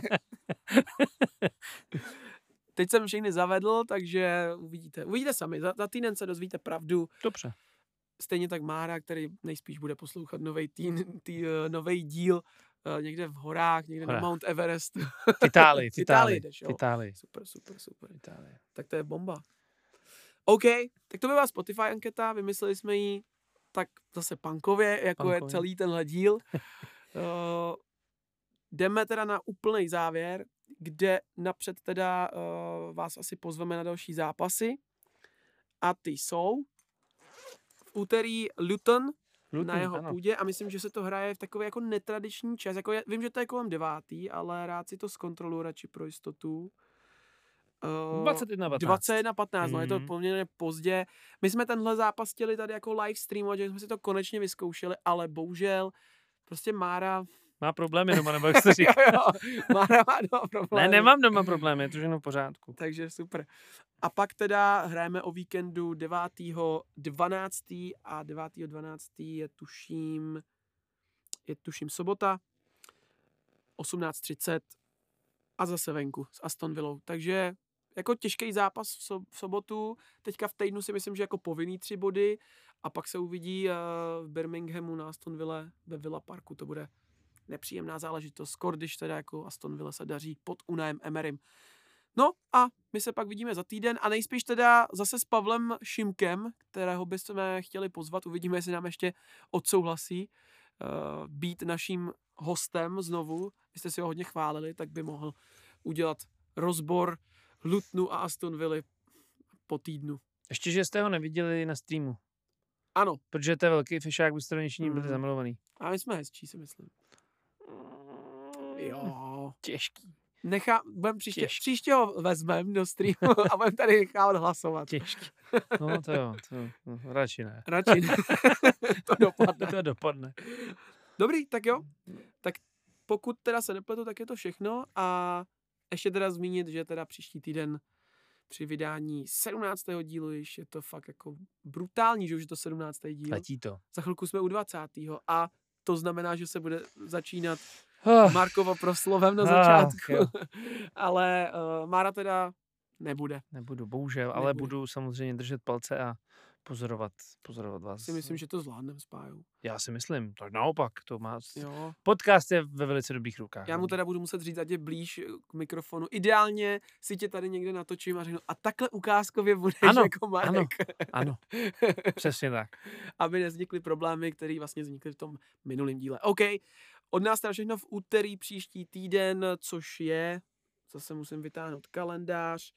Speaker 1: Teď jsem všechny zavedl, takže uvidíte. Uvidíte sami. Za týden se dozvíte pravdu.
Speaker 2: Dobře.
Speaker 1: Stejně tak Mára, který nejspíš bude poslouchat novej díl někde v horách, někde na Mount Everest.
Speaker 2: V Itálii.
Speaker 1: Super. Itálie. Tak to je bomba. OK, tak to by byla Spotify anketa, vymysleli jsme ji tak zase punkově, jako je celý tenhle díl. Jdeme teda na úplný závěr. kde napřed teda vás asi pozveme na další zápasy. A ty jsou v úterý Luton na jeho půdě a myslím, že se to hraje v takový jako netradiční čas. Jako vím, že to je kolem 9, ale rád si to zkontroluji radši pro jistotu. 21:15, no je to poměrně pozdě. My jsme tenhle zápas chtěli tady jako live streamovat, že jsme si to konečně vyzkoušeli, ale bohužel prostě Mára...
Speaker 2: Má problémy doma, nebo jak jste říkal.
Speaker 1: Mára má doma problémy.
Speaker 2: Ne, nemám doma problémy, je to všechno v pořádku.
Speaker 1: Takže super. A pak teda hrajeme o víkendu 9.12. a 9.12. je tuším sobota 18:30 a zase venku s Aston Villou. Takže jako těžký zápas v sobotu. Teďka v týdnu si myslím, že jako povinný 3 body a pak se uvidí v Birminghamu na Aston Ville ve Villa Parku. To bude nepříjemná záležitost, skoro když teda jako Aston Villa se daří pod Unajem Emerym. No a my se pak vidíme za týden a nejspíš teda zase s Pavlem Šimkem, kterého bychom chtěli pozvat. Uvidíme, jestli nám ještě odsouhlasí být naším hostem znovu. Vy jste si ho hodně chválili, tak by mohl udělat rozbor Lutonu a Aston Villa po týdnu.
Speaker 2: Ještě, že jste ho neviděli na streamu.
Speaker 1: Ano.
Speaker 2: Protože to je velký fišák, byste do něčím byli zamilovaný.
Speaker 1: A my jsme hezčí, si myslím. Jo.
Speaker 2: Těžký.
Speaker 1: Příště ho vezmeme do streamu a budeme tady nechávat hlasovat.
Speaker 2: Těžký. No to jo, radši ne.
Speaker 1: Radši ne. To dopadne. Dobrý, tak jo. Tak pokud teda se nepletu, tak je to všechno a ještě teda zmínit, že teda příští týden při vydání 17. dílu, již je to fakt jako brutální, že už je to 17. díl.
Speaker 2: Platí to.
Speaker 1: Za chvilku jsme u 20. a to znamená, že se bude začínat Markovo proslovem na začátku. Ale Mára teda nebude.
Speaker 2: Nebudu, bohužel, ale budu samozřejmě držet palce a pozorovat vás.
Speaker 1: Si myslím, že to zvládnem s Pájou.
Speaker 2: Já si myslím, tak naopak, to má...
Speaker 1: Jo.
Speaker 2: Podcast je ve velice dobrých rukách.
Speaker 1: Já mu teda budu muset říct, ať je blíž k mikrofonu. Ideálně si tě tady někde natočím a řeknu, a takhle ukázkově budeš jako Marek.
Speaker 2: Ano, přesně tak.
Speaker 1: Aby nevznikly problémy, které vlastně vznikly v tom minulém díle. OK, od nás teda všechno v úterý příští týden, což je, zase musím vytáhnout kalendář,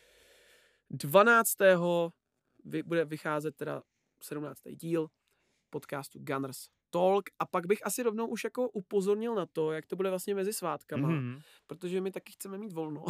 Speaker 1: 12. bude vycházet teda 17. díl podcastu Gunners Talk a pak bych asi rovnou už jako upozornil na to, jak to bude vlastně mezi svátkama, protože my taky chceme mít volno.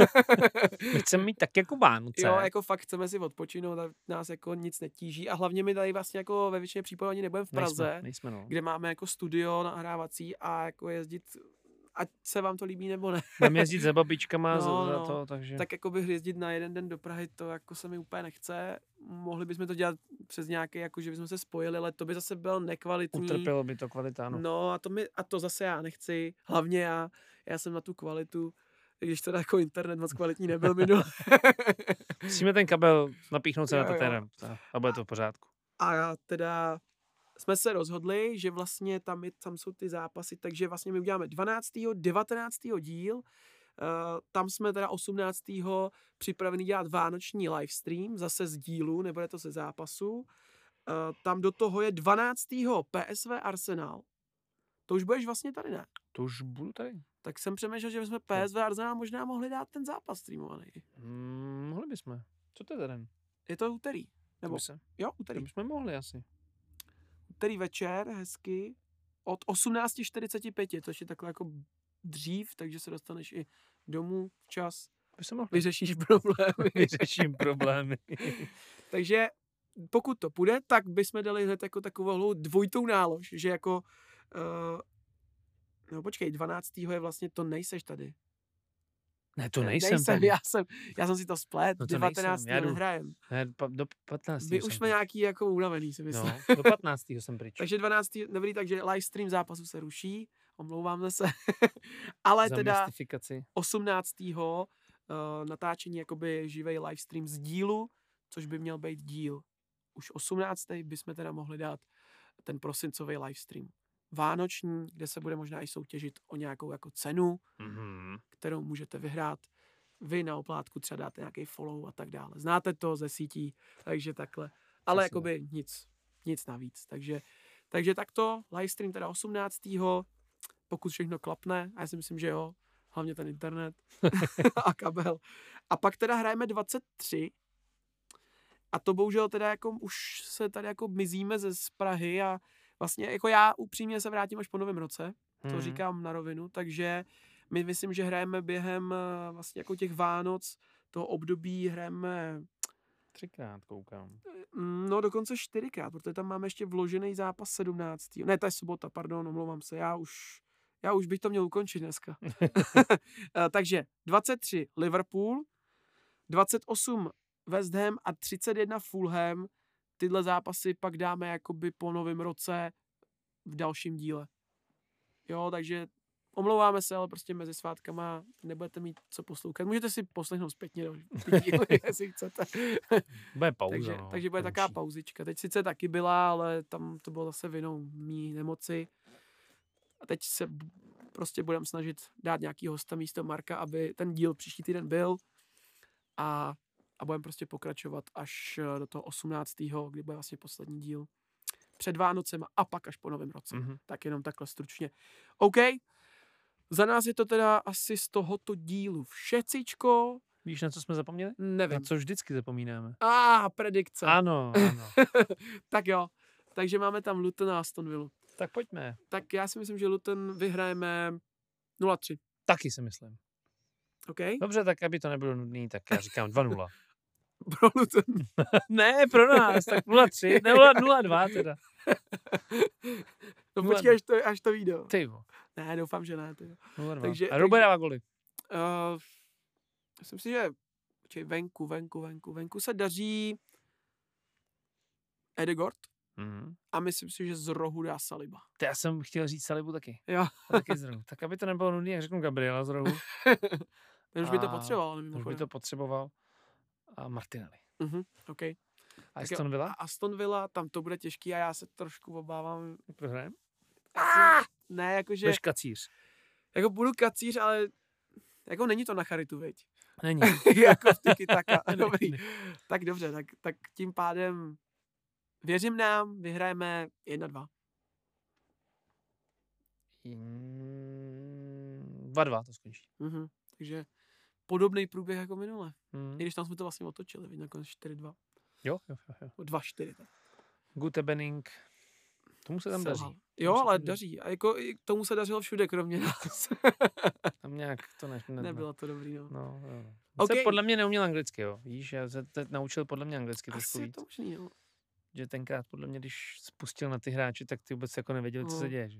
Speaker 2: My chceme mít tak jako Vánoce.
Speaker 1: Jo, jako fakt chceme si odpočinout a nás jako nic netíží a hlavně my tady vlastně jako ve většině případů ani nebudeme v Praze,
Speaker 2: nejsme,
Speaker 1: kde máme jako studio nahrávací a jako jezdit, ať se vám to líbí nebo ne.
Speaker 2: Budeme jezdit za babičkama za to, takže...
Speaker 1: Tak jako bych jezdit na jeden den do Prahy, to jako se mi úplně nechce. Mohli bychom to dělat přes nějaké, jako že bychom se spojili, ale to by zase bylo nekvalitní.
Speaker 2: Utrpělo by to kvalita, ano.
Speaker 1: No a to zase já nechci. Hlavně já jsem na tu kvalitu, když teda jako internet moc kvalitní nebyl minule.
Speaker 2: Musíme ten kabel napíchnout se na tatérem a bude to v pořádku.
Speaker 1: A teda jsme se rozhodli, že vlastně tam jsou ty zápasy, takže vlastně my uděláme 12. 19. díl, tam jsme teda 18. připraveni dělat vánoční livestream, zase z dílu, nebude to ze zápasu. Tam do toho je 12. PSV Arsenal. To už budeš vlastně tady, ne?
Speaker 2: To už budu tady.
Speaker 1: Tak jsem přemýšlel, že bychom PSV Arsenal možná mohli dát ten zápas streamovaný.
Speaker 2: Mohli bychom. Co to je ten?
Speaker 1: Je to úterý. Nebo? Jo, úterý.
Speaker 2: To bychom mohli asi.
Speaker 1: Úterý večer, hezky, od 18:45, což je takhle jako dřív, takže se dostaneš i domů včas. Vyřešíš problémy.
Speaker 2: Vyřeším problémy.
Speaker 1: Takže pokud to půjde, tak bychom dali hned jako takovou dvojitou nálož, že jako no počkej, 12. je vlastně, to nejseš tady.
Speaker 2: Ne, to nejsem tady.
Speaker 1: Já jsem si to splet, 19. nehrajem.
Speaker 2: Ne, do 15.
Speaker 1: Vy už jsme nějaký jako unavený, si myslím.
Speaker 2: No, do 15. jsem pryč.
Speaker 1: Takže 12. dobrý, takže live stream zápasu se ruší, omlouváme se. Ale teda 18. natáčení jakoby živej live stream z dílu, což by měl být díl. Už 18. bychom teda mohli dát ten prosincový live stream. Vánoční, kde se bude možná i soutěžit o nějakou jako cenu, kterou můžete vyhrát. Vy na oplátku třeba dáte nějaký follow a tak dále. Znáte to ze sítí, takže takhle. Ale jakoby nic navíc. Takže takto, livestream teda 18. Pokud všechno klapne, a já si myslím, že jo, hlavně ten internet a kabel. A pak teda hrajeme 23 a to bohužel teda jako už se tady jako mizíme z Prahy a vlastně jako já upřímně se vrátím až po novém roce, to říkám na rovinu, takže my myslím, že hrajeme během vlastně jako těch Vánoc, toho období hrajeme
Speaker 2: 3krát koukám.
Speaker 1: No dokonce 4krát, protože tam máme ještě vložený zápas 17. Ne, to je sobota, pardon, omlouvám se, já už bych to měl ukončit dneska. Takže 23 Liverpool, 28 West Ham a 31 Fulham. Tyhle zápasy pak dáme jakoby po novém roce v dalším díle. Jo, takže omlouváme se, ale prostě mezi svátkama nebudete mít co poslouchat. Můžete si poslechnout zpětně ty díly, jestli chcete.
Speaker 2: Bude pauza,
Speaker 1: takže bude taková pauzička. Teď sice taky byla, ale tam to bylo zase vinou mý nemoci. A teď se prostě budeme snažit dát nějaký hosta místo Marka, aby ten díl příští týden byl. A budeme prostě pokračovat až do toho 18. kdy bude vlastně poslední díl. Před Vánocem a pak až po novém roce. Tak jenom takhle stručně. OK. Za nás je to teda asi z tohoto dílu všecičko.
Speaker 2: Víš, na co jsme zapomněli?
Speaker 1: Nevím.
Speaker 2: Na co vždycky zapomínáme.
Speaker 1: Predikce.
Speaker 2: Ano.
Speaker 1: Tak jo. Takže máme tam Luton a Aston Villa.
Speaker 2: Tak pojďme.
Speaker 1: Tak já si myslím, že Luton vyhrajeme 0-3.
Speaker 2: Taky si myslím.
Speaker 1: OK?
Speaker 2: Dobře, tak aby to nebylo nudný, tak já říkám 2-0.
Speaker 1: Pro Luton.
Speaker 2: Ne, pro nás, tak 0-3, ne 0-2 teda.
Speaker 1: No počkej, až to vyjde.
Speaker 2: Ty jo.
Speaker 1: Ne, doufám, že ne.
Speaker 2: Takže, a Robert dává goly.
Speaker 1: Myslím si, že venku se daří Edegord a myslím si, že z rohu dá Saliba.
Speaker 2: Já jsem chtěl říct Salibu taky.
Speaker 1: Jo.
Speaker 2: Taky z rohu. Tak aby to nebylo nudný, jak řeknu Gabriela z rohu.
Speaker 1: Ten už by to potřeboval.
Speaker 2: Už by to potřeboval. A Martinelli.
Speaker 1: OK.
Speaker 2: A Aston Villa?
Speaker 1: Aston Villa, tam to bude těžký a já se trošku obávám.
Speaker 2: Prohrajem?
Speaker 1: Ne, jakože...
Speaker 2: Budeš kacíř.
Speaker 1: Jako budu kacíř, ale jako není to na charitu, veď?
Speaker 2: Není.
Speaker 1: Jako v tyky taka. Dobrý. Tak dobře, tak tím pádem věřím nám, vyhrajeme 1-2.
Speaker 2: 2-2 to skončí.
Speaker 1: Takže podobný průběh jako minule. I když tam jsme to vlastně otočili, veď nakonec 4-2.
Speaker 2: Jo.
Speaker 1: 2-4.
Speaker 2: Gutebenning. Tomu se tam daří.
Speaker 1: Jo, ale daří. A jako tomu se dařilo všude, kromě nás.
Speaker 2: Tam nějak to
Speaker 1: nebylo to dobrý, no.
Speaker 2: No.
Speaker 1: Okay.
Speaker 2: Se podle mě neuměl anglicky, jo. Víš, já se teď naučil podle mě anglicky trošku víc.
Speaker 1: Asi je to možný, jo.
Speaker 2: Že tenkrát podle mě, když spustil na ty hráče, tak ty vůbec jako nevěděli, co se děje. Že?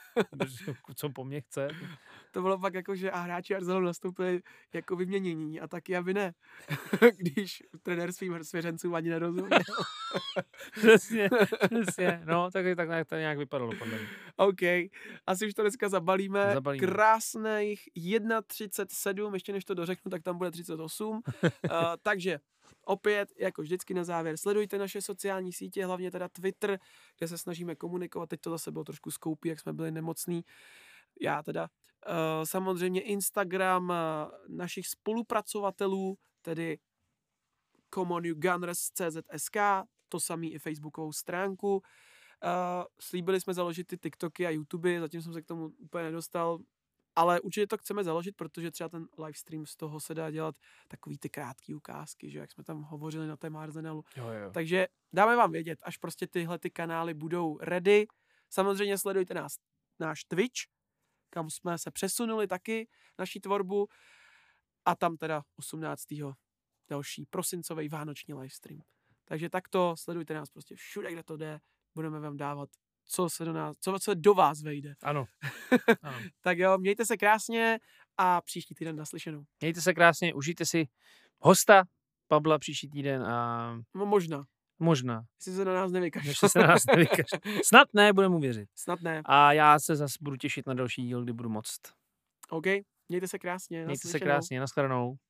Speaker 2: Co po mně chce.
Speaker 1: To bylo pak jako, že a hráči Arsenalu nastoupili jako vyměnění a taky aby ne. Když trenér svým svěřencům ani nerozuměl.
Speaker 2: Přesně. No, tak to nějak vypadalo podle mě.
Speaker 1: OK. Asi už to dneska zabalíme. Krásných 1:37, ještě než to dořeknu, tak tam bude 38. Takže opět, jako vždycky na závěr, sledujte naše sociální sítě, hlavně teda Twitter, kde se snažíme komunikovat. Teď to zase bylo trošku skoupí, jak jsme byli nemocní. Já teda. Samozřejmě Instagram našich spolupracovatelů, tedy Common You Gunners CZSK, to samý i facebookovou stránku. Slíbili jsme založit ty TikToky a YouTube, zatím jsem se k tomu úplně nedostal, ale určitě to chceme založit, protože třeba ten livestream z toho se dá dělat takový ty krátký ukázky, že jak jsme tam hovořili na tém Arsenalu.
Speaker 2: Jo.
Speaker 1: Takže dáme vám vědět, až prostě tyhle ty kanály budou ready. Samozřejmě sledujte náš Twitch, kam jsme se přesunuli taky, naší tvorbu. A tam teda 18. další prosincový vánoční livestream. Takže takto sledujte nás prostě všude, kde to jde. Budeme vám dávat, co se do vás vejde.
Speaker 2: Ano.
Speaker 1: Tak jo, mějte se krásně a příští týden naslyšenou.
Speaker 2: Mějte se krásně, užijte si hosta Pabla příští týden a...
Speaker 1: No možná. Jestli se na nás nevykašle.
Speaker 2: Snad ne, budeme mu věřit.
Speaker 1: Snad ne.
Speaker 2: A já se zase budu těšit na další díl, kdy budu moct.
Speaker 1: OK, mějte se krásně.
Speaker 2: Mějte se krásně, nashledanou.